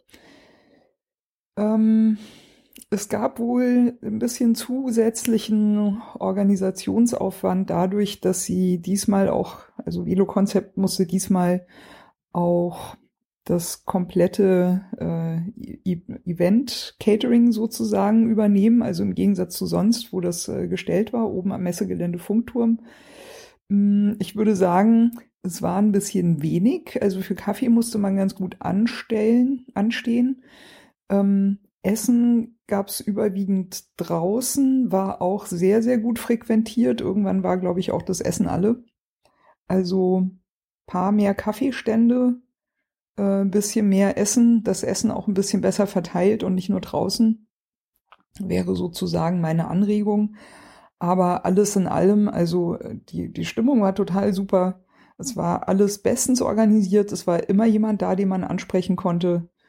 S2: Ähm, es gab wohl ein bisschen zusätzlichen Organisationsaufwand dadurch, dass sie diesmal auch, also Velo Concept musste diesmal auch das komplette äh, Event-Catering sozusagen übernehmen, also im Gegensatz zu sonst, wo das äh, gestellt war, oben am Messegelände Funkturm. Ich würde sagen, es war ein bisschen wenig, also für Kaffee musste man ganz gut anstellen, anstehen. Ähm, Essen gab's überwiegend draußen, war auch sehr, sehr gut frequentiert. Irgendwann war, glaube ich, auch das Essen alle. Also paar mehr Kaffeestände, äh, ein bisschen mehr Essen, das Essen auch ein bisschen besser verteilt und nicht nur draußen, wäre sozusagen meine Anregung. Aber alles in allem, also die, die Stimmung war total super. Es war alles bestens organisiert. Es war immer jemand da, den man ansprechen konnte.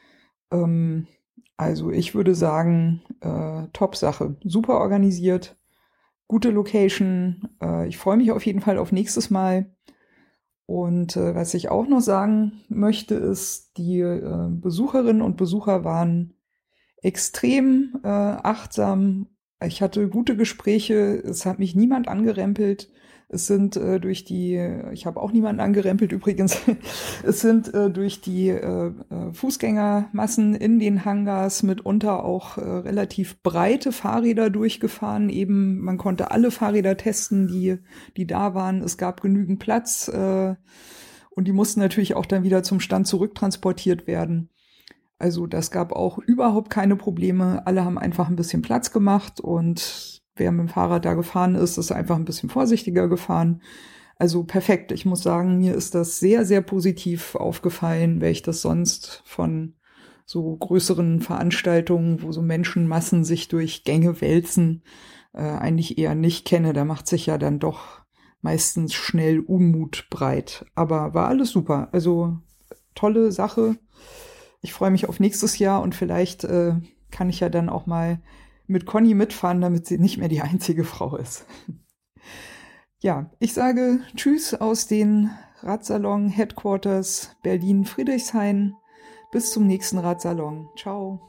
S2: Ähm, also ich würde sagen, äh, Top-Sache. Super organisiert, gute Location. Äh, ich freue mich auf jeden Fall auf nächstes Mal. Und äh, was ich auch noch sagen möchte, ist, die äh, Besucherinnen und Besucher waren extrem äh, achtsam. Ich hatte gute Gespräche, es hat mich niemand angerempelt. Es sind äh, durch die, ich habe auch niemanden angerempelt übrigens, es sind äh, durch die äh, Fußgängermassen in den Hangars mitunter auch äh, relativ breite Fahrräder durchgefahren. Eben, man konnte alle Fahrräder testen, die, die da waren. Es gab genügend Platz äh, und die mussten natürlich auch dann wieder zum Stand zurücktransportiert werden. Also das gab auch überhaupt keine Probleme. Alle haben einfach ein bisschen Platz gemacht und wer mit dem Fahrrad da gefahren ist, ist einfach ein bisschen vorsichtiger gefahren. Also perfekt. Ich muss sagen, mir ist das sehr, sehr positiv aufgefallen, weil ich das sonst von so größeren Veranstaltungen, wo so Menschenmassen sich durch Gänge wälzen, äh, eigentlich eher nicht kenne. Da macht sich ja dann doch meistens schnell Unmut breit. Aber war alles super. Also tolle Sache. Ich freue mich auf nächstes Jahr und vielleicht äh, kann ich ja dann auch mal mit Conny mitfahren, damit sie nicht mehr die einzige Frau ist. Ja, ich sage Tschüss aus den Radsalon Headquarters Berlin-Friedrichshain. Bis zum nächsten Radsalon. Ciao.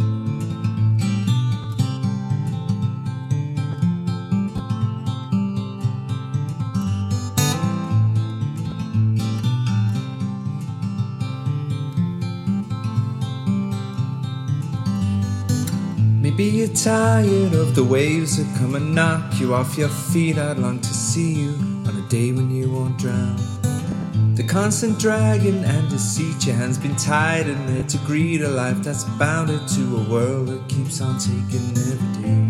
S11: Maybe you're tired of the waves that come and knock you off your feet. I'd long to see you on a day when you won't drown. The constant dragging and deceit, your hands been tied in there to greet a life that's bounded to a world that keeps on taking every day.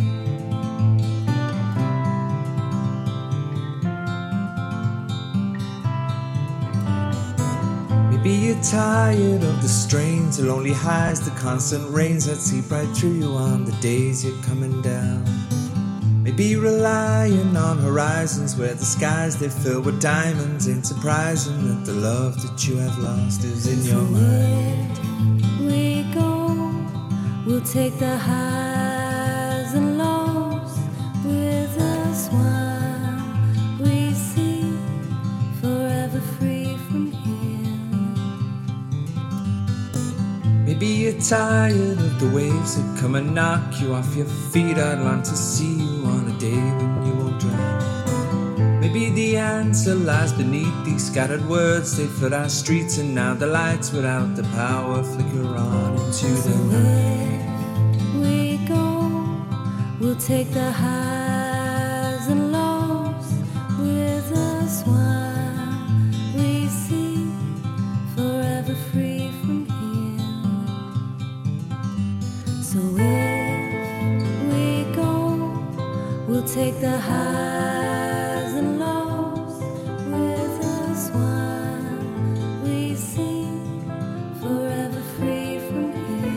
S11: Maybe you're tired of the strains, the lonely highs, the constant rains that seep right through you on the days you're coming down. Maybe relying on horizons where the skies they fill with diamonds. Ain't surprising that the love that you have lost is in your mind.
S12: Where we go, we'll take the highs and lows with us while we see forever free from here.
S11: Maybe you're tired of the waves that come and knock you off your feet. I'd long to see you on a day when you won't drown. Maybe the answer lies beneath these scattered words. They flood our streets and now the lights without the power flicker on into the night.
S12: Where we go, we'll take the highs and lows with us while we see forever free from here. So if we go, we'll take the highs and lows with us while we see forever free from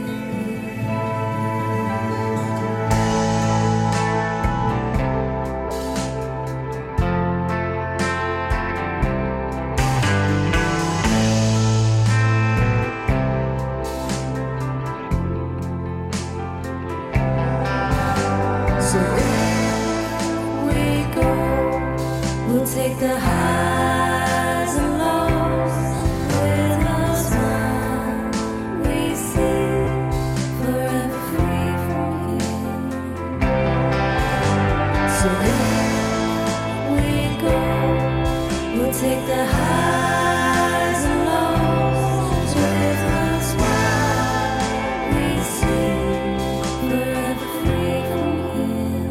S12: So if we go, we'll take the highs and lows with us while we see forever free from here. So if we go, we'll take the highs and lows with us while we see forever free from here.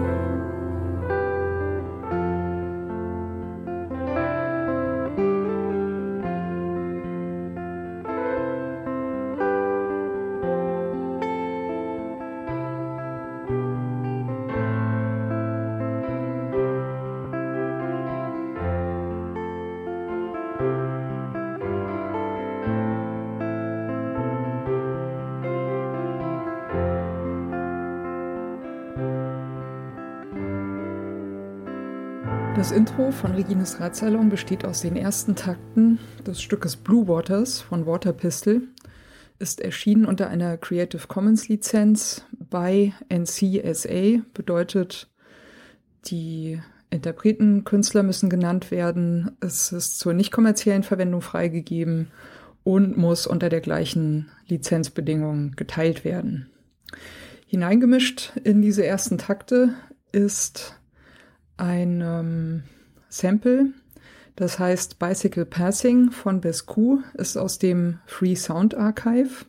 S2: Das Intro von Regines Radsalon besteht aus den ersten Takten des Stückes Blue Waters von Water Pistol. ist erschienen unter einer Creative Commons Lizenz bei N C S A, bedeutet, die Interpreten, Künstler müssen genannt werden. Es ist zur nicht kommerziellen Verwendung freigegeben und muss unter der gleichen Lizenzbedingung geteilt werden. Hineingemischt in diese ersten Takte ist ein ähm, Sample, das heißt Bicycle Passing von Bescu, ist aus dem Free Sound Archive.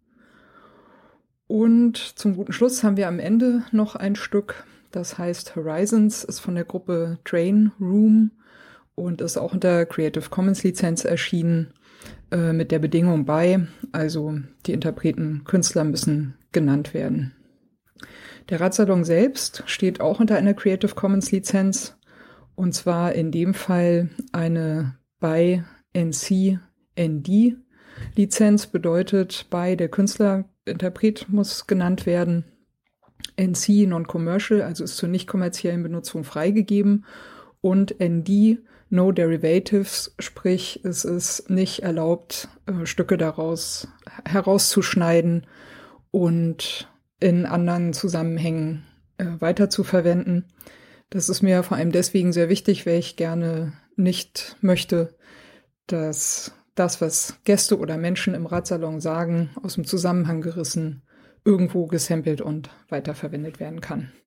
S2: Und zum guten Schluss haben wir am Ende noch ein Stück, das heißt Horizons, ist von der Gruppe Train Room und ist auch unter Creative Commons Lizenz erschienen, äh, mit der Bedingung bei, also die Interpreten, Künstler müssen genannt werden. Der Radsalon selbst steht auch unter einer Creative Commons Lizenz, und zwar in dem Fall eine bei N C N D Lizenz, bedeutet bei der Künstler, Interpret muss genannt werden, N C Non-Commercial, also ist zur nicht kommerziellen Benutzung freigegeben, und N D No Derivatives, sprich es ist nicht erlaubt, äh, Stücke daraus herauszuschneiden und in anderen Zusammenhängen äh, weiter zu verwenden. Das ist mir vor allem deswegen sehr wichtig, weil ich gerne nicht möchte, dass das, was Gäste oder Menschen im Radsalon sagen, aus dem Zusammenhang gerissen, irgendwo gesampelt und weiterverwendet werden kann.